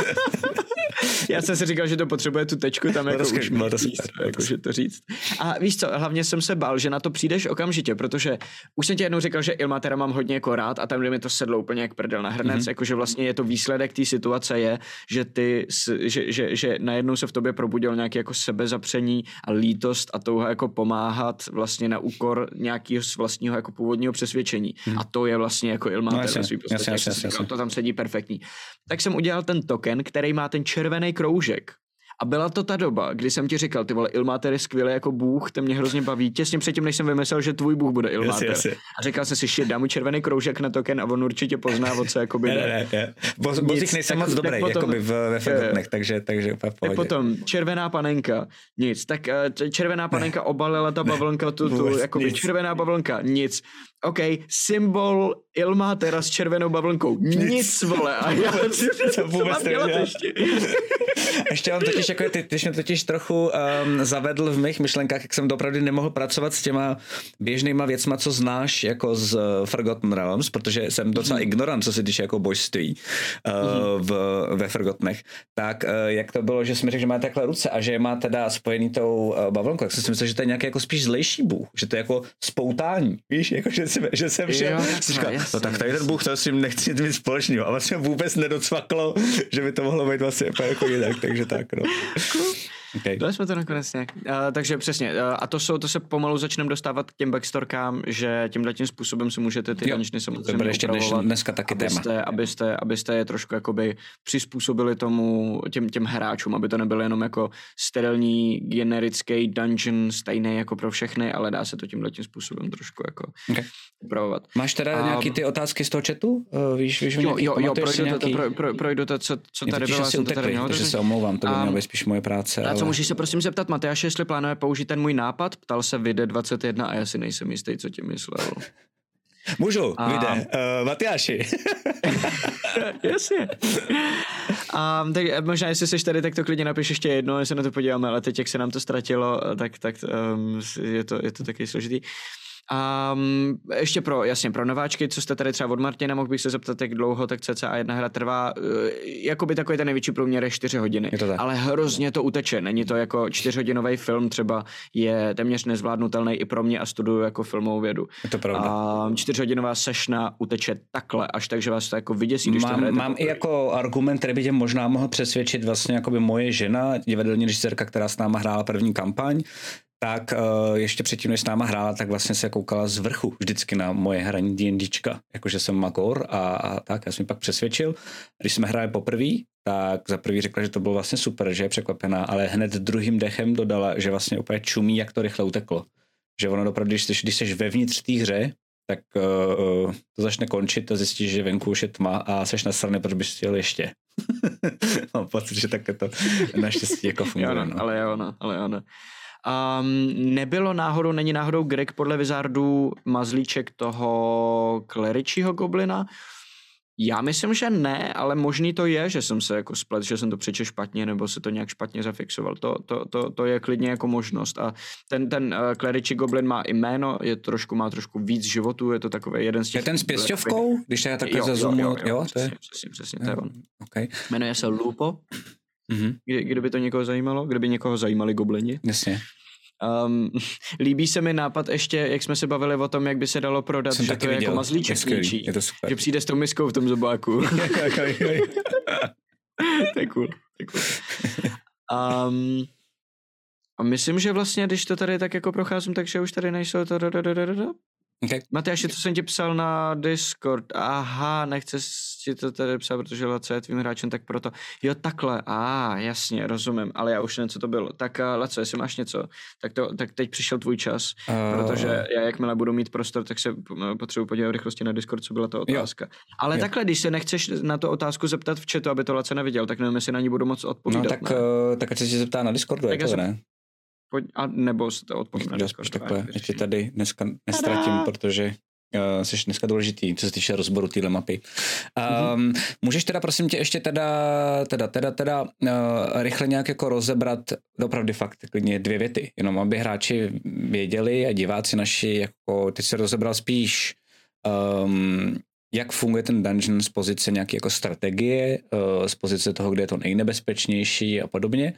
Já jsem si říkal, že to potřebuje tu tečku tam jako to už bylo to říct, super, jako, že to říct. A víš co, hlavně jsem se bál, že na to přijdeš okamžitě, protože už jsem ti jednou říkal, že Ilmátera mám hodně jako rád a tam, kde mi to sedlo úplně jak prdel na hrnec, mm-hmm. jakože vlastně je to výsledek té situace je, že ty, že, že, že najednou se v tobě probudil nějaký jako sebezapření a lítost a touha jako pomáhat vlastně na úkor nějakého vlastního jako původního přesvědčení. Mm-hmm. A to je vlastně jako Ilmáter ve svý podstatě. Jasně, jasně, jasně. To tam sedí perfektní. Tak jsem udělal ten token, který má ten červený kroužek. A byla to ta doba, kdy jsem ti říkal, ty vole, Ilmáter je skvělý jako bůh, ten mě hrozně baví. Těsně předtím, než jsem vymyslel, že tvůj bůh bude Ilmáter. Yes, yes, yes. A říkal jsem si, shit, dám mu červený kroužek na token a on určitě pozná, o co jakoby jde. Ne, ne, ne. Bo, bozích nejsem moc dobrý, jakoby v, ve Forgottenech, takže, takže úplně v pohodě. Tak potom, červená panenka, nic. Tak červená panenka obalila ta bavlnka, tu, tu, jakoby červená bavlnka, nic. OK, symbol Ilmátera s červenou bavlnkou. Nic, nic vole. A já to vůbec nevěděl. ještě? ještě mám totiž, jako ty, ty jsi mě totiž trochu um, zavedl v mých myšlenkách, jak jsem opravdu nemohl pracovat s těma běžnýma věcma, co znáš jako z uh, Forgotten Realms, protože jsem docela mm. ignorant, co se týče jako božství uh, mm. v, ve Forgottenech. Tak uh, jak to bylo, že jsi mi řekl, že má takhle ruce a že má teda spojený tou uh, bavlnkou, tak jsem si myslel, že to je nějaký jako spíš zlejší bůh, že to je jako spoutání, víš, jako že jsem, že jsem šel, jo, říkal, no tak tady ten bůh, to s tím nechci mít společného. A vlastně vůbec nedocvaklo, že by to mohlo být vlastně jako jinak, takže tak, no. Okay. Dali jsme to nakonec nějak. Uh, takže přesně. Uh, a to jsou, to se pomalu začneme dostávat k těm backstorkám, že tímhle tím způsobem si můžete ty dungeony samozřejmě ještě upravovat. Dneska taky abyste, téma. Abyste, abyste je trošku jakoby přizpůsobili tomu, těm, těm hráčům, aby to nebylo jenom jako sterilní, generický dungeon, stejný jako pro všechny, ale dá se to tímhle tím způsobem trošku jako okay. upravovat. Máš teda a, nějaký ty otázky z toho chatu? Uh, víš, víš, jo, jo, jo projdu, nějaký... to, pro, pro, projdu to, co, co tady bylo. Je to tady takže se omlouvám, to by mělo být spíš moje práce. A co můžeš se prosím zeptat Matyáše, jestli plánuje použít ten můj nápad? Ptal se Vide dvacet jedna a já si nejsem jistý, co tím myslel. Můžu, a... Vide. Uh, Matyáši. Jasně. A tak možná, jestli seš tady, tak to klidně napiš ještě jedno, jestli na to podíváme, ale teď, jak se nám to ztratilo, tak, tak um, je, to, je to taky složitý. A um, ještě pro, jasně, pro nováčky, co jste tady třeba od Martina, mohl bych se zeptat, jak dlouho tak cca jedna hra trvá. Uh, jakoby takový ten největší průměr je čtyři hodiny, ale hrozně to uteče. Není to jako čtyřhodinový film, třeba je téměř nezvládnutelný i pro mě a studuju jako filmovou vědu. Je to pravda. A čtyřhodinová sešna uteče takhle, až tak, že vás to jako vyděsí, když mám, to hrajete. Mám i jako argument, který by tě možná mohl přesvědčit vlastně jakoby moje žena, divadelní režisérka, která s náma hrála první kampaň, tak uh, ještě předtím, než s náma hrála, tak vlastně se koukala z vrchu vždycky na moje hraní D&Dčka, jakože jsem magor a, a tak, já jsem mi pak přesvědčil. Když jsme hráli poprvé, tak za prvý řekla, že to bylo vlastně super, že je překvapená, ale hned druhým dechem dodala, že vlastně úplně čumí, jak to rychle uteklo. Že ono opravdu, když jsi, když jsi vevnitř té hře, tak uh, to začne končit a zjistíš, že venku už je tma a seš na straně, protože bys chtěl ještě. Mám pocit, že tak to naštěstí jako funguje. Jo, no, no. ale jo, no, ale jo, no. Um, nebylo náhodou, není náhodou Greg podle Wizardů mazlíček toho kleričího goblina? Já myslím, že ne, ale možný to je, že jsem se jako splet, že jsem to přečetl špatně, nebo se to nějak špatně zafixoval. To, to, to, to je klidně jako možnost. A ten, ten uh, Clerici Goblin má i jméno, je trošku, má trošku víc životů, je to takový jeden z těch... Je ten s pěsťovkou, když já takhle jo, zazoomuju, jo, jo, jo, jo, to je... Přesně, přesně, přesně, to je on. Okay. Jmenuje se Lupo, mm-hmm. Kdy, kdyby to někoho zajímalo, kdyby někoho zajímali goblini. Jasně. Um, líbí se mi nápad ještě, jak jsme se bavili o tom, jak by se dalo prodat, Jsem že to je viděl. jako mazlíček je něčí. Je to super. Že přijde s tou miskou v tom zobáku. To je cool. To je cool. Um, a myslím, že vlastně, když to tady tak jako procházím, takže už tady nejsou to... Okay. Matyáši, co jsem ti psal na Discord. Aha, nechce ti to tady psát, protože Laco je tvým hráčem, tak proto. Jo, takhle. A, ah, jasně, rozumím, ale já už nevím, co to bylo. Tak Laco, jestli máš něco, tak, to, tak teď přišel tvůj čas, uh... protože já jakmile budu mít prostor, tak se potřebuji podívat v rychlosti na Discord, co byla ta otázka. Jo. Ale jo. Takhle, když se nechceš na tu otázku zeptat v chatu, aby to Laco neviděl, tak nevím, jestli na ní budu moc odpovídat. No tak, uh, tak ať se zeptá na Discordu, tak jako ne? Pojď, a nebo se to odpovím na Discord. Takhle, ještě tady dneska nestratím, protože uh, jsi dneska důležitý, co se týče rozboru téhle mapy. Um, mm-hmm. Můžeš teda prosím tě ještě teda, teda, teda, teda uh, rychle nějak jako rozebrat opravdu fakt klidně dvě věty, jenom aby hráči věděli a diváci naši, jako ty se rozebral spíš um, jak funguje ten dungeon z pozice nějaké jako strategie, z pozice toho, kde je to nejnebezpečnější a podobně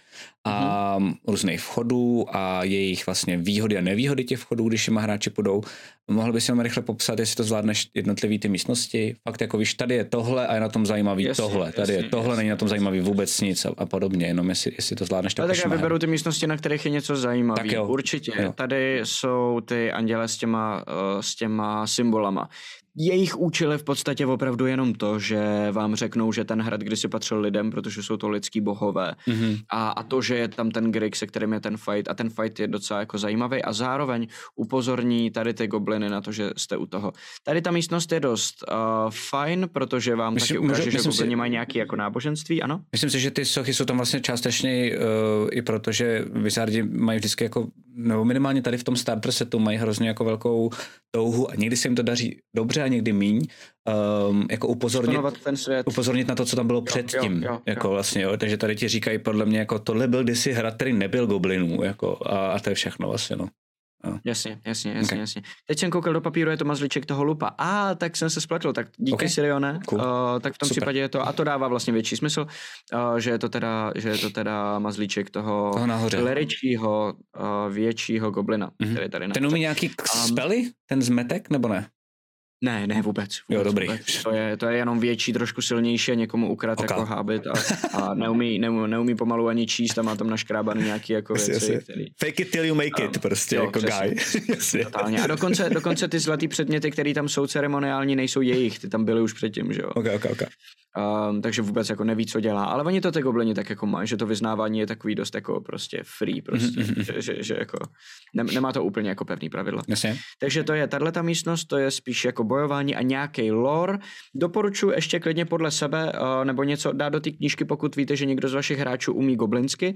a mm-hmm. různých vchodů a jejich vlastně výhody a nevýhody těch vchodů, když jim hráči půjdou. Mohl bys jenom rychle popsat, jestli to zvládneš jednotlivý ty místnosti? Fakt jako víš, tady je tohle a je na tom zajímavý jasně, tohle, tady jasně, je tohle, jasně, není na tom zajímavý vůbec nic a, a podobně, jenom jestli, jestli to zvládneš tak. Tak já vyberu ty místnosti, na kterých je něco zajímavého. Určitě. Jo. Tady jsou ty anděle s těma, uh, s těma symbolama. Jejich účel je v podstatě opravdu jenom to, že vám řeknou, že ten hrad kdysi patřil lidem, protože jsou to lidský bohové. Mm-hmm. A, a to, že je tam ten Greg, se kterým je ten fight a ten fight je docela jako zajímavý a zároveň upozorní tady ty gobliny na to, že jste u toho. Tady ta místnost je dost uh, fajn, protože vám myslím, taky ukáže, že goblini si... mají nějaké jako náboženství, ano? Myslím si, že ty sochy jsou tam vlastně částečně uh, i proto, že Wizardi mají vždycky jako, nebo minimálně tady v tom starter setu mají hrozně jako velkou touhu a někdy se jim to daří dobře a někdy míň, um, jako upozornit, ten svět. upozornit na to, co tam bylo jo, předtím, jo, jo, jako jo. Vlastně, jo, takže tady ti říkají podle mě, jako tohle byl kdysi hrad, který nebyl goblinů, jako a, a to je všechno vlastně, no. No. Jasně, jasně, jasně, okay. jasně. Teď jsem koukal do papíru, je to mazlíček toho lupa. A ah, tak jsem se spletl, tak díky okay. Sirione. Cool. Uh, tak v tom Super. Případě je to, a to dává vlastně větší smysl, uh, že je to teda, že je to teda mazlíček toho, toho kleričího uh, většího goblina, mm-hmm. který tady nahoře. Ten umí nějaký spely? Ten zmetek, nebo ne? Ne, ne, vůbec. vůbec jo, dobrý. Vůbec. To, je, to je jenom větší, trošku silnější a někomu ukrat okay. jako hábit a, a neumí, neumí, neumí pomalu ani číst a má tam naškrábaný nějaký jako věci, jasně. který... Fake it till you make it, um, prostě jo, jako guy. Totálně. A dokonce, dokonce ty zlatý předměty, které tam jsou ceremoniální, nejsou jejich, ty tam byly už předtím, že jo. Okay, okay, okay. Um, takže vůbec jako neví, co dělá. Ale oni to ty goblini tak jako mají, že to vyznávání je takový dost jako prostě free prostě, mm-hmm. že, že, že jako ne, nemá to úplně jako pevný pravidla. Jasně. Takže to je tato místnost, to je spíš jako bojování a nějaký lore. Doporučuji ještě klidně podle sebe uh, nebo něco dát do té knížky, pokud víte, že někdo z vašich hráčů umí goblinsky.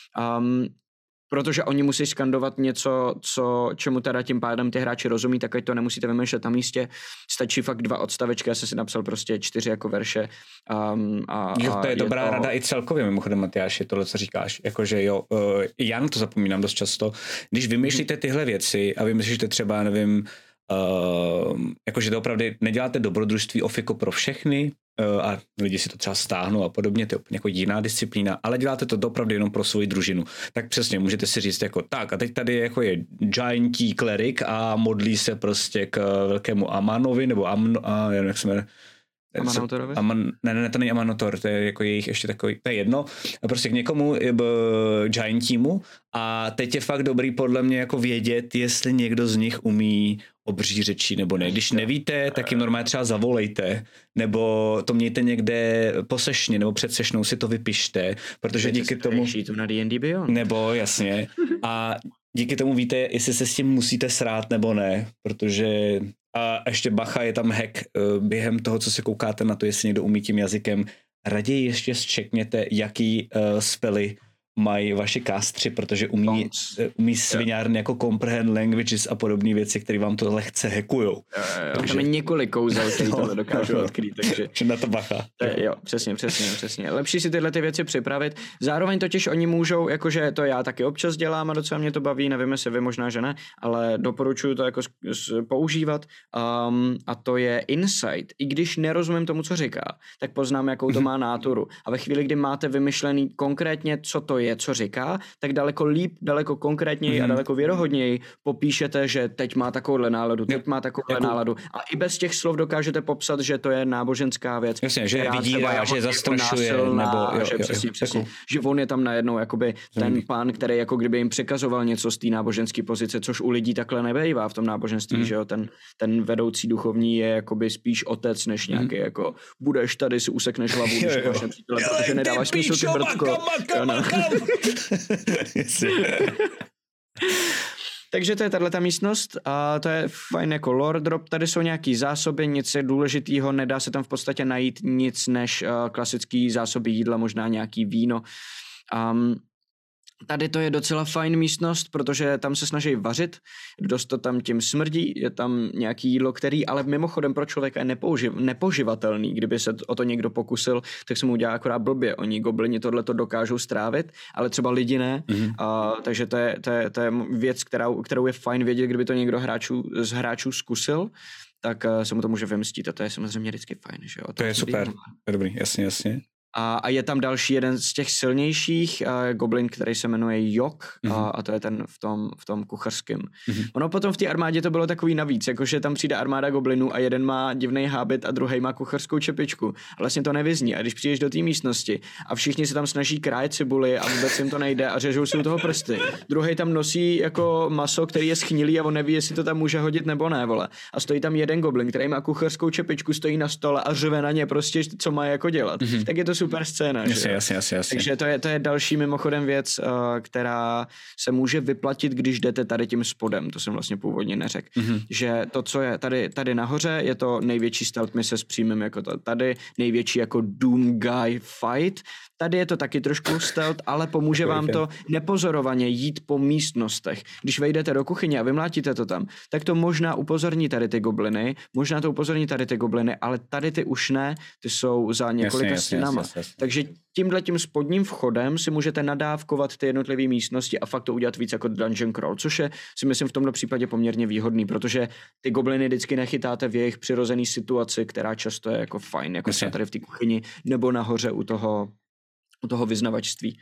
Um, protože oni musí skandovat něco, co, čemu teda tím pádem ty hráči rozumí, tak ať to nemusíte vymýšlet na místě. Stačí fakt dva odstavečky, já jsem si napsal prostě čtyři jako verše. Um, a, jo, to je, je dobrá to... rada i celkově, mimochodem, Matyáši, tohle, co říkáš. Jakože jo, uh, já na to zapomínám dost často. Když vymýšlíte tyhle věci a vymýšlíte třeba, nevím, uh, jakože to opravdu neděláte dobrodružství ofiko pro všechny, a lidi si to třeba stáhnou a podobně, to je úplně jako jiná disciplína, ale děláte to opravdu jenom pro svoji družinu. Tak přesně, můžete si říct jako tak a teď tady jako je giantí klerik a modlí se prostě k velkému Amanovi, nebo Amno, a já nevím, jak se jmenuje. Amanotorovi? Aman, ne, ne, to není Amanotor, to je jako jejich ještě takový, to je jedno. A prostě k někomu b, giantímu a teď je fakt dobrý podle mě jako vědět, jestli někdo z nich umí obří řečí nebo ne. Když nevíte, tak jim normálně třeba zavolejte, nebo to mějte někde posešně, nebo před sešnou si to vypište, protože díky tomu... to na D and D Beyond. Nebo, jasně. A díky tomu víte, jestli se s tím musíte srát nebo ne, protože... A ještě bacha, je tam hack během toho, co se koukáte na to, jestli někdo umí tím jazykem, raději ještě zčekněte, jaký uh, spely mají vaši kástři, protože umí, umí sviňárny jako comprehend languages a podobné věci, které vám to lehce hackujou. Takže... Tam je několik kouzel, který tohle dokážou odkrýt, takže... Na to bacha. To je, jo, přesně, přesně, přesně. Lepší si tyhle ty věci připravit. Zároveň totiž oni můžou, jakože to já taky občas dělám a docela mě to baví, nevím, jestli vy možná, že ne, ale doporučuji to jako z, z, používat um, a to je insight. I když nerozumím tomu, co říká, tak poznám, jakou to má náturu. A ve chvíli, kdy máte vymyšlený konkrétně, co to je, co říká, tak daleko líp, daleko konkrétněji a daleko věrohodněji popíšete, že teď má takovouhle náladu, teď má takovouhle jako... náladu. A i bez těch slov dokážete popsat, že to je náboženská věc. Jasně, že vydírá, že zastrašuje, násilná, nebo jo, že jo, přesně, jo, přesně, jako... že on je tam najednou jakoby ten pán, který jako kdyby jim překazoval něco z té náboženské pozice, což u lidí takhle nebejvá v tom náboženství, mm. že jo, ten, ten vedoucí duchovní je jakoby spíš otec, než nějaký mm. jako budeš tady, si usekneš hlavu, když máš nepřítele, protože nedáváš smysl, ty brdko. Takže to je tato místnost a to je fajn jako lore drop, tady jsou nějaký zásoby, nic je důležitýho, nedá se tam v podstatě najít nic než uh, klasický zásoby jídla, možná nějaký víno. Um, Tady to je docela fajn místnost, protože tam se snaží vařit, dost to tam tím smrdí, je tam nějaký jídlo, který ale mimochodem pro člověka je nepouživ, nepoživatelný. Kdyby se o to někdo pokusil, tak se mu udělá akorát blbě. Oni goblini tohleto dokážou strávit, ale třeba lidi ne. Mm-hmm. A, takže to je, to, je, to je věc, kterou, kterou je fajn vědět, kdyby to někdo hráčů, z hráčů zkusil, tak se mu to může vymstít a to je samozřejmě vždycky fajn. Že jo? To, to je super, je dobrý, jasně, jasně. A, a je tam další jeden z těch silnějších uh, goblin, který se jmenuje Jok mm-hmm. a, a to je ten v tom, v tom kuchařském. Mm-hmm. Ono potom v té armádě to bylo takový navíc, jakože tam přijde armáda goblinů a jeden má divnej hábit a druhý má kuchařskou čepičku. A vlastně to nevyzní. A když přijdeš do té místnosti a všichni se tam snaží krájet cibuli a vůbec jim to nejde a řežou si u toho prsty. Druhý tam nosí jako maso, který je schnilý a on neví, jestli to tam může hodit nebo ne, vole. A stojí tam jeden goblin, který má kuchařskou čepičku, stojí na stole a řve na ně prostě, co má jako dělat. Mm-hmm. Tak je to super scéna. Jasně, jasně, jasně, jasně. Takže to je, to je další mimochodem věc, uh, která se může vyplatit, když jdete tady tím spodem. To jsem vlastně původně neřekl. Mm-hmm. Že to, co je tady, tady nahoře, je to největší stealth mise s příjmem jako to tady, největší jako Doom Guy fight. Tady je to taky trošku stealth, ale pomůže vám to nepozorovaně jít po místnostech. Když vejdete do kuchyně a vymlátíte to tam, tak to možná upozorní tady ty gobliny, možná to upozorní tady ty gobliny, ale tady ty už ne, ty jsou za několika stěnama. Takže tímhletím spodním vchodem si můžete nadávkovat ty jednotlivé místnosti a fakt to udělat víc jako dungeon crawl, což je si myslím v tomto případě poměrně výhodný, protože ty gobliny vždycky nechytáte v jejich přirozený situaci, která často je jako fajn, jako třeba tady v té kuchyni nebo nahoře u toho u toho vyznavačství.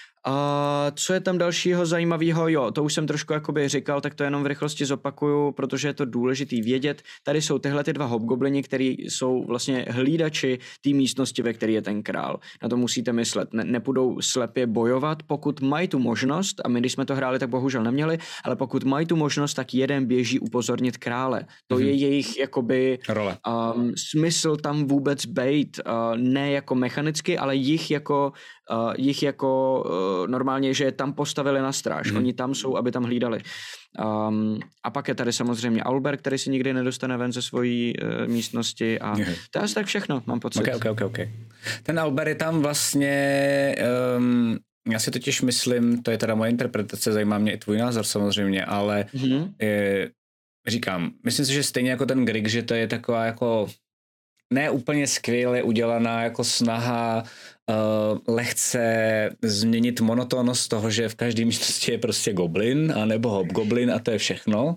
A co je tam dalšího zajímavého? Jo, to už jsem trošku jakoby říkal, tak to jenom v rychlosti zopakuju, protože je to důležitý vědět. Tady jsou tyhle ty dva hobgoblini, který jsou vlastně hlídači té místnosti, ve které je ten král. Na to musíte myslet. Ne, nepůjdou slepě bojovat, pokud mají tu možnost, a my když jsme to hráli, tak bohužel neměli, ale pokud mají tu možnost, tak jeden běží upozornit krále. To mm-hmm. je jejich jakoby role. Um, smysl tam vůbec bejt. Uh, ne jako mechanicky, ale jich jako Uh, jich jako uh, normálně, že je tam postavili na stráž. Mm. Oni tam jsou, aby tam hlídali. Um, a pak je tady samozřejmě Aulber, který si nikdy nedostane ven ze svojí uh, místnosti a mm. to je asi tak všechno, mám pocit. Okay, okay, okay, okay. Ten Aulber je tam vlastně... Um... Já si totiž myslím, to je teda moje interpretace, zajímá mě i tvůj názor samozřejmě, ale mm. je, říkám, myslím si, že stejně jako ten Grieg, že to je taková jako ne úplně skvěle udělaná jako snaha uh, lehce změnit monotónnost toho, že v každé místnosti je prostě goblin anebo hobgoblin a to je všechno.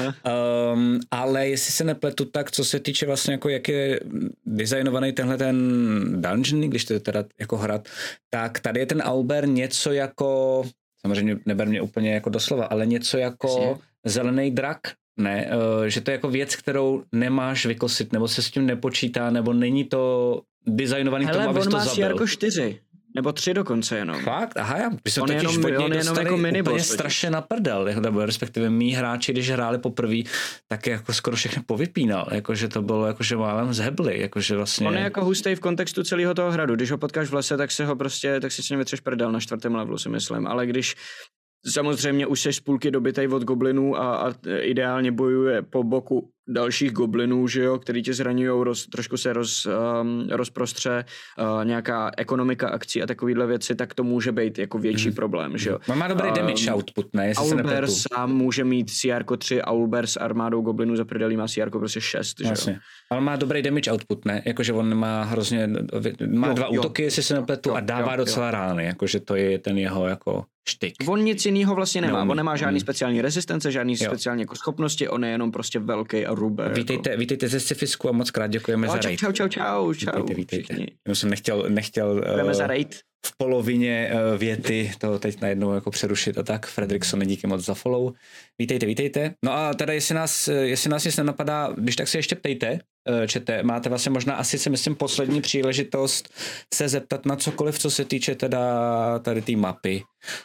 Um, ale jestli se nepletu, tak co se týče vlastně jako jak je designovaný tenhle ten dungeon, když to je teda jako hrad, tak tady je ten Aulber něco jako, samozřejmě neber mě úplně jako doslova, ale něco jako zelený drak. Ne, uh, že to je jako věc, kterou nemáš vykosit, nebo se s tím nepočítá, nebo není to designovaný k tomu, abys to zabil. Hele, on má jako čtyři, nebo tři dokonce jenom. Fakt? Aha, já bych se on totiž jenom, od něj dostali jako úplně strašně na prdel, nebo respektive mý hráči, když hráli poprvé, tak jako skoro všechno povypínal, jakože to bylo, jakože málem zhebli, jakože vlastně... On je jako hustej v kontextu celého toho hradu, když ho potkáš v lese, tak se ho prostě, tak si s ním vytřeš prdel na čtvrtém levelu, si myslím, ale když samozřejmě už seš z půlky dobytej od goblinů a, a ideálně bojuje po boku dalších goblinů, že jo, který tě zraňujou, roz, trošku se roz, um, rozprostře uh, nějaká ekonomika akcí a takovýhle věci, tak to může být jako větší mm-hmm. problém, že jo. Man má dobrý damage um, output, ne? Jestli Owlbear sám může mít C R tři, Owlbear s armádou goblinů za prdelí má C R prostě šest, že jo. Ale má dobrý damage output, ne? Jakože on má hrozně, má jo, dva jo, útoky, jestli se nepletu, a dává jo, docela jo. rány, jakože to je ten jeho jako štyk. On nic jiného vlastně nemá, no, on nemá žádný mm. speciální rezistence, žádný jo. speciální jako schopnosti, on je jenom prostě velký a rubé. Vítejte, jako. vítejte ze Scifisku a moc krát děkujeme no, za čau, raid. Čau, čau, čau, čau. Vítejte, vítejte. Jenom jsem nechtěl, nechtěl uh, za raid. v polovině uh, věty to teď najednou jako přerušit a tak. Fredriksone, díky moc za follow. Vítejte, vítejte. No a teda jestli nás, jestli nás nic nenapadá, když tak se ještě ptejte, čete, máte vlastně možná asi si myslím poslední příležitost se zeptat na cokoliv, co se týče teda tady té mapy,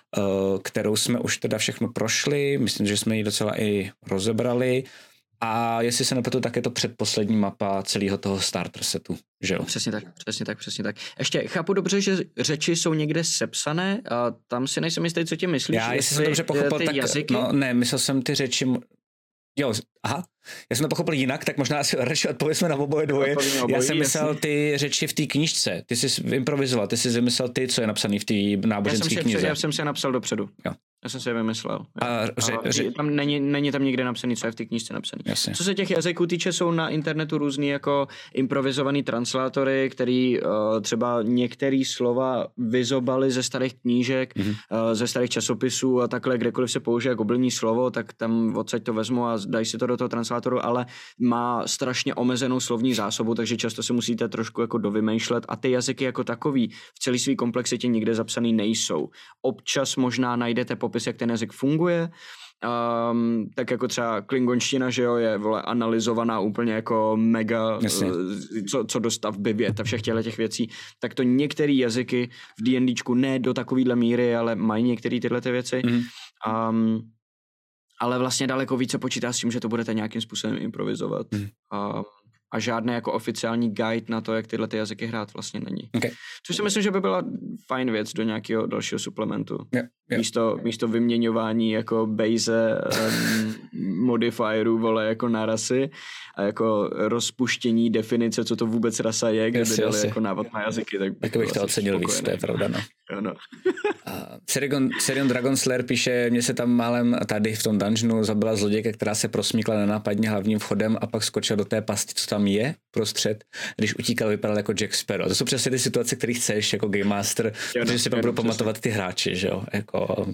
kterou jsme už teda všechno prošli, myslím, že jsme ji docela i rozebrali a jestli se nepletu, tak je to předposlední mapa celého toho starter setu, že jo? Přesně tak, přesně tak, přesně tak. Ještě chápu dobře, že řeči jsou někde sepsané a tam si nejsem jistý, co ti myslíš. Já, jestli jsem dobře pochopil, tak jazyky? No ne, myslel jsem ty řeči. Jo, aha, já jsem to pochopil jinak, tak možná asi radši odpověsme na oboje dvoje. Obojí, já jsem myslel jasný. Ty řeči v té knížce, ty jsi improvizoval, ty jsi vymyslel ty, co je napsaný v té náboženské knize. Já jsem se napsal dopředu. Jo. Já jsem si je vymyslel. A ře, a ře... Tam není, není tam nikde napsaný, co je v té knížce napsaný. Jasně. Co se těch jazyků týče, jsou na internetu různý jako improvizovaný translátory, který uh, třeba některé slova vyzobali ze starých knížek, mm-hmm. uh, ze starých časopisů a takhle, kdekoliv se použije goblinní slovo, tak tam odsaď to vezmu a dají si to do toho translátoru, ale má strašně omezenou slovní zásobu, takže často se musíte trošku jako dovymýšlet a ty jazyky jako takový v celé své komplexitě nikde zapsaný nejsou. Občas možná najdete popis, jak ten jazyk funguje, um, tak jako třeba klingonština, že jo, je vole analyzovaná úplně jako mega, uh, co, co do stavby vět a všech těch věcí, tak to některé jazyky v D&Dčku ne do takovýhle míry, ale mají některé tyhle ty věci. Mm. Um, ale vlastně daleko více počítá s tím, že to budete nějakým způsobem improvizovat. Mm. Um, a žádný jako oficiální guide na to, jak tyhle ty jazyky hrát vlastně není. Okay. Což si myslím, že by byla fajn věc do nějakého dalšího suplementu. Yeah, yeah. Místo, místo vyměňování jako base um, modifierů, vole, jako na rasy a jako rozpuštění definice, co to vůbec rasa je, kde by dali jako návod na jazyky. Tak, tak bych to ocenil víc, to je pravda, no. Jo, no. uh, Serion, Serion Dragon Slayer píše, mě se tam málem tady v tom dungeonu zabila zlodějka, která se prosmíkla nenápadně hlavním vchodem a pak skočila do té pasti, co tam je prostřed, když utíkal, vypadal jako Jack Sparrow. To jsou přesně ty situace, které chceš jako Game Master, jo, protože si pak budou pamatovat ty hráči, že jo, jako...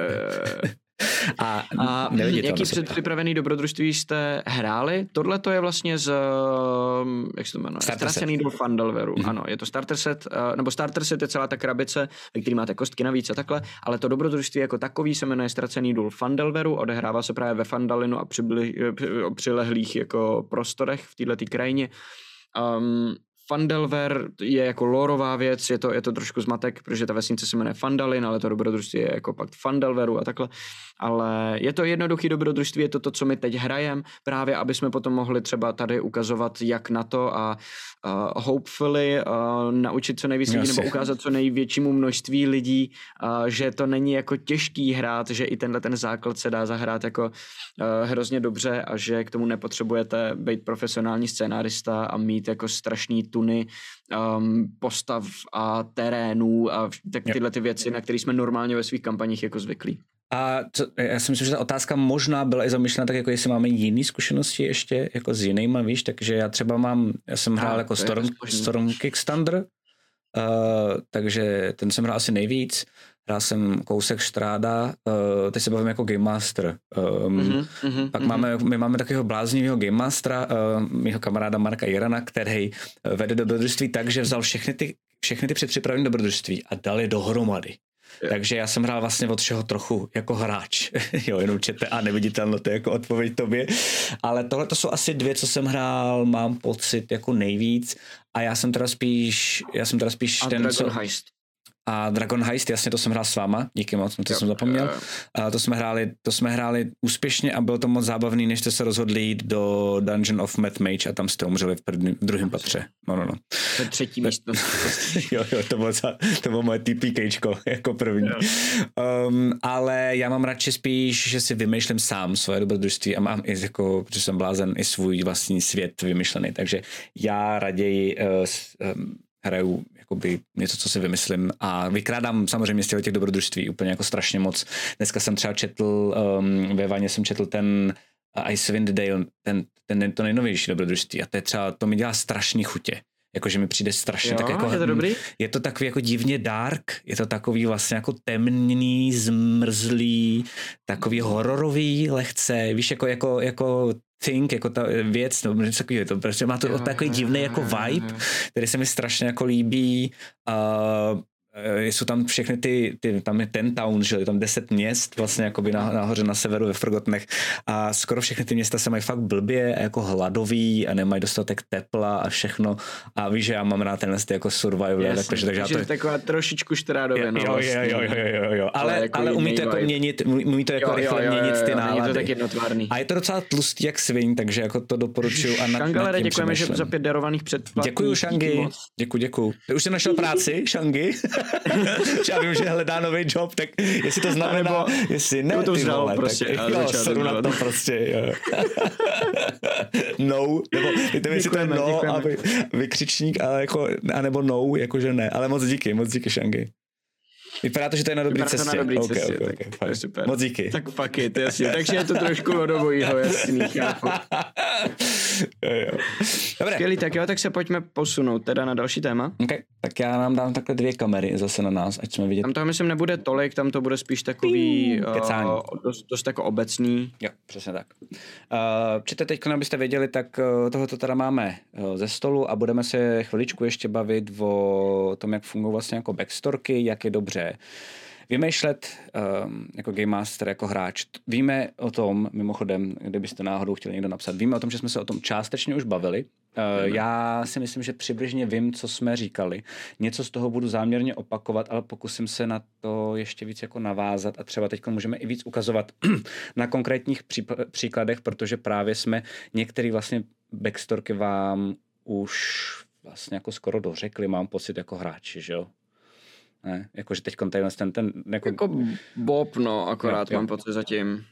A, a jaký předpřipravený dobrodružství jste hráli? Tohle to je vlastně z, jak se to jmenuje? Ztracený do Phandelveru. Mm-hmm. Ano, je to starter set, nebo starter set je celá ta krabice, ve který máte kostky navíc a takhle, ale to dobrodružství jako takový se jmenuje Ztracený důl Phandelveru, odehrává se právě ve Phandalinu a přibli, přilehlých jako prostorech v této krajině. Um, Phandelver je jako lórová věc, je to, je to trošku zmatek, protože ta vesnice se jmenuje Phandalin, ale to dobrodružství je jako pak Phandelveru a takhle. Ale je to jednoduchý dobrodružství, je to to, co my teď hrajeme, právě aby jsme potom mohli třeba tady ukazovat, jak na to a uh, hopefully uh, naučit co nejvíc lidí, nebo ukázat co největšímu množství lidí, uh, že to není jako těžký hrát, že i tenhle ten základ se dá zahrát jako uh, hrozně dobře a že k tomu nepotřebujete být profesionální scénárista a mít jako strašný tuny um, postav a terénů a tak tyhle ty věci, na které jsme normálně ve svých kampaních jako zvyklí. A co, já si myslím, že ta otázka možná byla i zamýšlená tak, jako jestli máme jiné zkušenosti ještě jako s jinýma, víš, takže já třeba mám, já jsem hrál a, jako Storm, Storm Kickstandr, uh, takže ten jsem hrál asi nejvíc, hrál jsem kousek Štráda, uh, teď se bavím jako Game Master. Um, mm-hmm, mm-hmm, pak mm-hmm. máme, my máme takového bláznivého Game Mastera, uh, mýho kamaráda Marka Jirana, který vede dobrodružství tak, že vzal všechny ty, všechny ty předpřipravené dobrodružství a dal je dohromady. Je. Takže já jsem hrál vlastně od všeho trochu jako hráč. Jo, jenom čete a neviditelno, to je jako odpověď tobě. Ale tohle to jsou asi dvě, co jsem hrál, mám pocit jako nejvíc. A já jsem teda spíš, já jsem teda spíš a ten, Dragon co... Heist. a Dragon Heist, jasně, to jsem hrál s váma, díky moc, no to jo, jsem zapomněl. A to jsme hráli, to jsme hráli úspěšně a bylo to moc zábavný, než jste se rozhodli jít do Dungeon of Mad Mage a tam jste umřeli v, první, v druhém patře. No, no, no. To je třetí místo. jo, jo, to bylo, to bylo moje TPKčko jako první. Um, ale já mám radši spíš, že si vymýšlím sám svoje dobrodružství a mám i jako, že jsem blázen, i svůj vlastní svět vymyšlený, takže já raději uh, um, hraju jakoby něco, co si vymyslím a vykrádám samozřejmě z těch dobrodružství úplně jako strašně moc. Dneska jsem třeba četl, um, ve vaně jsem četl ten Icewind Dale, ten, ten, to nejnovější dobrodružství a to je třeba, to mi dělá strašný chutě. Jakože mi přijde strašně jo, tak jako... Je to dobrý? Je to takový jako divně dark, je to takový vlastně jako temný, zmrzlý, takový hororový lehce, víš, jako, jako, jako Think, jako ta věc, no, takový, to prostě má to jo, takový divný jako vibe, který se mi strašně jako líbí. Uh, jsou tam všechny ty, ty tam je ten town, že je tam deset měst vlastně jakoby nahoře na severu ve Forgotnech a skoro všechny ty města se mají fakt blbě a jako hladový a nemají dostatek tepla a všechno a víš, že já mám rád tenhle jako survival, jasný, takže, takže já to je taková trošičku štrádově, no, jo, vlastně. jo, jo, jo, jo, jo, ale, jako ale umí to jako měnit, umí to jako jo, rychle jo, jo, měnit ty nálady. Je to tak jednotvárný. A je to docela tlustý jak svin, takže jako to doporučuju a nad, Shangalere, děkujeme, že za pět darovaných předplatů. Děkuju, Shangi. Děkuju, děkuju. Už jsi našel práci, Shangi? Já vím, že hledá nový job, tak jestli to znamená, nebo, jestli ne, to ty vole, prostě, tak jo, sedu na to prostě, jo. No, nebo víte, jestli to je no a vy, vykřičník, ale jako, anebo no, jakože ne, ale moc díky, moc díky, Shangi. Vypadá to, že to je na dobrý cestě. Na dobrý okay, cestě, okay, tak okay, to je super. Moc díky. Tak fuck it, jasně. Takže je to trošku od obojího, jasný, chápu. jo, jo. Dobré. Skvělý, tak jo, tak se pojďme posunout teda na další téma. Okay, tak já nám dám takhle dvě kamery zase na nás, ať jsme vidět. Tam toho myslím nebude tolik, tam to bude spíš takový uh, dost, dost jako obecný. Jo, přesně tak. Uh, Čete teď, abyste věděli, tak uh, tohoto teda máme uh, ze stolu a budeme se chviličku ještě bavit o tom, jak fungují vlastně jako backstorky, jak je dobře vymýšlet um, jako Game Master, jako hráč. Víme o tom, mimochodem, kdybyste náhodou chtěli někdo napsat, víme o tom, že jsme se o tom částečně už bavili. Uh, já si myslím, že přibližně vím, co jsme říkali. Něco z toho budu záměrně opakovat, ale pokusím se na to ještě víc jako navázat a třeba teď můžeme i víc ukazovat na konkrétních příp- příkladech, protože právě jsme některé vlastně backstorky vám už vlastně jako skoro dořekli, mám pocit jako hráči, že jo? Ne, jakože teď ten, ten, ten jako... jako Bob, no, akorát jo, jo. mám pocit zatím.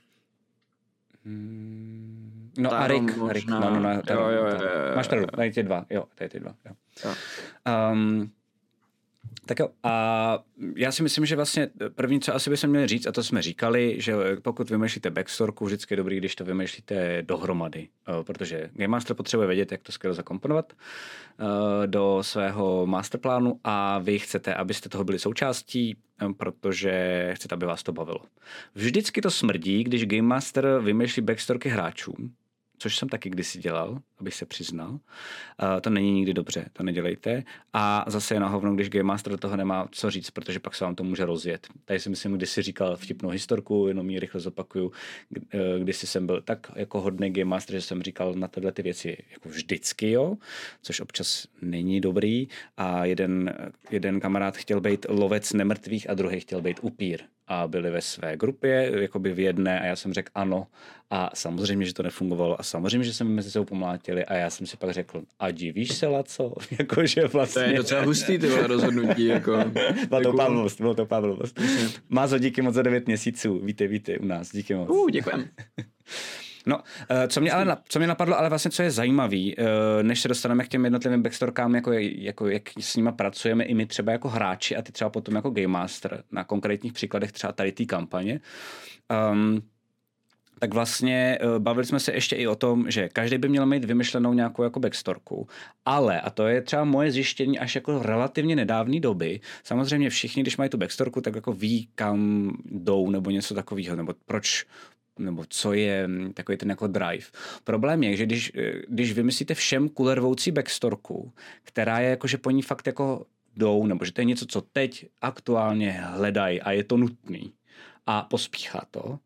Hmm, no Taro a Rick, možná. Rick, no, no, no, jo, jo, jo, jo, máš pravdu, tady ty dva, jo, tady ty dva, jo. jo. Um, tak jo, a já si myslím, že vlastně první, co asi bychom měli říct, a to jsme říkali, že pokud vymýšlíte backstorku, vždycky je dobrý, když to vymýšlíte dohromady, protože Game Master potřebuje vědět, jak to skvěle zakomponovat do svého masterplánu a vy chcete, abyste toho byli součástí, protože chcete, aby vás to bavilo. Vždycky to smrdí, když Game Master vymýšlí backstorky hráčům, což jsem taky kdysi dělal, abych se přiznal. Uh, to není nikdy dobře, to nedělejte. A zase je na hovno, když Game Master do toho nemá co říct, protože pak se vám to může rozjet. Tady si myslím, když si říkal vtipnou historku, jenom ji rychle zopakuju, kdysi jsem byl tak jako hodný Game Master, že jsem říkal na tyhle ty věci jako vždycky, jo, což občas není dobrý. A jeden, jeden kamarád chtěl být lovec nemrtvých a druhý chtěl být upír. A byli ve své grupě, jakoby v jedné a já jsem řekl ano a samozřejmě, že to nefungovalo a samozřejmě, že jsme mezi sebou pomlátili a já jsem si pak řekl, a divíš se, Laco? Jakože vlastně... To je docela hustý tyhle rozhodnutí, jako... Bylo to pavlovost, bylo to pavlovost. Mázo, díky moc za devět měsíců, vítej, vítej u nás, díky moc. Uh, děkujem. No, co mě, ale, co mě napadlo, ale vlastně co je zajímavý, než se dostaneme k těm jednotlivým backstorkám, jako, jako jak s nima pracujeme i my třeba jako hráči a ty třeba potom jako Game Master, na konkrétních příkladech třeba tady té kampaně, um, tak vlastně bavili jsme se ještě i o tom, že každý by měl mít vymyšlenou nějakou jako backstorku, ale, a to je třeba moje zjištění až jako relativně nedávné doby, samozřejmě všichni, když mají tu backstorku, tak jako ví, kam jdou nebo něco takového, nebo proč nebo co je takový ten jako drive. Problém je, že když, když vymyslíte všem kulervoucí backstorku, která je jako, že po ní fakt jako jdou, nebo že to je něco, co teď aktuálně hledají a je to nutný a pospíchá to,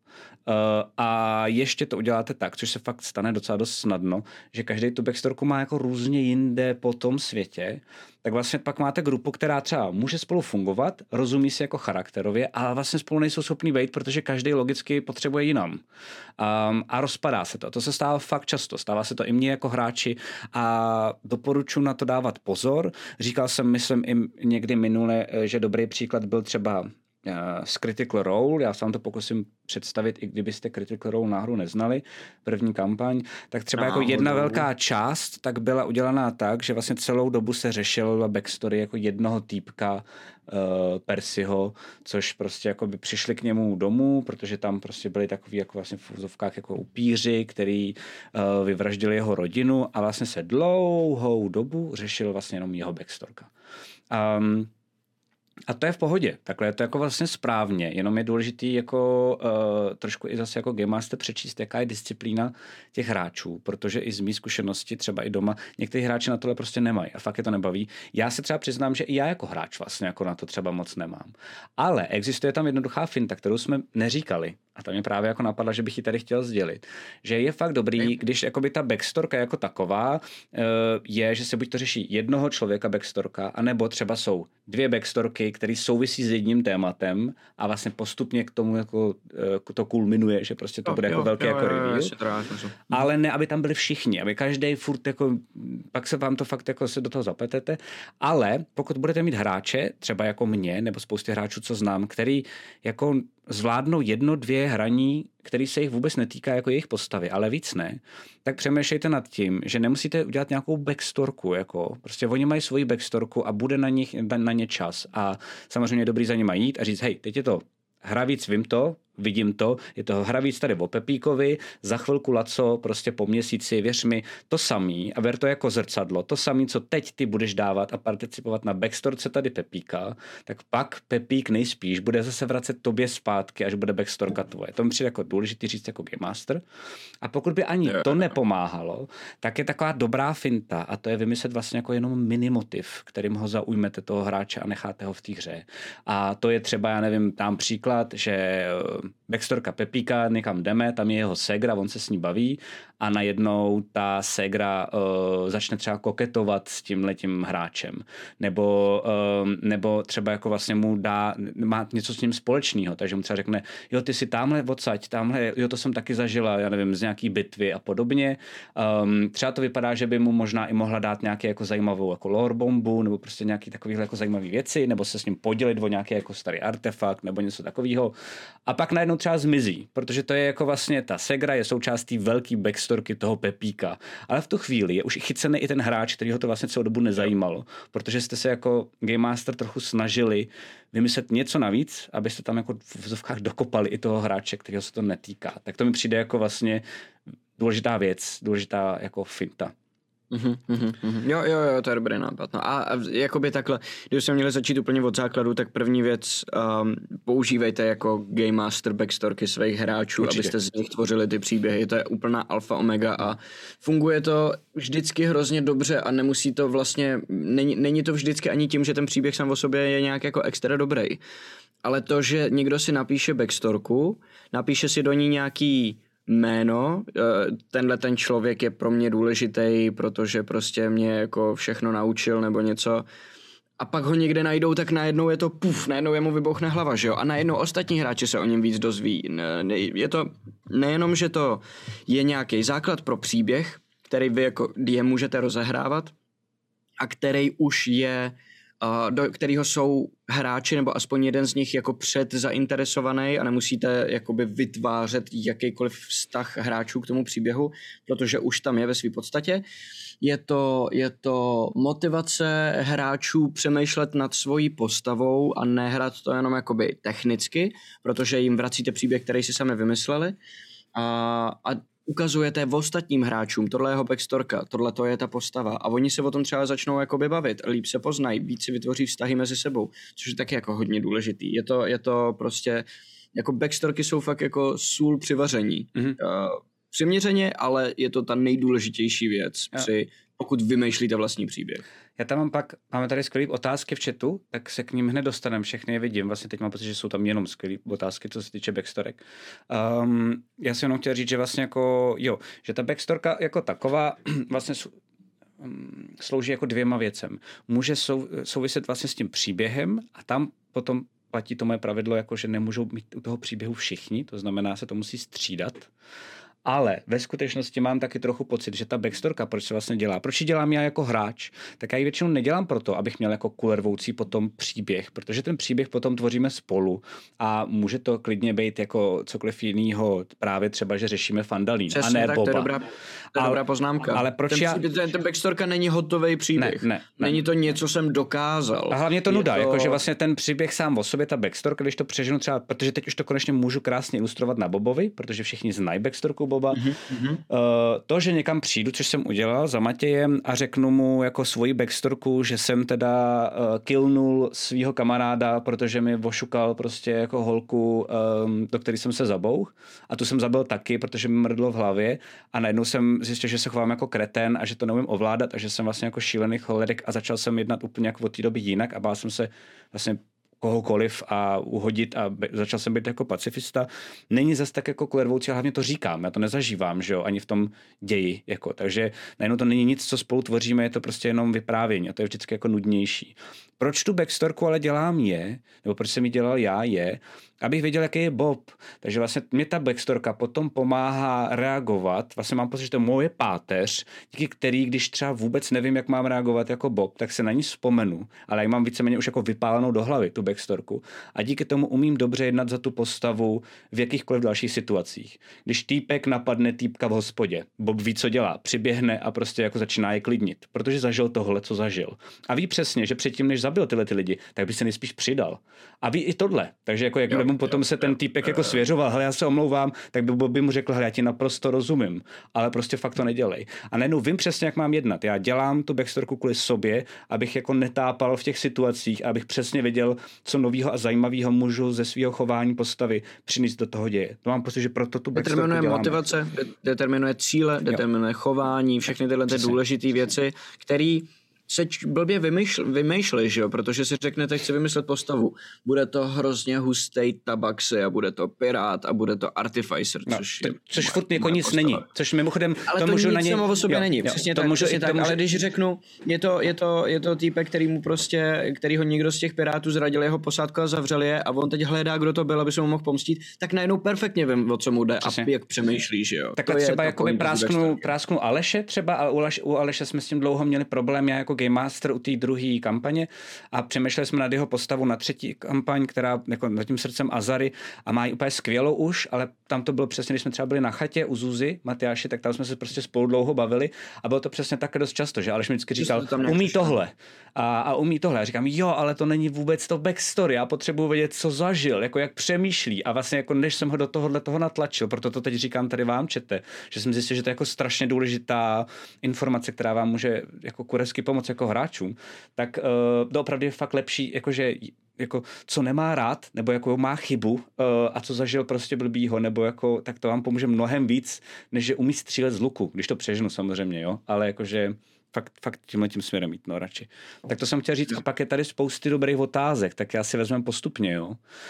a ještě to uděláte tak, což se fakt stane docela dost snadno, že každý tu backstorku má jako různě jinde po tom světě, tak vlastně pak máte grupu, která třeba může spolu fungovat, rozumí si jako charakterově, ale vlastně spolu nejsou schopní vejít, protože každý logicky potřebuje jinam. Um, a rozpadá se to. To se stává fakt často. Stává se to i mně jako hráči a doporučuji na to dávat pozor. Říkal jsem, myslím i někdy minule, že dobrý příklad byl třeba z Critical Role, já se vám to pokusím představit, i kdybyste Critical Role náhodou neznali, první kampaň, tak třeba no, jako jedna no. velká část tak byla udělaná tak, že vlastně celou dobu se řešila backstory jako jednoho týpka uh, Percyho, což prostě jako by přišli k němu domů, protože tam prostě byli takový jako vlastně v úzovkách jako upíři, který uh, vyvraždili jeho rodinu a vlastně se dlouhou dobu řešil vlastně jenom jeho backstorka. Um, A to je v pohodě, takhle je to jako vlastně správně, jenom je důležitý jako uh, trošku i zase jako Game Master přečíst, jaká je disciplína těch hráčů, protože i z mý zkušenosti třeba i doma někteří hráči na tohle prostě nemají a fakt je to nebaví. Já se třeba přiznám, že i já jako hráč vlastně jako na to třeba moc nemám. Ale existuje tam jednoduchá finta, kterou jsme neříkali a ta mě právě jako napadla, že bych ji tady chtěl sdělit, že je fakt dobrý, když jakoby ta backstorka jako taková uh, je, že se buď to řeší jednoho člověka backstorka, anebo třeba jsou dvě backstorky, který souvisí s jedním tématem a vlastně postupně k tomu jako to kulminuje, že prostě to jo, bude jo, jako velký jo, jako reveal. Ale ne, aby tam byli všichni, aby každý furt jako, pak se vám to fakt jako se do toho zapletete, ale pokud budete mít hráče, třeba jako mě, nebo spoustě hráčů, co znám, který jako zvládnou jedno, dvě hraní, který se jich vůbec netýká jako jejich postavy, ale víc ne, tak přemýšlejte nad tím, že nemusíte udělat nějakou backstorku, jako prostě oni mají svoji backstorku a bude na nich na, na ně čas a samozřejmě je dobrý za nima jít a říct, hej, teď je to hra víc, vím to, vidím to, je to hra víc tady o Pepíkovi, za chvilku Laco, prostě po měsíci, věř mi, to samý a ber to jako zrcadlo, to samý, co teď ty budeš dávat a participovat na backstorce tady Pepíka, tak pak Pepík nejspíš bude zase vracet tobě zpátky, až bude backstorka tvoje. To mi přijde jako důležitý říct jako Game Master. A pokud by ani to nepomáhalo, tak je taková dobrá finta a to je vymyslet vlastně jako jenom minimotiv, kterým ho zaujmete toho hráče a necháte ho v té hře. A to je třeba, já nevím, tam příklad, že backstorka Pepíka, někam jdeme, tam je jeho ségra, on se s ní baví a najednou ta ségra uh, začne třeba koketovat s tímhletím hráčem. Nebo, uh, nebo třeba jako vlastně mu dá, má něco s ním společného, takže mu třeba řekne, jo, ty si tamhle odsaď, tamhle, jo, to jsem taky zažila, já nevím, z nějaký bitvy a podobně. Um, třeba to vypadá, že by mu možná i mohla dát nějaký jako zajímavou jako lore bombu, nebo prostě nějaký takovýhle jako zajímavý věci, nebo se s ním podělit o nějaký jako starý artefakt, nebo něco takového. A pak najednou třeba zmizí, protože to je jako vlastně ta ségra je součástí velký backstorky toho Pepíka. Ale v tu chvíli je už chycený i ten hráč, který ho to vlastně celou dobu nezajímalo, protože jste se jako Game Master trochu snažili vymyslet něco navíc, abyste tam jako v vozovkách dokopali i toho hráče, kterého se to netýká. Tak to mi přijde jako vlastně důležitá věc, důležitá jako finta. Uhum, uhum, uhum. Jo, jo, jo, to je dobrý nápad. No a, a jakoby takhle, když jsme měli začít úplně od základu, tak první věc um, používejte jako Game Master backstorky svých hráčů, určitě, abyste z nich tvořili ty příběhy. To je úplná alfa omega a funguje to vždycky hrozně dobře a nemusí to vlastně, není, není to vždycky ani tím, že ten příběh sám o sobě je nějak jako extra dobrý. Ale to, že někdo si napíše backstorku, napíše si do ní nějaký jméno, tenhle ten člověk je pro mě důležitý, protože prostě mě jako všechno naučil nebo něco a pak ho někde najdou, tak najednou je to puf, najednou je mu vybuchne hlava, že jo, a najednou ostatní hráči se o něm víc dozví. Je to nejenom, že to je nějaký základ pro příběh, který vy jako D M můžete rozehrávat a který už je Uh, do kterého jsou hráči, nebo aspoň jeden z nich jako před zainteresovaný a nemusíte jakoby vytvářet jakýkoliv vztah hráčů k tomu příběhu, protože už tam je ve své podstatě. Je to, je to motivace hráčů přemýšlet nad svojí postavou a nehrát to jenom jakoby technicky, protože jim vracíte příběh, který si sami vymysleli a, a ukazujete v ostatním hráčům, tohle je jeho backstorka, tohle to je ta postava a oni se o tom třeba začnou jakoby bavit, líp se poznají, víc si vytvoří vztahy mezi sebou, což je taky jako hodně důležitý. Je to, je to prostě, jako backstorky jsou fakt jako sůl při vaření. Mm-hmm. Uh, přiměřeně, ale je to ta nejdůležitější věc, při, pokud vymýšlíte vlastní příběh. Já tam mám pak, máme tady skvělé otázky v chatu, tak se k ním hned dostaneme, všechny je vidím. Vlastně teď mám pocit, že jsou tam jenom skvělé otázky, co se týče backstorek. Um, já si jenom chtěl říct, že vlastně jako, jo, že ta backstorka jako taková vlastně um, slouží jako dvěma věcem. Může sou, souviset vlastně s tím příběhem a tam potom platí to moje pravidlo, jako že nemůžou mít u toho příběhu všichni, to znamená, se to musí střídat. Ale ve skutečnosti mám taky trochu pocit, že ta backstorka, proč se vlastně dělá, proč ji dělám já jako hráč, tak já ji většinou nedělám proto, abych měl jako kulervoucí potom příběh, protože ten příběh potom tvoříme spolu a může to klidně být jako cokoliv jinýho, právě třeba, že řešíme Fandalín, a ne tak, Boba. To je dobrá, to je ale, dobrá poznámka. Ale proč ten, já... příběh, ten, ten backstorka není hotový příběh. Ne, ne, ne. Není to něco, jsem dokázal. A hlavně to je nuda, to... jakože vlastně ten příběh sám o sobě, ta backstorka, když to přeženu třeba, protože teď už to konečně můžu krásně ilustrovat na Bobovi, protože všichni znají backstorku Boba. Mm-hmm. Uh, to, že někam přijdu, což jsem udělal za Matějem a řeknu mu jako svoji backstorku, že jsem teda uh, killnul svýho kamaráda, protože mi ošukal prostě jako holku, um, do který jsem se zabouch a tu jsem zabil taky, protože mi mrdlo v hlavě a najednou jsem zjistil, že se chovám jako kreten a že to neumím ovládat a že jsem vlastně jako šílený cholerik a začal jsem jednat úplně jako od té doby jinak a bál jsem se vlastně kohokoliv a uhodit a be, začal jsem být jako pacifista. Není zas tak jako kulervoucí, ale hlavně to říkám, já to nezažívám, že jo, ani v tom ději, jako, takže najednou to není nic, co spolu tvoříme, je to prostě jenom vyprávění a to je vždycky jako nudnější. Proč tu backstorku ale dělám je, nebo proč jsem ji dělal já je, abych věděl, jaký je Bob. Takže vlastně mě ta backstorka potom pomáhá reagovat. Vlastně mám pocit, že to je moje páteř, díky který, když třeba vůbec nevím, jak mám reagovat jako Bob, tak se na ní vzpomenu, ale já mám víceméně už jako vypálenou do hlavy tu backstorku. A díky tomu umím dobře jednat za tu postavu v jakýchkoliv dalších situacích. Když týpek napadne týpka v hospodě, Bob ví, co dělá, přiběhne a prostě jako začíná je klidnit, protože zažil tohle, co zažil. A ví přesně, že předtím, než zabil tyhle ty lidi, tak by se nejspíš přidal. A ví i tohle. Takže jako jak mu potom se ten týpek jako svěřoval, hele, já se omlouvám, tak by Bob by mu řekl, hele, já ti naprosto rozumím, ale prostě fakt to nedělej. A najednou vím přesně, jak mám jednat. Já dělám tu backstorku kvůli sobě, abych jako netápal v těch situacích, abych přesně věděl, co novýho a zajímavého můžu ze svého chování postavy přinést do toho děje. To mám pocit, že proto tu backstorku děláme. Determinuje motivace, determinuje cíle, determinuje chování, všechny tyhle ty důležité věci, které se blbě vymýšl, vymýšlí, že jo, protože si řeknete, chci vymyslet postavu. Bude to hrozně hustý tabaxi a bude to pirát a bude to artificer, no, což to, je což furt jako nic postava. Není. Což mimochodem ale to, to můžu nic na něj... samo o sobě jo, není, jo, přesně to tak, můžu, přesně to tak. můžu... Ale když řeknu, je to, je to, je to týpek, který mu prostě, který ho někdo z těch pirátů zradil, jeho posádku a zavřeli je a on teď hledá, kdo to byl, aby se mu mohl pomstít, tak najednou perfektně vím, o co mu jde přesně. A jak přemýšlí, že jo. Takhle třeba jako prásknu, prásknu Aleše třeba, ale u Aleše, u Aleše jsme s tím dlouho měli problém, já jako game master u té druhé kampaně a přemýšleli jsme nad jeho postavu na třetí kampaň, která jako nad tím srdcem Azary a má ji úplně skvělou už, ale tam to bylo přesně, když jsme třeba byli na chatě u Zuzy Matyáši, tak tam jsme se prostě spolu dlouho bavili a bylo to přesně také dost často, že Aleš mi vždycky říkal, umí tohle a, a umí tohle. A říkám, jo, ale to není vůbec to backstory, já potřebuji vědět, co zažil, jako jak přemýšlí a vlastně jako než jsem ho do tohohle toho natlačil, proto to teď říkám tady vám, čete, že jsem zjistil, že to je jako strašně důležitá informace, která vám může jako kurecky pomoct jako hráčům, tak uh, to opravdu je fakt lepší, jakože jako co nemá rád, nebo jako má chybu uh, a co zažil prostě blbýho, nebo jako, tak to vám pomůže mnohem víc, než že umí střílet z luku, když to přeženu samozřejmě, jo, ale jakože fakt, fakt tímhle tím směrem jít, no radši. Tak to jsem chtěl říct, a pak je tady spousty dobrých otázek, tak já si vezmem postupně, jo.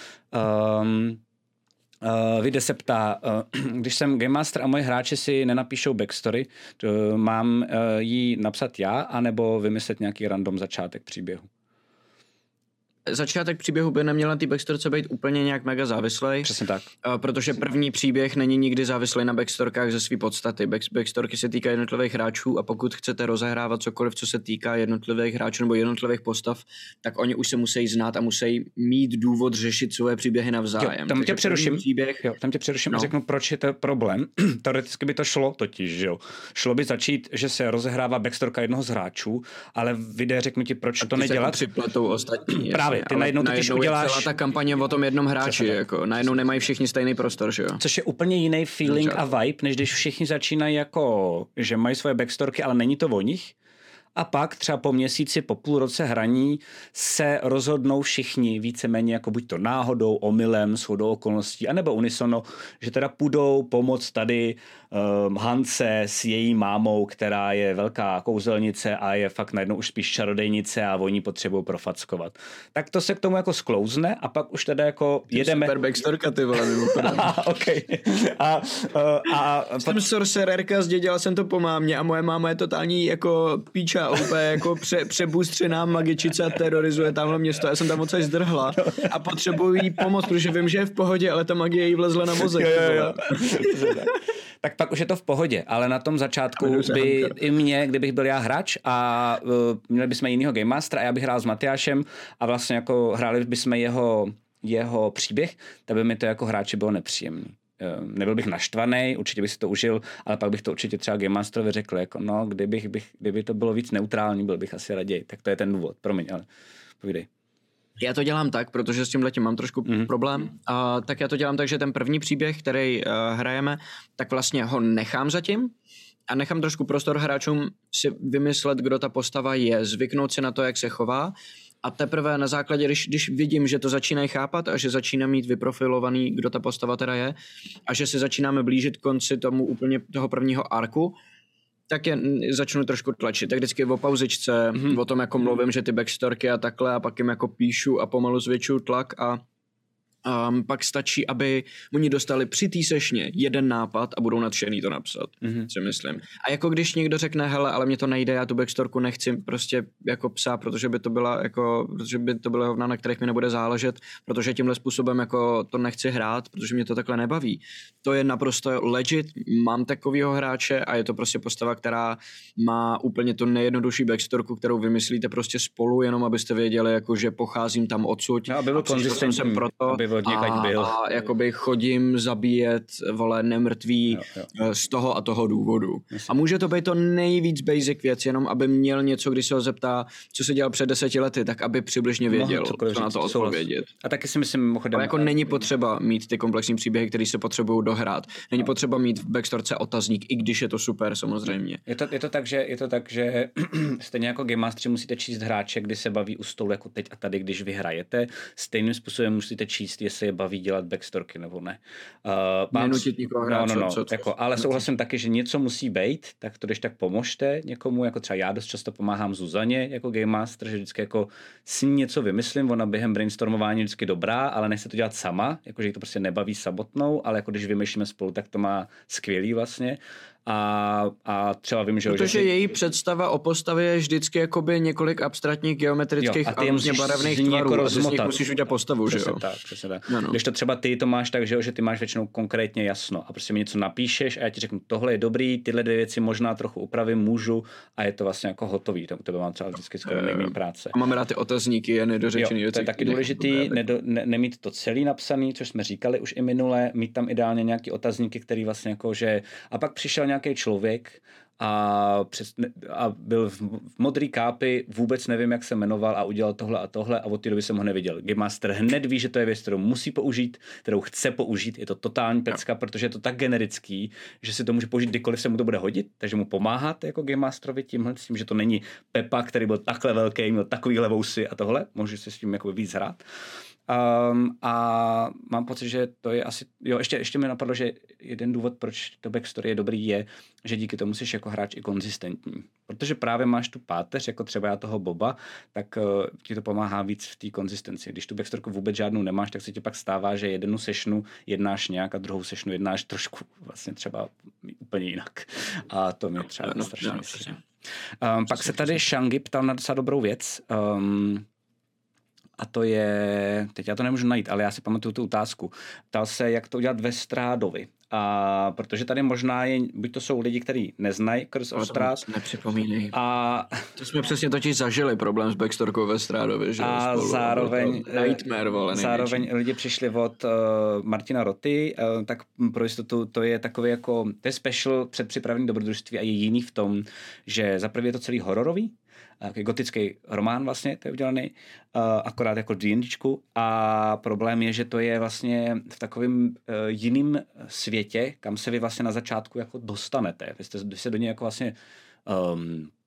Um, Uh, Vide se ptá, uh, když jsem Game Master a moji hráči si nenapíšou backstory, to mám uh, jí napsat já, anebo vymyslet nějaký random začátek příběhu? Začátek příběhu by neměl na té backstorce být úplně nějak mega závislej. Přesně tak. Protože první příběh není nikdy závislý na backstorkách ze své podstaty. Back, backstorky se týkají jednotlivých hráčů a pokud chcete rozehrávat cokoliv, co se týká jednotlivých hráčů nebo jednotlivých postav, tak oni už se musí znát a musí mít důvod řešit svoje příběhy navzájem. Jo, tam tě přeruším, příběh... jo, tam tě přeruším no. a řeknu, proč je to problém. Teoreticky by to šlo totiž, že jo. Šlo by začít, že se rozehrává backstorka jednoho z hráčů, ale videa řeknu ti, proč a to nedělat. Připletou ostatní. Právě. Ty najednou totiž uděláš... celá ta kampaně o tom jednom hráči, jako najednou nemají všichni stejný prostor, že jo? Což je úplně jiný feeling a vibe, než když všichni začínají jako, že mají svoje backstorky, ale není to o nich. a pak třeba po měsíci, po půl roce hraní se rozhodnou všichni víceméně jako buď to náhodou, omylem, shodou okolností, anebo unisono, že teda půjdou pomoct tady um, Hance s její mámou, která je velká kouzelnice a je fakt najednou už spíš čarodejnice a oni potřebují profackovat. Tak to se k tomu jako sklouzne a pak už teda jako Ty jedeme... Super backstorka, ty vole, mimochodem. a, okay. a, a, a, Jsem sorcererka, zdědila jsem to po mámě a moje máma je totální jako píča, úplně jako pře, přebůstřená magičice a terorizuje tamhle město. Já jsem tam odsaď zdrhla a potřebuji jí pomoct, protože vím, že je v pohodě, ale ta magie jí vlezla na mozek. Jo, jo, jo. Tak pak už je to v pohodě, ale na tom začátku by i mě, kdybych byl já hráč a uh, měli bychom jinýho Game Mastera a já bych hrál s Matyášem a vlastně jako hráli bychom jeho, jeho příběh, tak by mi to jako hráči bylo nepříjemný. Uh, nebyl bych naštvaný, určitě bych si to užil, ale pak bych to určitě třeba Game Masterovi řekl, jako no, kdybych, bych, kdyby to bylo víc neutrální, byl bych asi raději. Tak to je ten důvod, promiň, ale povídej. Já to dělám tak, protože s tímhletím mám trošku mm-hmm. problém, uh, tak já to dělám tak, že ten první příběh, který uh, hrajeme, tak vlastně ho nechám zatím a nechám trošku prostor hráčům si vymyslet, kdo ta postava je, zvyknout si na to, jak se chová a teprve na základě, když, když vidím, že to začínají chápat a že začíná mít vyprofilovaný, kdo ta postava teda je a že se začínáme blížit konci tomu úplně toho prvního arku, tak je začnu trošku tlačit. Tak vždycky o pauzičce, mm-hmm. o tom jako mluvím, že ty backstorky a takhle a pak jim jako píšu a pomalu zvětšuju tlak a um, pak stačí, aby oni dostali při té sešně jeden nápad a budou nadšený to napsat, mm-hmm. si myslím. A jako když někdo řekne, hele, ale mě to nejde, já tu backstorku nechci prostě jako psa, protože by to byla jako, protože by to byla hovna, na kterých mi nebude záležet, protože tímhle způsobem jako to nechci hrát, protože mě to takhle nebaví. To je naprosto legit, mám takovýho hráče a je to prostě postava, která má úplně tu nejjednodušší backstorku, kterou vymyslíte prostě spolu, jenom abyste věděli, jako, že pocházím tam odsud. No, aby byl konzistentní, aby byl a, byl. a jakoby chodím zabíjet, vole, nemrtví jo, jo. z toho a toho důvodu. Myslím. A může to být to nejvíc basic věc, jenom aby měl něco, když se ho zeptá, co se dělal před deseti lety, tak aby přibližně věděl, co říct, na to odpovědět. A taky si myslím, mimochodem... Ale jako není potřeba mít ty komplexní příběhy, které se potřebují dohrát. Není no. potřeba mít v backstorce otazník, i když je to super, samozřejmě. Je to, je to tak, že, je to tak, že stejně jako Game Mastery musíte číst hráče, kdy se baví u stolu jako teď a tady, když vyhrajete. Stejným způsobem musíte číst, jestli je baví dělat backstorky nebo ne. Uh, mám... Nenutit nikoho hrát, no, no, no, co, co, jako, ale souhlasím taky, že něco musí být, tak to když tak pomožte někomu, jako třeba já dost často pomáhám Zuzaně jako Game Master, že vždycky jako si něco vymyslím, ona během brainstormování vždycky dobrá, ale nechce to dělat sama, jakože jí to prostě nebaví samotnou, ale jako když vymýšlíme spolu, tak to má skvělý vlastně. A, a třeba vím, že... Protože že ty... její představa o postavě je vždycky jakoby několik abstraktních geometrických jo, a, a různě barevných tvarů jako a ty z nich musíš udělat postavu, přesně že jo? Tak, přesně tak. No, no. Když to třeba ty to máš tak, že, jo, že ty máš většinou konkrétně jasno a prostě mi něco napíšeš a já ti řeknu, tohle je dobrý, tyhle dvě věci možná trochu upravím, můžu a je to vlastně jako hotový. To tebe mám třeba vždycky skoro nejméně práce. A máme rád ty otazníky a nedořečený jo, to je taky důležitý, nedo, ne, nemít to celý napsaný, což jsme říkali už i minule, mít tam ideálně nějaký otazníky, který vlastně jako, že a pak přišel nějaký člověk a, přes, a byl v, v modrý kápi, vůbec nevím, jak se jmenoval a udělal tohle a tohle a od té doby jsem ho neviděl. Game Master hned ví, že to je věc, kterou musí použít, kterou chce použít, je to totální pecka, no. protože je to tak generický, že si to může použít kdykoliv se mu to bude hodit, takže mu pomáhat jako Game Masterovi tímhle, s tím, že to není Pepa, který byl takhle velký, měl takovýhle vousy a tohle, může se s tím jako víc hrát. Um, a mám pocit, že to je asi, jo, ještě, ještě mi napadlo, že jeden důvod, proč to backstory je dobrý, je, že díky tomu jsi jako hráč i konzistentní. Protože právě máš tu páteř, jako třeba já toho Boba, tak uh, ti to pomáhá víc v té konzistenci. Když tu backstorku vůbec žádnou nemáš, tak se ti pak stává, že jednu sešnu jednáš nějak a druhou sešnu jednáš trošku vlastně třeba úplně jinak. A to mě třeba no, strašně no, myslí. Um, pak se tady Shangi ptal na docela dobrou věc. Um, A to je, teď já to nemůžu najít, ale já si pamatuju tu otázku. Ptal se, jak to udělat ve Strádovi. A protože tady možná je, buď to jsou lidi, kteří neznají Curse of Strahd. Nepřipomínej. A to jsme přesně totiž zažili problém s backstorkou ve Strádovi. Že a spolu, zároveň, nightmare, vole, zároveň lidi přišli od uh, Martina Roty, uh, tak pro jistotu to je takový jako, to je special předpřipravený dobrodružství a je jiný v tom, že za prvé je to celý hororový, gotický román vlastně, to je udělaný, uh, akorát jako D&Dčku a problém je, že to je vlastně v takovém uh, jiném světě, kam se vy vlastně na začátku jako dostanete. Vy, jste, vy se do něj jako vlastně um,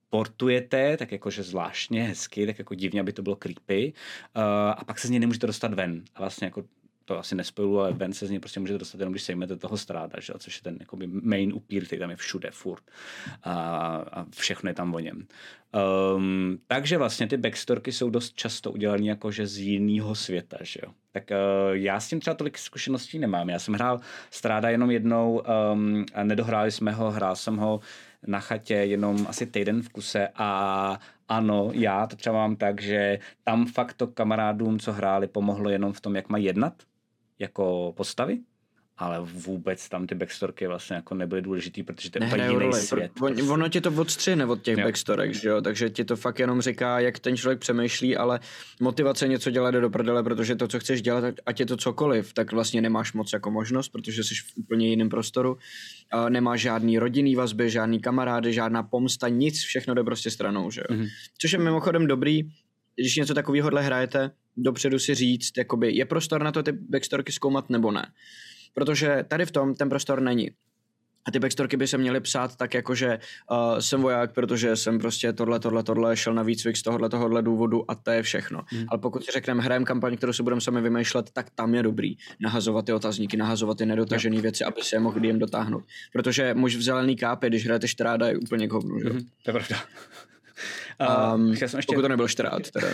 portujete, tak jakože zvláštně, hezky, tak jako divně, aby to bylo creepy, uh, a pak se z něj nemůžete dostat ven. A vlastně jako to asi nespojuju, ale ven se z něj prostě můžete dostat jenom, když sejmete toho stráda, že? Což je ten jakoby main upír, který tam je všude, furt. A, a všechno je tam o něm. Um, takže vlastně ty backstorky jsou dost často udělané jakože z jiného světa, že jo. Tak uh, já s tím třeba tolik zkušeností nemám. Já jsem hrál Stráda jenom jednou um, a nedohráli jsme ho, hrál jsem ho na chatě jenom asi týden v kuse a ano, já to třeba mám tak, že tam fakt to kamarádům, co hráli, pomohlo jenom v tom, jak mají jednat jako postavy, ale vůbec tam ty backstorky vlastně jako nebyly důležitý, protože to je úplně jiný svět. Prostě. Ono ti to odstřihne od těch jo. backstorek, že jo, takže ti to fakt jenom říká, jak ten člověk přemýšlí, ale motivace něco dělat jde do prdele, protože to, co chceš dělat, ať je to cokoliv, tak vlastně nemáš moc jako možnost, protože jsi v úplně jiném prostoru, uh, nemáš žádný rodinný vazby, žádný kamarády, žádná pomsta, nic, všechno jde prostě stranou, že jo. Mm-hmm. Což je mimochodem dobrý, když něco takového hrajete, dopředu si říct, jakoby je prostor na to ty backstorky zkoumat nebo ne. Protože tady v tom ten prostor není. A ty backstorky by se měly psát tak jako, že uh, jsem voják, protože jsem prostě tohle, tohle, tohle, šel na výcvik z tohohle, tohohle důvodu a to je všechno. Hmm. Ale pokud si řekneme, hrajeme kampaň, kterou si budeme sami vymýšlet, tak tam je dobrý nahazovat ty otazníky, nahazovat ty nedotažené no. věci, aby se je mohli jim dotáhnout. Protože muž v zelený kápě, když hrajete štráda, je úplně k hovnu. Hmm. To je pravda. Um, jsem ještě... Pokud to nebyl štrát, teda.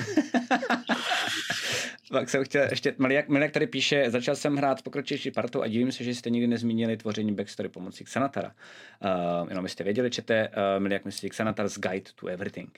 Tak jsem chtěl ještě, Miliak, Miliak tady píše, začal jsem hrát s pokročilejší partou a divím se, že jste nikdy nezmínili tvoření backstory pomocí Xanatara. Uh, jenom byste věděli, čete, uh, Miliak myslí Xanatar's Guide to Everything,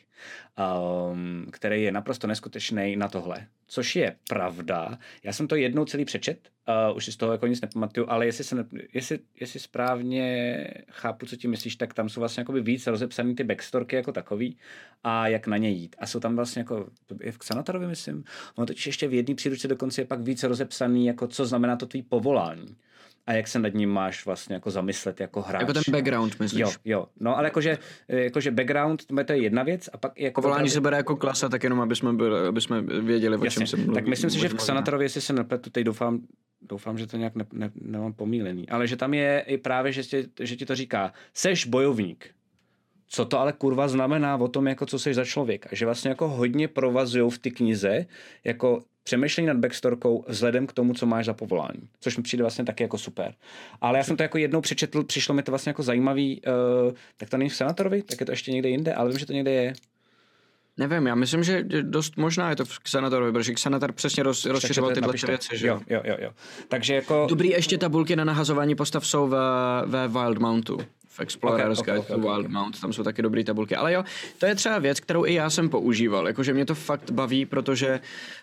um, který je naprosto neskutečný na tohle. Což je pravda. Já jsem to jednou celý přečet, uh, už si z toho jako nic nepamatuju, ale jestli, se ne, jestli, jestli správně chápu, co ti myslíš, tak tam jsou vlastně jakoby víc rozepsaný ty backstorky jako takový a jak na ně jít. A jsou tam vlastně jako, to je v Xanatarovi, myslím, ono totiž ještě v jedné příručce dokonce je pak víc rozepsaný, jako co znamená to tvý povolání. A jak se nad ním máš vlastně jako zamyslet jako hráč. Jako ten background, myslíš? Jo, jo. No, ale jakože, jakože background, to je jedna věc a pak jako... Povolání se bere jako klasa, tak jenom, aby jsme, byli, aby jsme věděli, o jasně, čem se mluví. Tak myslím si, že v Xanatarovi, jestli se nepletu, teď doufám, doufám, že to nějak ne, ne, nemám pomílený, ale že tam je i právě, že, tě, že ti to říká, seš bojovník. Co to ale kurva znamená o tom, jako co seš za člověk. A že vlastně jako hodně provazujou v ty knize, jako přemýšlení nad backstorkou vzhledem k tomu, co máš za povolání. Což mi přijde vlastně taky jako super. Ale já jsem to jako jednou přečetl, přišlo mi to vlastně jako zajímavý, uh, tak to není v Xanatorovi, tak je to ještě někde jinde, ale vím, že to někde je. Nevím, já myslím, že dost možná je to v Xanatorovi, protože Xanatar přesně roz, rozšiřoval tyhle věci, že jo? Jo, jo, jo. Takže jako... Dobrý, ještě tabulky na nahazování postav jsou ve, ve Wild Mountu. V Explorer's okay, Guide okay, okay, Wild okay. Mount, tam jsou taky dobrý tabulky. Ale jo, to je třeba věc, kterou i já jsem používal, jakože mě to fakt baví, protože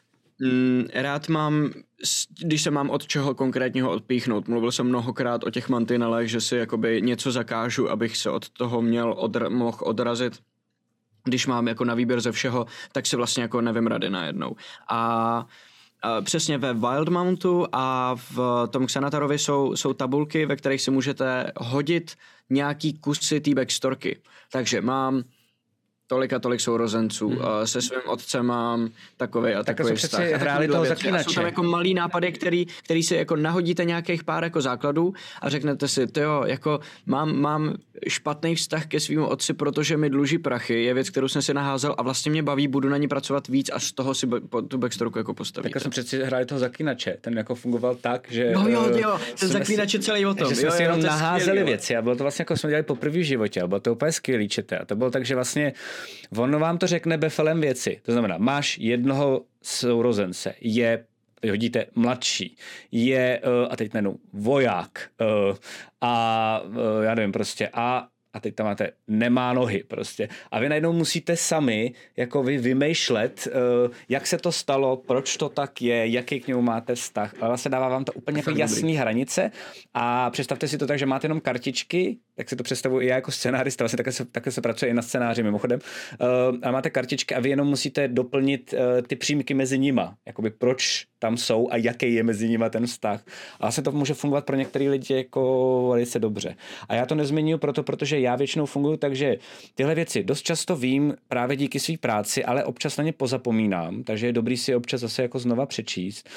mm, rád mám, když se mám od čeho konkrétního odpíchnout. Mluvil jsem mnohokrát o těch mantinelech, že si jakoby něco zakážu, abych se od toho měl odra- mohl odrazit. Když mám jako na výběr ze všeho, tak si vlastně jako nevím rady najednou. A přesně ve Wild Mountu a v tom Xanatarovi jsou, jsou tabulky, ve kterých si můžete hodit nějaký kusy té backstorky. Takže mám tolik a tolik sourozenců, hmm. se svým otcem mám takovej a tak takový vztah. Tak hráli toho zaklínače. Jsou tam jako malý nápady, který, který si jako nahodíte nějakých pár jako základů a řeknete si, tyjo, jako mám, mám špatný vztah ke svým otci, protože mi dluží prachy, je věc, kterou jsem si naházel a vlastně mě baví, budu na ní pracovat víc a z toho si b- tu backstorku jako postavíte. Tak jsem přeci hráli toho zaklínače, ten jako fungoval tak, že... No jo, jo, ten zaklínač je celý o tom. Že jsme si jenom naházeli věci a bylo to vlastně jako jsme dělali poprvé v životě a bylo to úplně skvělý čete a to bylo tak, že vlastně ono vám to řekne befelem věci. To znamená, máš jednoho sourozence, je, hodíte mladší, je, uh, a teď nejenom, voják uh, a uh, já nevím prostě, a a teď tam máte, nemá nohy prostě. A vy najednou musíte sami jako vy vymýšlet, uh, jak se to stalo, proč to tak je, jaký k němu máte vztah. Ale vlastně dává vám to úplně jako jasný hranice a představte si to tak, že máte jenom kartičky, tak si to představuji i já jako scénárista, vlastně takhle se, takhle se pracuje i na scénáři mimochodem, uh, a máte kartičky a vy jenom musíte doplnit uh, ty přímky mezi nima, jakoby proč tam jsou a jaký je mezi nima ten vztah. A vlastně to může fungovat pro některé lidi jako velice dobře. A já to nezmiňuji proto, protože já většinou funguji tak, že tyhle věci dost často vím právě díky své práci, ale občas na ně pozapomínám, takže je dobrý si občas zase jako znova přečíst.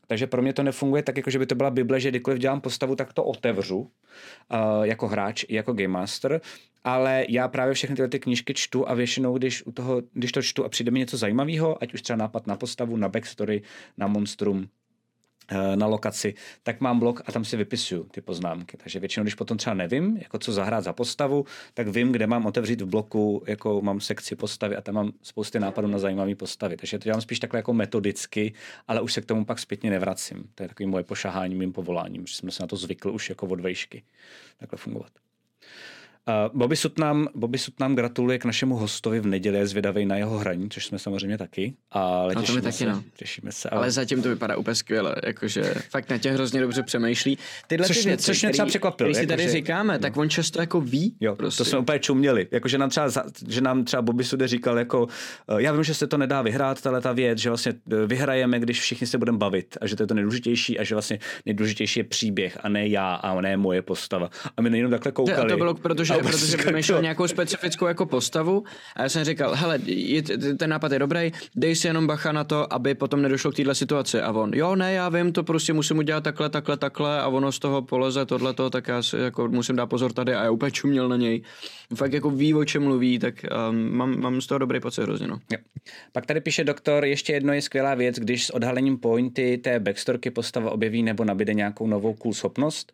Takže pro mě to nefunguje tak, jako že by to byla Bible, že kdykoliv dělám postavu, tak to otevřu uh, jako hráč i jako game master, ale já právě všechny tyhle ty knížky čtu a většinou, když, u toho, když to čtu a přijde mi něco zajímavého, ať už třeba nápad na postavu, na backstory, na monstrum, na lokaci, tak mám blok a tam si vypisuju ty poznámky. Takže většinou, když potom třeba nevím, jako co zahrát za postavu, tak vím, kde mám otevřít v bloku, jako mám sekci postavy a tam mám spousty nápadů na zajímavé postavy. Takže to dělám spíš takhle jako metodicky, ale už se k tomu pak zpětně nevracím. To je takový moje pošahání mým povoláním, že jsem se na to zvykl už jako od vejšky takhle fungovat. Uh, Bobby Sutnam, Bobby Sutnam gratuluje k našemu hostovi v neděli, je zvědavej na jeho hraní, což jsme samozřejmě taky. Ale no, těšíme, taky, se, no. těšíme se. Ale... ale zatím to vypadá úplně skvěle, jakože fakt na tě hrozně dobře přemýšlí. Tyhle což, ty věci, což mě třeba překvapilo. Když si jako, tady že... říkáme, no. tak on často jako ví. Jo, prostě. To jsme úplně čuměli. Jako, že nám třeba, že nám třeba Bobby Sude říkal, jako, já vím, že se to nedá vyhrát, tahle ta věc, že vlastně vyhrajeme, když všichni se budeme bavit a že to je to nejdůležitější a že vlastně nejdůležitější je příběh a ne já a ne moje postava. A my nejenom takhle koukali. To, to bylo, protože, protože vymýšlel nějakou specifickou jako postavu a já jsem říkal, hele, je, ten nápad je dobrý, dej si jenom bacha na to, aby potom nedošlo k téhle situaci. A on, jo, ne, já vím, to prostě musím udělat takhle, takhle, takhle a ono z toho poleze tohleto, tak já si jako musím dát pozor tady a já úplně čuměl na něj. Fakt jako ví, o čem mluví, tak um, mám, mám z toho dobrý pocit hrozně, no. Jo. Pak tady píše doktor, ještě jedno je skvělá věc, když s odhalením pointy té backstorky postava objeví nebo nabíde nějakou novou cool schopnost.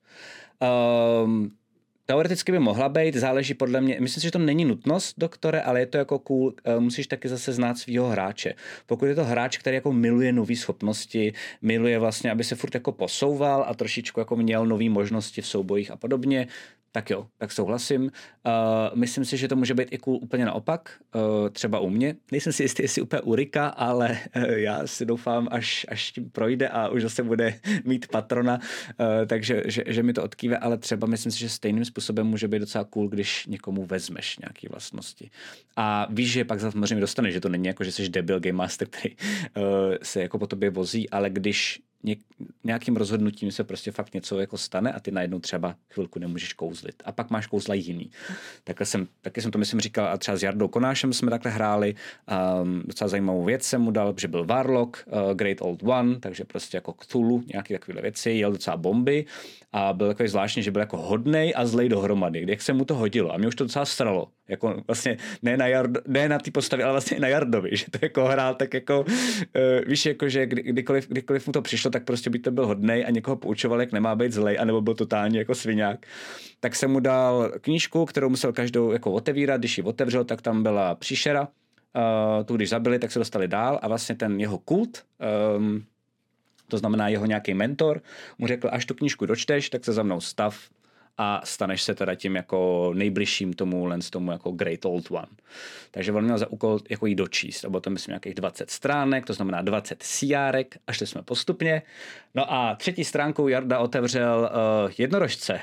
Um, Teoreticky by mohla být, záleží podle mě, myslím si, že to není nutnost, doktore, ale je to jako cool, musíš taky zase znát svýho hráče. Pokud je to hráč, který jako miluje nové schopnosti, miluje vlastně, aby se furt jako posouval a trošičku jako měl nové možnosti v soubojích a podobně, tak jo, tak souhlasím. Uh, myslím si, že to může být i cool úplně naopak, uh, třeba u mě. Nejsem si jistý, jestli úplně u Rika, ale uh, já si doufám, až, až tím projde a už zase bude mít patrona, uh, takže že, že mi to odkýve, ale třeba myslím si, že stejným způsobem může být docela cool, když někomu vezmeš nějaké vlastnosti. A víš, že pak samozřejmě dostaneš, že to není jako, že jsi debil game master, který uh, se jako po tobě vozí, ale když nějakým rozhodnutím se prostě fakt něco jako stane a ty najednou třeba chvilku nemůžeš kouzlit. A pak máš kouzla jiný. Takhle jsem, taky jsem to myslím říkal a třeba s Jardou Konášem jsme takhle hráli. Um, docela zajímavou věc jsem mu dal, že byl Warlock, uh, Great Old One, takže prostě jako Cthulhu, nějaké takové věci, jel docela bomby a byl takový zvláštní, že byl jako hodnej a zlej dohromady. Jak se mu to hodilo. A mě už to docela stralo. Jako vlastně ne na, Jardo, ne na té postavě, ale vlastně i na Jardovi, že to jako hrál tak jako, uh, víš, jako, že kdy, kdykoliv, kdykoliv mu to přišlo, tak prostě by to byl hodnej a někoho poučoval, jak nemá být zlej, anebo byl totálně jako sviňák. Tak jsem mu dal knížku, kterou musel každou jako otevírat, když ji otevřel, tak tam byla příšera, uh, tu když zabili, tak se dostali dál a vlastně ten jeho kult, um, to znamená jeho nějaký mentor, mu řekl, až tu knížku dočteš, tak se za mnou stav a staneš se teda tím jako nejbližším tomu len z tomu jako Great Old One. Takže on měl za úkol jako jí dočíst. A bylo to myslím nějakých dvacet stránek, to znamená dvacet siárek, a šli jsme postupně. No a třetí stránkou Jarda otevřel uh, jednorožce.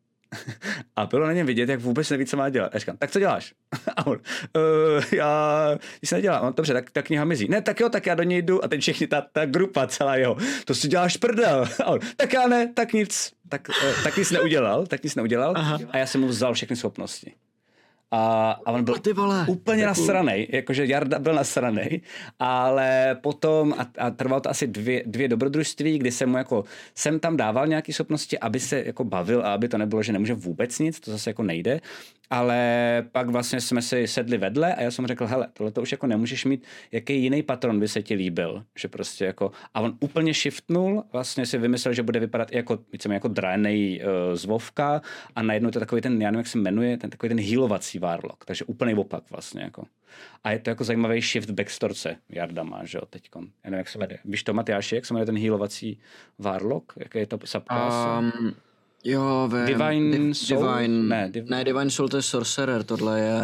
A bylo na něm vidět, jak vůbec neví, co má dělat. A říkám, tak co děláš? A on, uh, já nic nedělám. No, dobře, tak ta kniha mizí. Ne, tak jo, tak já do něj jdu. A teď všichni, ta, ta grupa celá jeho, to si děláš prdel. A on, tak já ne, tak nic. Tak, uh, tak nic neudělal, tak nic neudělal. Aha. A já jsem mu vzal všechny schopnosti. A, a on byl ty vole, úplně nasranej, jakože Jarda byl nasranej, ale potom, a, a trvalo to asi dvě, dvě dobrodružství, kdy jsem mu jako, jsem tam dával nějaké schopnosti, aby se jako bavil a aby to nebylo, že nemůže vůbec nic, to zase jako nejde, ale pak vlastně jsme si sedli vedle a já jsem řekl, hele, tohle to už jako nemůžeš mít, jaký jiný patron by se ti líbil, že prostě jako, a on úplně shiftnul, vlastně si vymyslel, že bude vypadat jako, víceméně jako dranej uh, zvovka a najednou to je takový ten, já nevím, jak se jmenuje, ten takový ten healovací Warlock, takže úplný opak vlastně jako. A je to jako zajímavý shift v backstorce, Jarda má, že jo, teďkon. Já nevím, jak se jmenuje. Víš to, Matyáši, jak se jmenuje ten healovací Warlock? Jaké je to subclass? Um, jo, vím. Divine Div, Soul? Divine, ne, div... ne, Divine Soul to je Sorcerer, tohle je...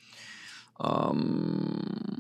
Um,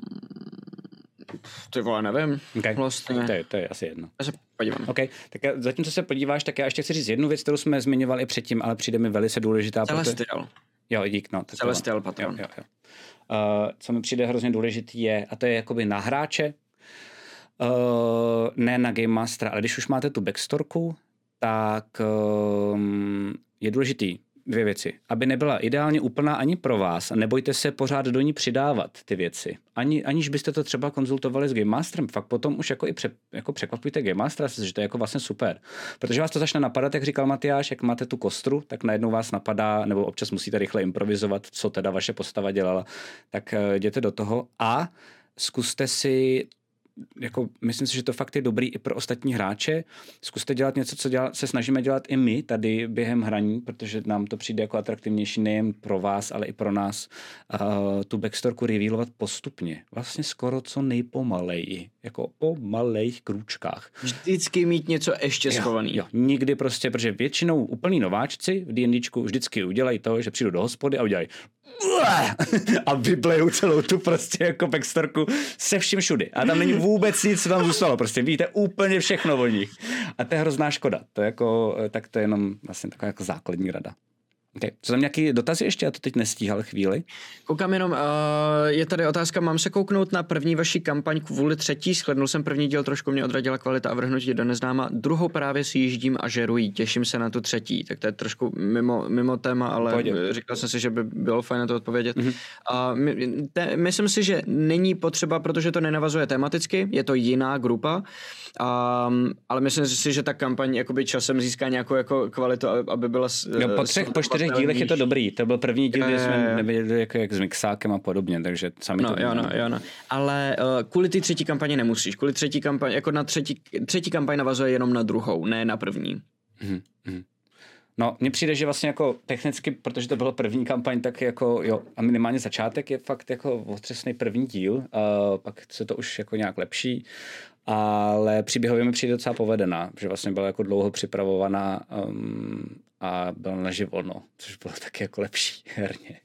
ty vole, nevím. Okay. Vlastně. To, je, to je asi jedno. Já se podívám. Okay. Tak já, zatímco se podíváš, tak já ještě chci říct jednu věc, kterou jsme zmiňovali předtím, ale přijde mi velice důležitá. Celestial. Proto... Jo, dík, no. Celestial patron. Jo, jo, jo. Uh, co mi přijde hrozně důležitý je, a to je jakoby na hráče, uh, ne na Game Mastera, ale když už máte tu backstorku, tak um, je důležitý dvě věci. Aby nebyla ideálně úplná ani pro vás a nebojte se pořád do ní přidávat ty věci. Ani, aniž byste to třeba konzultovali s Game Masterem, fakt potom už jako i pře, jako překvapujte Game Mastera, že to je jako vlastně super. Protože vás to začne napadat, jak říkal Matyáš, jak máte tu kostru, tak najednou vás napadá, nebo občas musíte rychle improvizovat, co teda vaše postava dělala, tak jděte do toho a zkuste si, jako myslím si, že to fakt je dobrý i pro ostatní hráče. Zkuste dělat něco, co děla, se snažíme dělat i my tady během hraní, protože nám to přijde jako atraktivnější nejen pro vás, ale i pro nás uh, tu backstorku revealovat postupně. Vlastně skoro co nejpomaleji. Jako po malejch krůčkách. Vždycky mít něco ještě schovaný. Jo, nikdy prostě, protože většinou úplný nováčci v D&Dčku vždycky udělají to, že přijdu do hospody a udělají a vyblejou celou tu prostě jako backstorku se vším všudy. A tam není vůbec nic, co tam zůstalo. Prostě víte úplně všechno o nich. A to je hrozná škoda. To je jako, tak to je jenom vlastně taková jako základní rada. Okay. Co tam nějaký dotazy ještě? Já to teď nestíhal chvíli. Koukám jenom, uh, je tady otázka, mám se kouknout na první vaši kampaň kvůli třetí, shlednul jsem první díl, trošku mě odradila kvalita a vrhnutí do neznáma, druhou právě si jíždím a žeruji, těším se na tu třetí, tak to je trošku mimo, mimo téma, ale Pojď. říkal jsem si, že by bylo fajn na to odpovědět. Mm-hmm. Uh, my, te, myslím si, že není potřeba, protože to nenavazuje tematicky, je to jiná grupa, um, ale myslím si, že ta kampaň jakoby časem získá nějakou jako kvalitu, aby byla... Jo, po třech, po čtyřech dílech je to dobrý. To byl první díl, kde jsme nevěděli jako jak s mixákem a podobně, takže sami no, to jo, no, jo, no. Ale uh, kvůli ty třetí kampaně nemusíš. Kvůli třetí kampaň, jako na třetí, třetí kampaň navazuje jenom na druhou, ne na první. Mm-hmm. No, mně přijde, že vlastně jako technicky, protože to bylo první kampaň, tak jako jo, a minimálně začátek je fakt jako otřesný první díl, uh, pak se to už jako nějak lepší, ale příběhově mi přijde docela povedená, že vlastně byla jako dlouho připravovaná um, a byla naživo, no, což bylo taky jako lepší herně.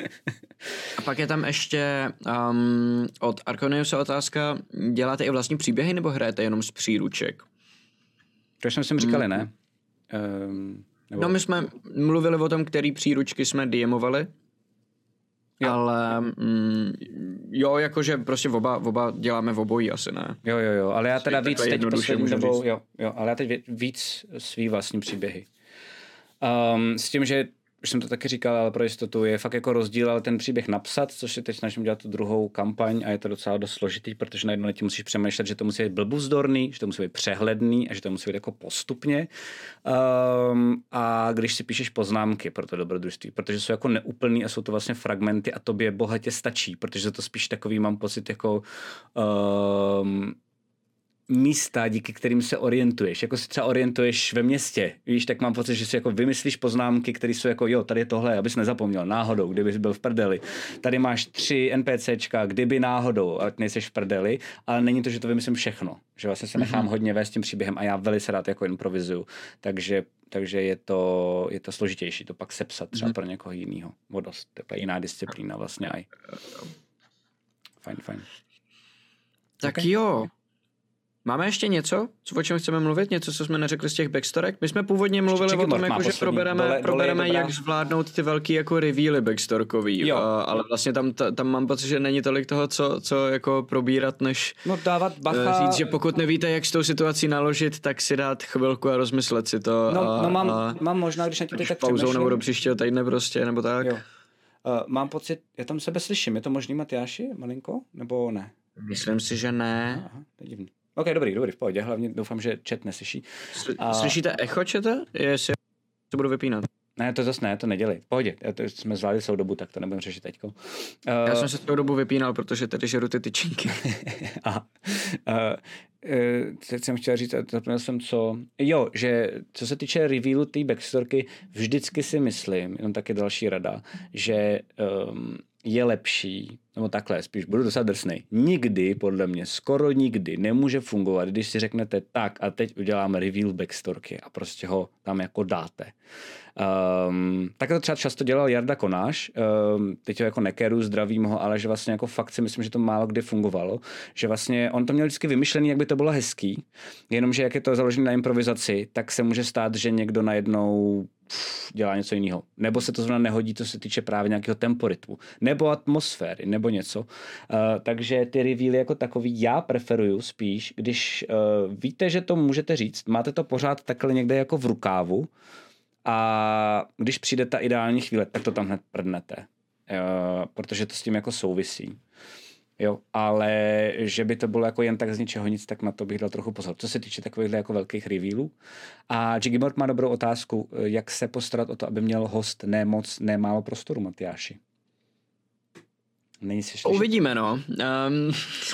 A pak je tam ještě um, od Arkoniusa otázka, děláte i vlastní příběhy nebo hrajete jenom z příruček? To jsme si říkali, ne? Um, nebo... No my jsme mluvili o tom, který příručky jsme DMovali, jo. ale mm, jo, jakože prostě oba, oba děláme v obojí asi, ne? Jo, jo, jo, ale já teda víc teď poslední dobou, jo, jo, ale já teď víc svý vlastní příběhy. Um, s tím, že už jsem to taky říkal, ale pro jistotu je fakt jako rozdíl, ale ten příběh napsat, což si teď snažím dělat tu druhou kampaň a je to docela dost složitý, protože najednou na tím musíš přemýšlet, že to musí být blbuzdorný, že to musí být přehledný a že to musí být jako postupně. Um, a když si píšeš poznámky pro to dobrodružství, protože jsou jako neúplný a jsou to vlastně fragmenty a tobě bohatě stačí, protože to spíš takový, mám pocit, jako um, místa, díky kterým se orientuješ. Jako si třeba orientuješ ve městě, víš, tak mám pocit, že si jako vymyslíš poznámky, které jsou jako, jo, tady je tohle, abys nezapomněl, náhodou, kdybys byl v prdeli. Tady máš tři NPCčka, kdyby náhodou, ať nejseš v prdeli, ale není to, že to vymyslím všechno. Že vlastně se nechám mm-hmm. hodně vést tím příběhem a já velice rád jako improvizuju. Takže, takže je to, je to složitější to pak sepsat třeba mm-hmm. pro někoho jinýho. Vodost, to je jiná disciplína vlastně aj. Fajn, fajn. Tak okay. Jo. Máme ještě něco, o čem chceme mluvit? Něco, co jsme neřekli z těch backstorek? My jsme původně mluvili o tom, jako, že probereme, dole, probereme dole jak zvládnout ty velký jako revealy backstorkový, a, ale vlastně tam, tam mám pocit, že není tolik toho, co, co jako probírat, než no, dávat bacha. Říct, že pokud nevíte, jak s tou situací naložit, tak si dát chvilku a rozmyslet si to. No, a, no mám, a, mám možná, když na tím teď tak pauzou přemýšlím. nebo do příštího týdne prostě, nebo tak. Jo. Uh, mám pocit, já tam sebe slyším, je to možný, Matyáši, malinko, nebo ne? Myslím si, že ne. Aha, to je divný. Ok, dobrý, dobrý, v pohodě, hlavně doufám, že chat neslyší. A... Slyšíte echo chata? Jestli to budu vypínat. Ne, to zase ne, to nedělej. V pohodě, to jsme zvládli celou dobu, tak to nebudeme řešit teďko. Uh... Já jsem se celou dobu vypínal, protože tady žeru ty tyčinky. Aha. Uh, uh, teď jsem chtěl říct, zapomněl jsem co... Jo, že co se týče revealu té backstorky, vždycky si myslím, jenom taky další rada, že um, je lepší, nebo takhle, spíš budu docela drsnej, nikdy, podle mě, skoro nikdy nemůže fungovat, když si řeknete tak a teď uděláme reveal backstorky a prostě ho tam jako dáte. Um, tak to třeba často dělal Jarda Konáš, um, teď ho jako nekeru, zdravím ho, ale že vlastně jako fakt si myslím, že to málo kdy fungovalo, že vlastně on to měl vždycky vymyšlený, jak by to bylo hezký, jenomže jak je to založené na improvizaci, tak se může stát, že někdo najednou pff, dělá něco jiného. Nebo se to zrovna nehodí, co se týče právě nějakého temporytmu, nebo atmosféry, nebo něco. Uh, takže ty revealy jako takový já preferuju spíš, když uh, víte, že to můžete říct, máte to pořád takhle někde jako v rukávu, a když přijde ta ideální chvíle, tak to tam hned prdnete, uh, protože to s tím jako souvisí. Jo, ale že by to bylo jako jen tak z ničeho nic, tak na to bych dal trochu pozor. Co se týče takových jako velkých revealů. A Jiggyboard má dobrou otázku, jak se postarat o to, aby měl host ne moc, ne málo prostoru, Matyáši. Není si ještě... Uvidíme, no. Um,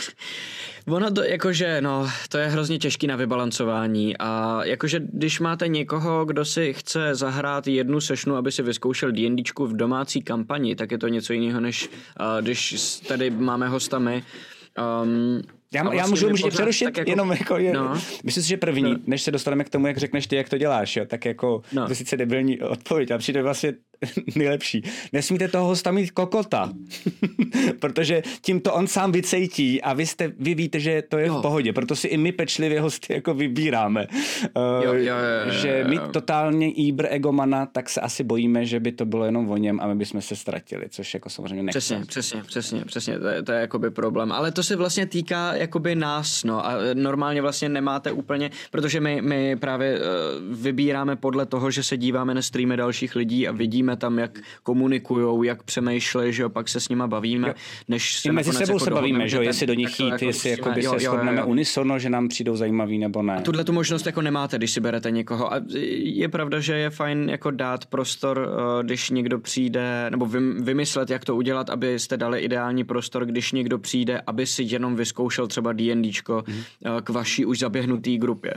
ono to, jakože, no, to je hrozně těžký na vybalancování a jakože, když máte někoho, kdo si chce zahrát jednu sessionu, aby si vyzkoušel D&Dčku v domácí kampani, tak je to něco jiného, než uh, když tady máme hosta my. Um, Já, vlastně já můžu, můžu přerušit, jako, jenom jako, je, no. myslím si, že první, no. než se dostaneme k tomu, jak řekneš ty, jak to děláš, jo, tak jako, no. to sice debilní odpověď, a přijde vlastně nejlepší. Nesmíte toho hosta mít kokota, protože tím to on sám vycejtí a vy, jste, vy víte, že to je jo. v pohodě, proto si i my pečlivě hosty jako vybíráme. Uh, jo, jo, jo, jo, že mít totálně íbr egomana, tak se asi bojíme, že by to bylo jenom o něm a my bychom se ztratili, což jako samozřejmě nechceme. Přesně, přesně, přesně, přesně, to je, to je jakoby problém, ale to se vlastně týká jakoby nás, no, a normálně vlastně nemáte úplně, protože my, my právě uh, vybíráme podle toho, že se díváme na streamy dalších lidí a vidíme tam, jak komunikujou, jak přemýšlejí, že jo, pak se s nima bavíme, jo. než se I mezi sebou jako se bavíme, že jo, jestli do nich jít, jako jestli jako se jo, shodneme unisono, že nám přijdou zajímaví nebo ne. A tuhle tu možnost jako nemáte, když si berete někoho. A je pravda, že je fajn jako dát prostor, když někdo přijde, nebo vymyslet, jak to udělat, abyste dali ideální prostor, když někdo přijde, aby si jenom vyzkoušel třeba D&Dčko mm. k vaší už zaběhnutý grupě.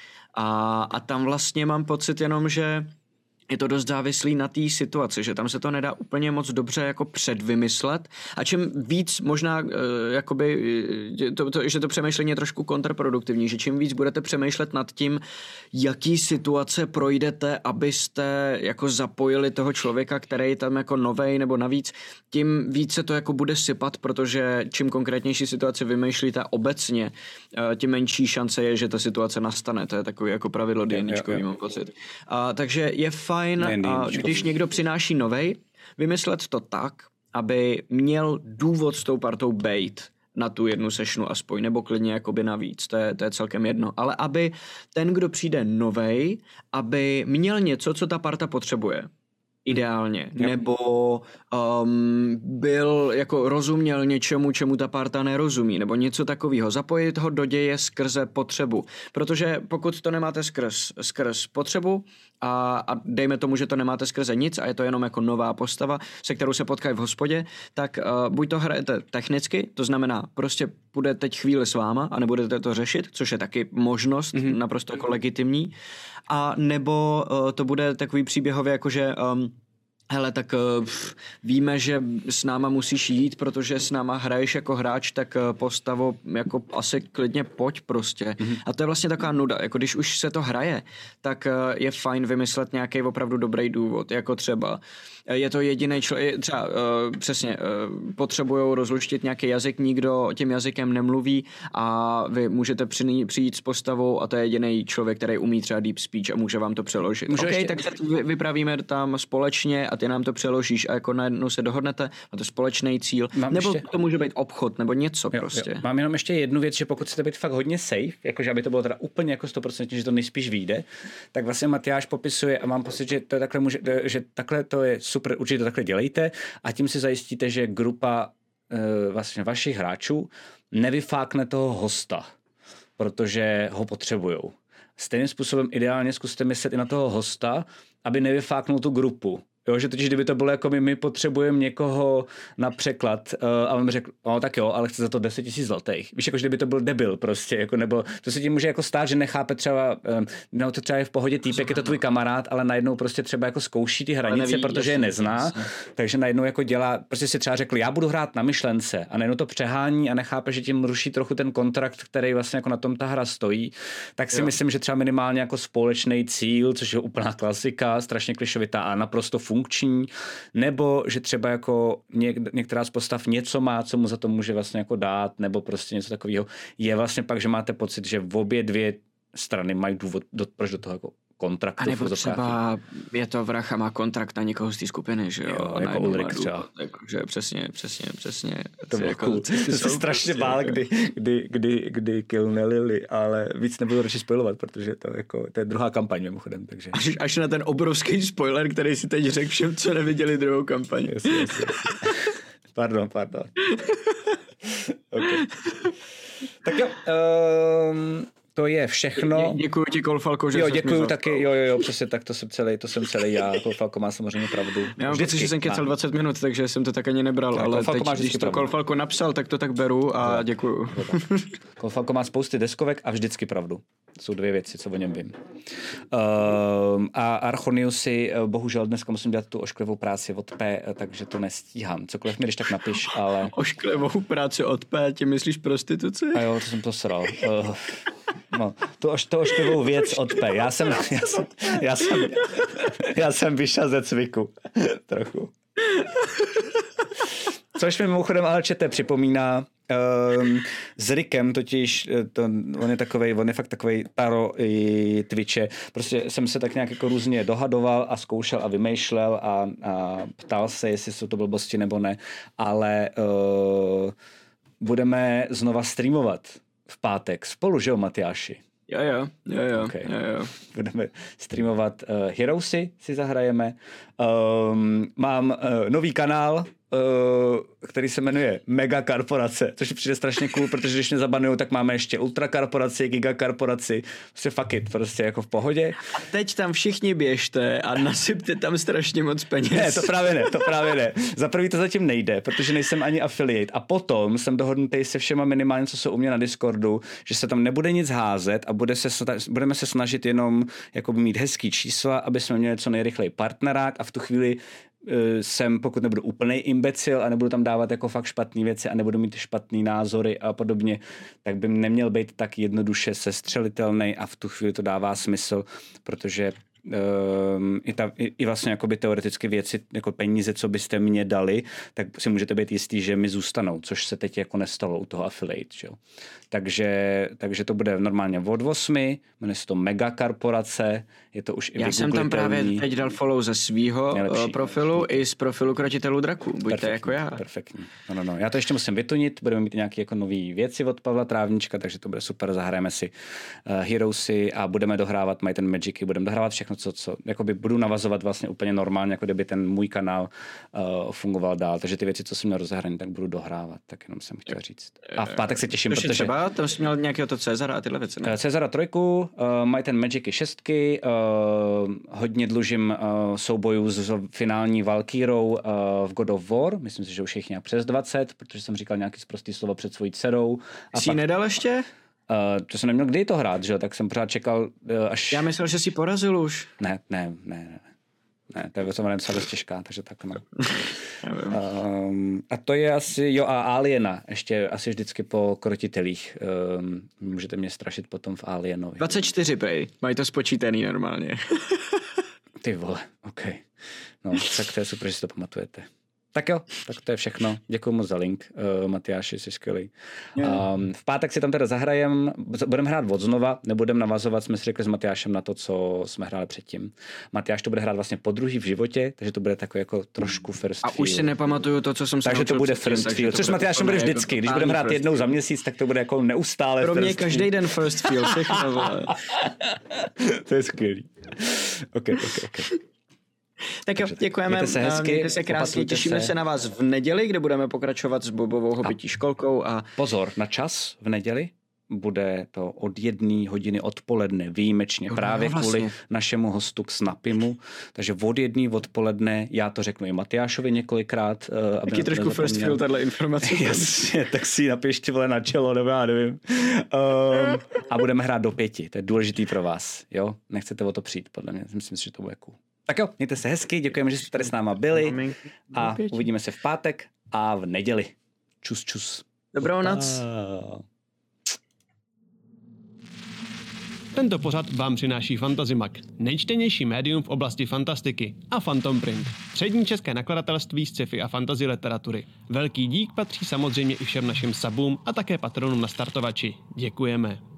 A, a tam vlastně mám pocit jenom, že je to dost závislý na té situaci, že tam se to nedá úplně moc dobře jako předvymyslet a čím víc možná, uh, jakoby, to, to, že to přemýšlení je trošku kontraproduktivní, že čím víc budete přemýšlet nad tím, jaký situace projdete, abyste jako zapojili toho člověka, který je tam jako novej nebo navíc, tím víc se to jako bude sypat, protože čím konkrétnější situaci vymýšlíte obecně, uh, tím menší šance je, že ta situace nastane. To je takový jako pravidlo D&Dčkový, mám pocit. Uh, takže je fajn, a když někdo přináší novej, vymyslet to tak, aby měl důvod s tou partou bejt na tu jednu sessionu aspoň, nebo klidně jakoby navíc, to je, to je celkem jedno. Ale aby ten, kdo přijde novej, aby měl něco, co ta parta potřebuje. Ideálně. Yep. Nebo um, byl, jako rozuměl něčemu, čemu ta parta nerozumí, nebo něco takového. Zapojit ho do děje skrze potřebu. Protože pokud to nemáte skrz, skrz potřebu a, a dejme tomu, že to nemáte skrze nic a je to jenom jako nová postava, se kterou se potkají v hospodě, tak uh, buď to hrajete technicky, to znamená prostě bude teď chvíli s váma a nebudete to řešit, což je taky možnost, mm-hmm. naprosto jako legitimní, a nebo uh, to bude takový příběhově, jakože um, hele, tak uh, víme, že s náma musíš jít, protože s náma hraješ jako hráč, tak uh, postavo jako asi klidně pojď prostě. Mm-hmm. A to je vlastně taková nuda, jako když už se to hraje, tak uh, je fajn vymyslet nějaký opravdu dobrý důvod, jako třeba je to jediný člověk, třeba uh, přesně uh, potřebujou rozluštit nějaký jazyk, nikdo tím jazykem nemluví a vy můžete při, přijít s postavou a to je jediný člověk, který umí třeba deep speech a může vám to přeložit. Může OK, ještě... tak vypravíme tam společně a ty nám to přeložíš a jako najednou se dohodnete a to je společný cíl. Mám nebo ještě... to může být obchod nebo něco jo, prostě. Jo. Mám jenom ještě jednu věc, že pokud chcete být fakt hodně safe, jakože aby to bylo teda úplně jako sto procent, že to nejspíš vyjde, tak vlastně Matyáš popisuje a mám pocit, že to takhle může, že takhle to je super, určitě to takhle dělejte a tím si zajistíte, že grupa e, vlastně vašich hráčů nevyfákne toho hosta, protože ho potřebujou. Stejným způsobem ideálně zkuste myslet i na toho hosta, aby nevyfáknul tu grupu. Jo, že totiž kdyby to bylo jako my, my potřebujeme někoho na překlad uh, a on řekl, no tak jo, ale chce za to deset tisíc zlatých. Víš, jako kdyby to byl debil prostě, jako nebo to se tím může jako stát, že nechápe třeba, um, no to třeba je v pohodě týpek, je to tvůj kamarád, ale najednou prostě třeba jako zkouší ty hranice, neví, protože je nezná, jasný. Takže najednou jako dělá, prostě si třeba řekl, já budu hrát na myšlence a najednou to přehání a nechápe, že tím ruší trochu ten kontrakt, který vlastně jako na tom ta hra stojí, tak si jo. myslím, že třeba minimálně jako společný cíl, což je úplná klasika, strašně klišovitá a naprosto funkční, nebo že třeba jako něk, některá z postav něco má, co mu za to může vlastně jako dát, nebo prostě něco takového. Je vlastně pak, že máte pocit, že v obě dvě strany mají důvod, do, proč do toho jako kontraktu. A nebo třeba je to vrah a má kontrakt na někoho z té skupiny, že jo? jo jako Ulrik třeba. Takže přesně, přesně, přesně. To bylo jako, cool. To se strašně bál, kdy, kdy, kdy, kdy killne Lily, ale víc nebudu radši spoilovat, protože to, jako, to je druhá kampaň mimochodem. Takže. Až, až na ten obrovský spoiler, který si teď řekl všem, co neviděli druhou kampaň. Yes, yes, yes. Pardon, pardon. Okay. Tak jo, um, to je všechno. Dě, děkuji ti, Kolfalko, že jo, děkuji taky, jo, jo, jo, přesně tak, to jsem celý, to jsem celý já, Kolfalko má samozřejmě pravdu. Já mám pocit, že jsem kecal dvacet minut, takže jsem to tak ani nebral, tak, ale teď, když to Kolfalko napsal, tak to tak beru a tak, děkuju. Kolfalko má spousty deskovek a vždycky pravdu. To jsou dvě věci, co o něm vím. Um, a Archoniusi, bohužel dneska musím dělat tu ošklivou práci od P, takže to nestíhám. Cokoliv mi když tak napiš, ale... Ošklivou práci od P, ti myslíš prostituci? A jo, to jsem posral. Uh, no, tu oš, to ošklivou věc od P. Já jsem, já jsem, já jsem, já jsem vyšel ze cviku. Trochu. Což mi mimochodem ale čete připomíná um, s Rickem, totiž to, on je takovej, on je fakt takovej taro i Twitche. Prostě jsem se tak nějak jako různě dohadoval a zkoušel a vymýšlel a, a ptal se, jestli jsou to blbosti nebo ne, ale uh, budeme znova streamovat v pátek spolu, že jo, Matyáši? Jo, jo, jo, jo, okay. jo, jo. Budeme streamovat uh, Heroesy, si zahrajeme. Um, mám uh, nový kanál, uh, který se jmenuje Mega Korporace, což mi přijde strašně cool, protože když mě zabanujou, tak máme ještě Ultra Korporaci, Giga Korporaci, prostě fuck it, prostě jako v pohodě. A teď tam všichni běžte a nasypte tam strašně moc peněz. Ne, to právě ne, to právě ne. Za prvý to zatím nejde, protože nejsem ani affiliate a potom jsem dohodnutý se všema minimálně, co jsou u mě na Discordu, že se tam nebude nic házet a bude se, budeme se snažit jenom jako mít hezký čísla, aby jsme měli co nejrychleji partnerák a v tu chvíli jsem, pokud nebudu úplnej imbecil a nebudu tam dávat jako fakt špatné věci a nebudu mít špatný názory a podobně, tak by neměl být tak jednoduše sestřelitelný a v tu chvíli to dává smysl, protože Um, i, ta, i, i vlastně jakoby teoreticky věci, jako peníze, co byste mě dali, tak si můžete být jistý, že mi zůstanou, což se teď jako nestalo u toho affiliate, že jo. Takže, takže to bude normálně od osmi, jmenuje se to Mega Korporace, je to už i Já jsem tam právě teď dal follow ze svýho Nejlepší. profilu i z profilu Krotitelů draků, buďte perfektní, jako já. Perfektní, no, no, no. Já to ještě musím vytunit, budeme mít nějaké jako nové věci od Pavla Trávnička, takže to bude super, zahrajeme si uh, Heroesy a budeme dohrávat Might and Magicy, budeme dohrávat všechno, co, co jakoby budu navazovat vlastně úplně normálně, jako kdyby ten můj kanál uh, fungoval dál, takže ty věci, co jsem měl rozehraný, tak budu dohrávat, tak jenom jsem chtěl říct. A v pátek se těším, protože... třeba, tam jsi měl nějakého to Cezara a tyhle věci, ne? Cezara trojku, uh, Might and Magicy šestky, uh, hodně dlužím uh, soubojů s finální Valkyrou uh, v God of War, myslím si, že už je jich nějak přes dvacet, protože jsem říkal nějaký sprostý slovo před svojí dcerou. A jsi pak... nedal ještě? Uh, to jsem neměl kdy to hrát, že? Tak jsem pořád čekal, uh, až... Já myslel, že jsi porazil už. Ne, ne, ne, ne. Ne, to je samozřejmě docela dost těžká, takže tak no. um, a to je asi, jo a Aliena, ještě asi vždycky po krotitelích. Um, můžete mě strašit potom v Alienovi. dvacet čtyři prej, mají to spočítaný normálně. Ty vole, ok. No, tak to je super, že si to pamatujete. Tak jo, tak to je všechno. Děkuji moc za link, uh, Matyáši, jsi skvělý. Um, v pátek si tam teda zahrajem, budeme hrát od znova, nebudeme navazovat, jsme si řekli s Matyášem na to, co jsme hráli předtím. Matyáš to bude hrát vlastně podruhý v životě, takže to bude takový jako trošku first A feel. už si nepamatuju to, co jsem se Takže to bude first feel, feel. Což s Matyášem bude vždycky. Když budeme hrát jednou za měsíc, tak to bude jako neustále pro mě každý den first feel, všechno. To je skvělý. Ok, ok, ok. Tak jo, děkujeme. Mějte se hezky, mějte se krásně, těšíme se. se na vás v neděli, kde budeme pokračovat s Bobovou hobití školkou. A pozor, na čas v neděli bude to od jedné hodiny odpoledne výjimečně jo, právě no vlastně. Kvůli našemu hostu k Snapimu. Takže od jedné odpoledne, já to řeknu i Matyášovi několikrát. Aby taky trošku first feel tahle informace. Jasně, tak si napiš ty vole na čelo, nebo já nevím. Um, a budeme hrát do pěti, to je důležitý pro vás. Jo, nechcete o to přijít, podle mě. Myslím si, že to bude cool. Tak jo, mějte se hezky, děkujeme, že jste tady s náma byli a uvidíme se v pátek a v neděli. Čus, čus. Dobrou noc. Tento pořad vám přináší Fantazimak, nejčtenější médium v oblasti fantastiky, a Phantom Print, přední české nakladatelství z sci-fi a fantasy literatury. Velký dík patří samozřejmě i všem našim subům a také patronům na startovači. Děkujeme.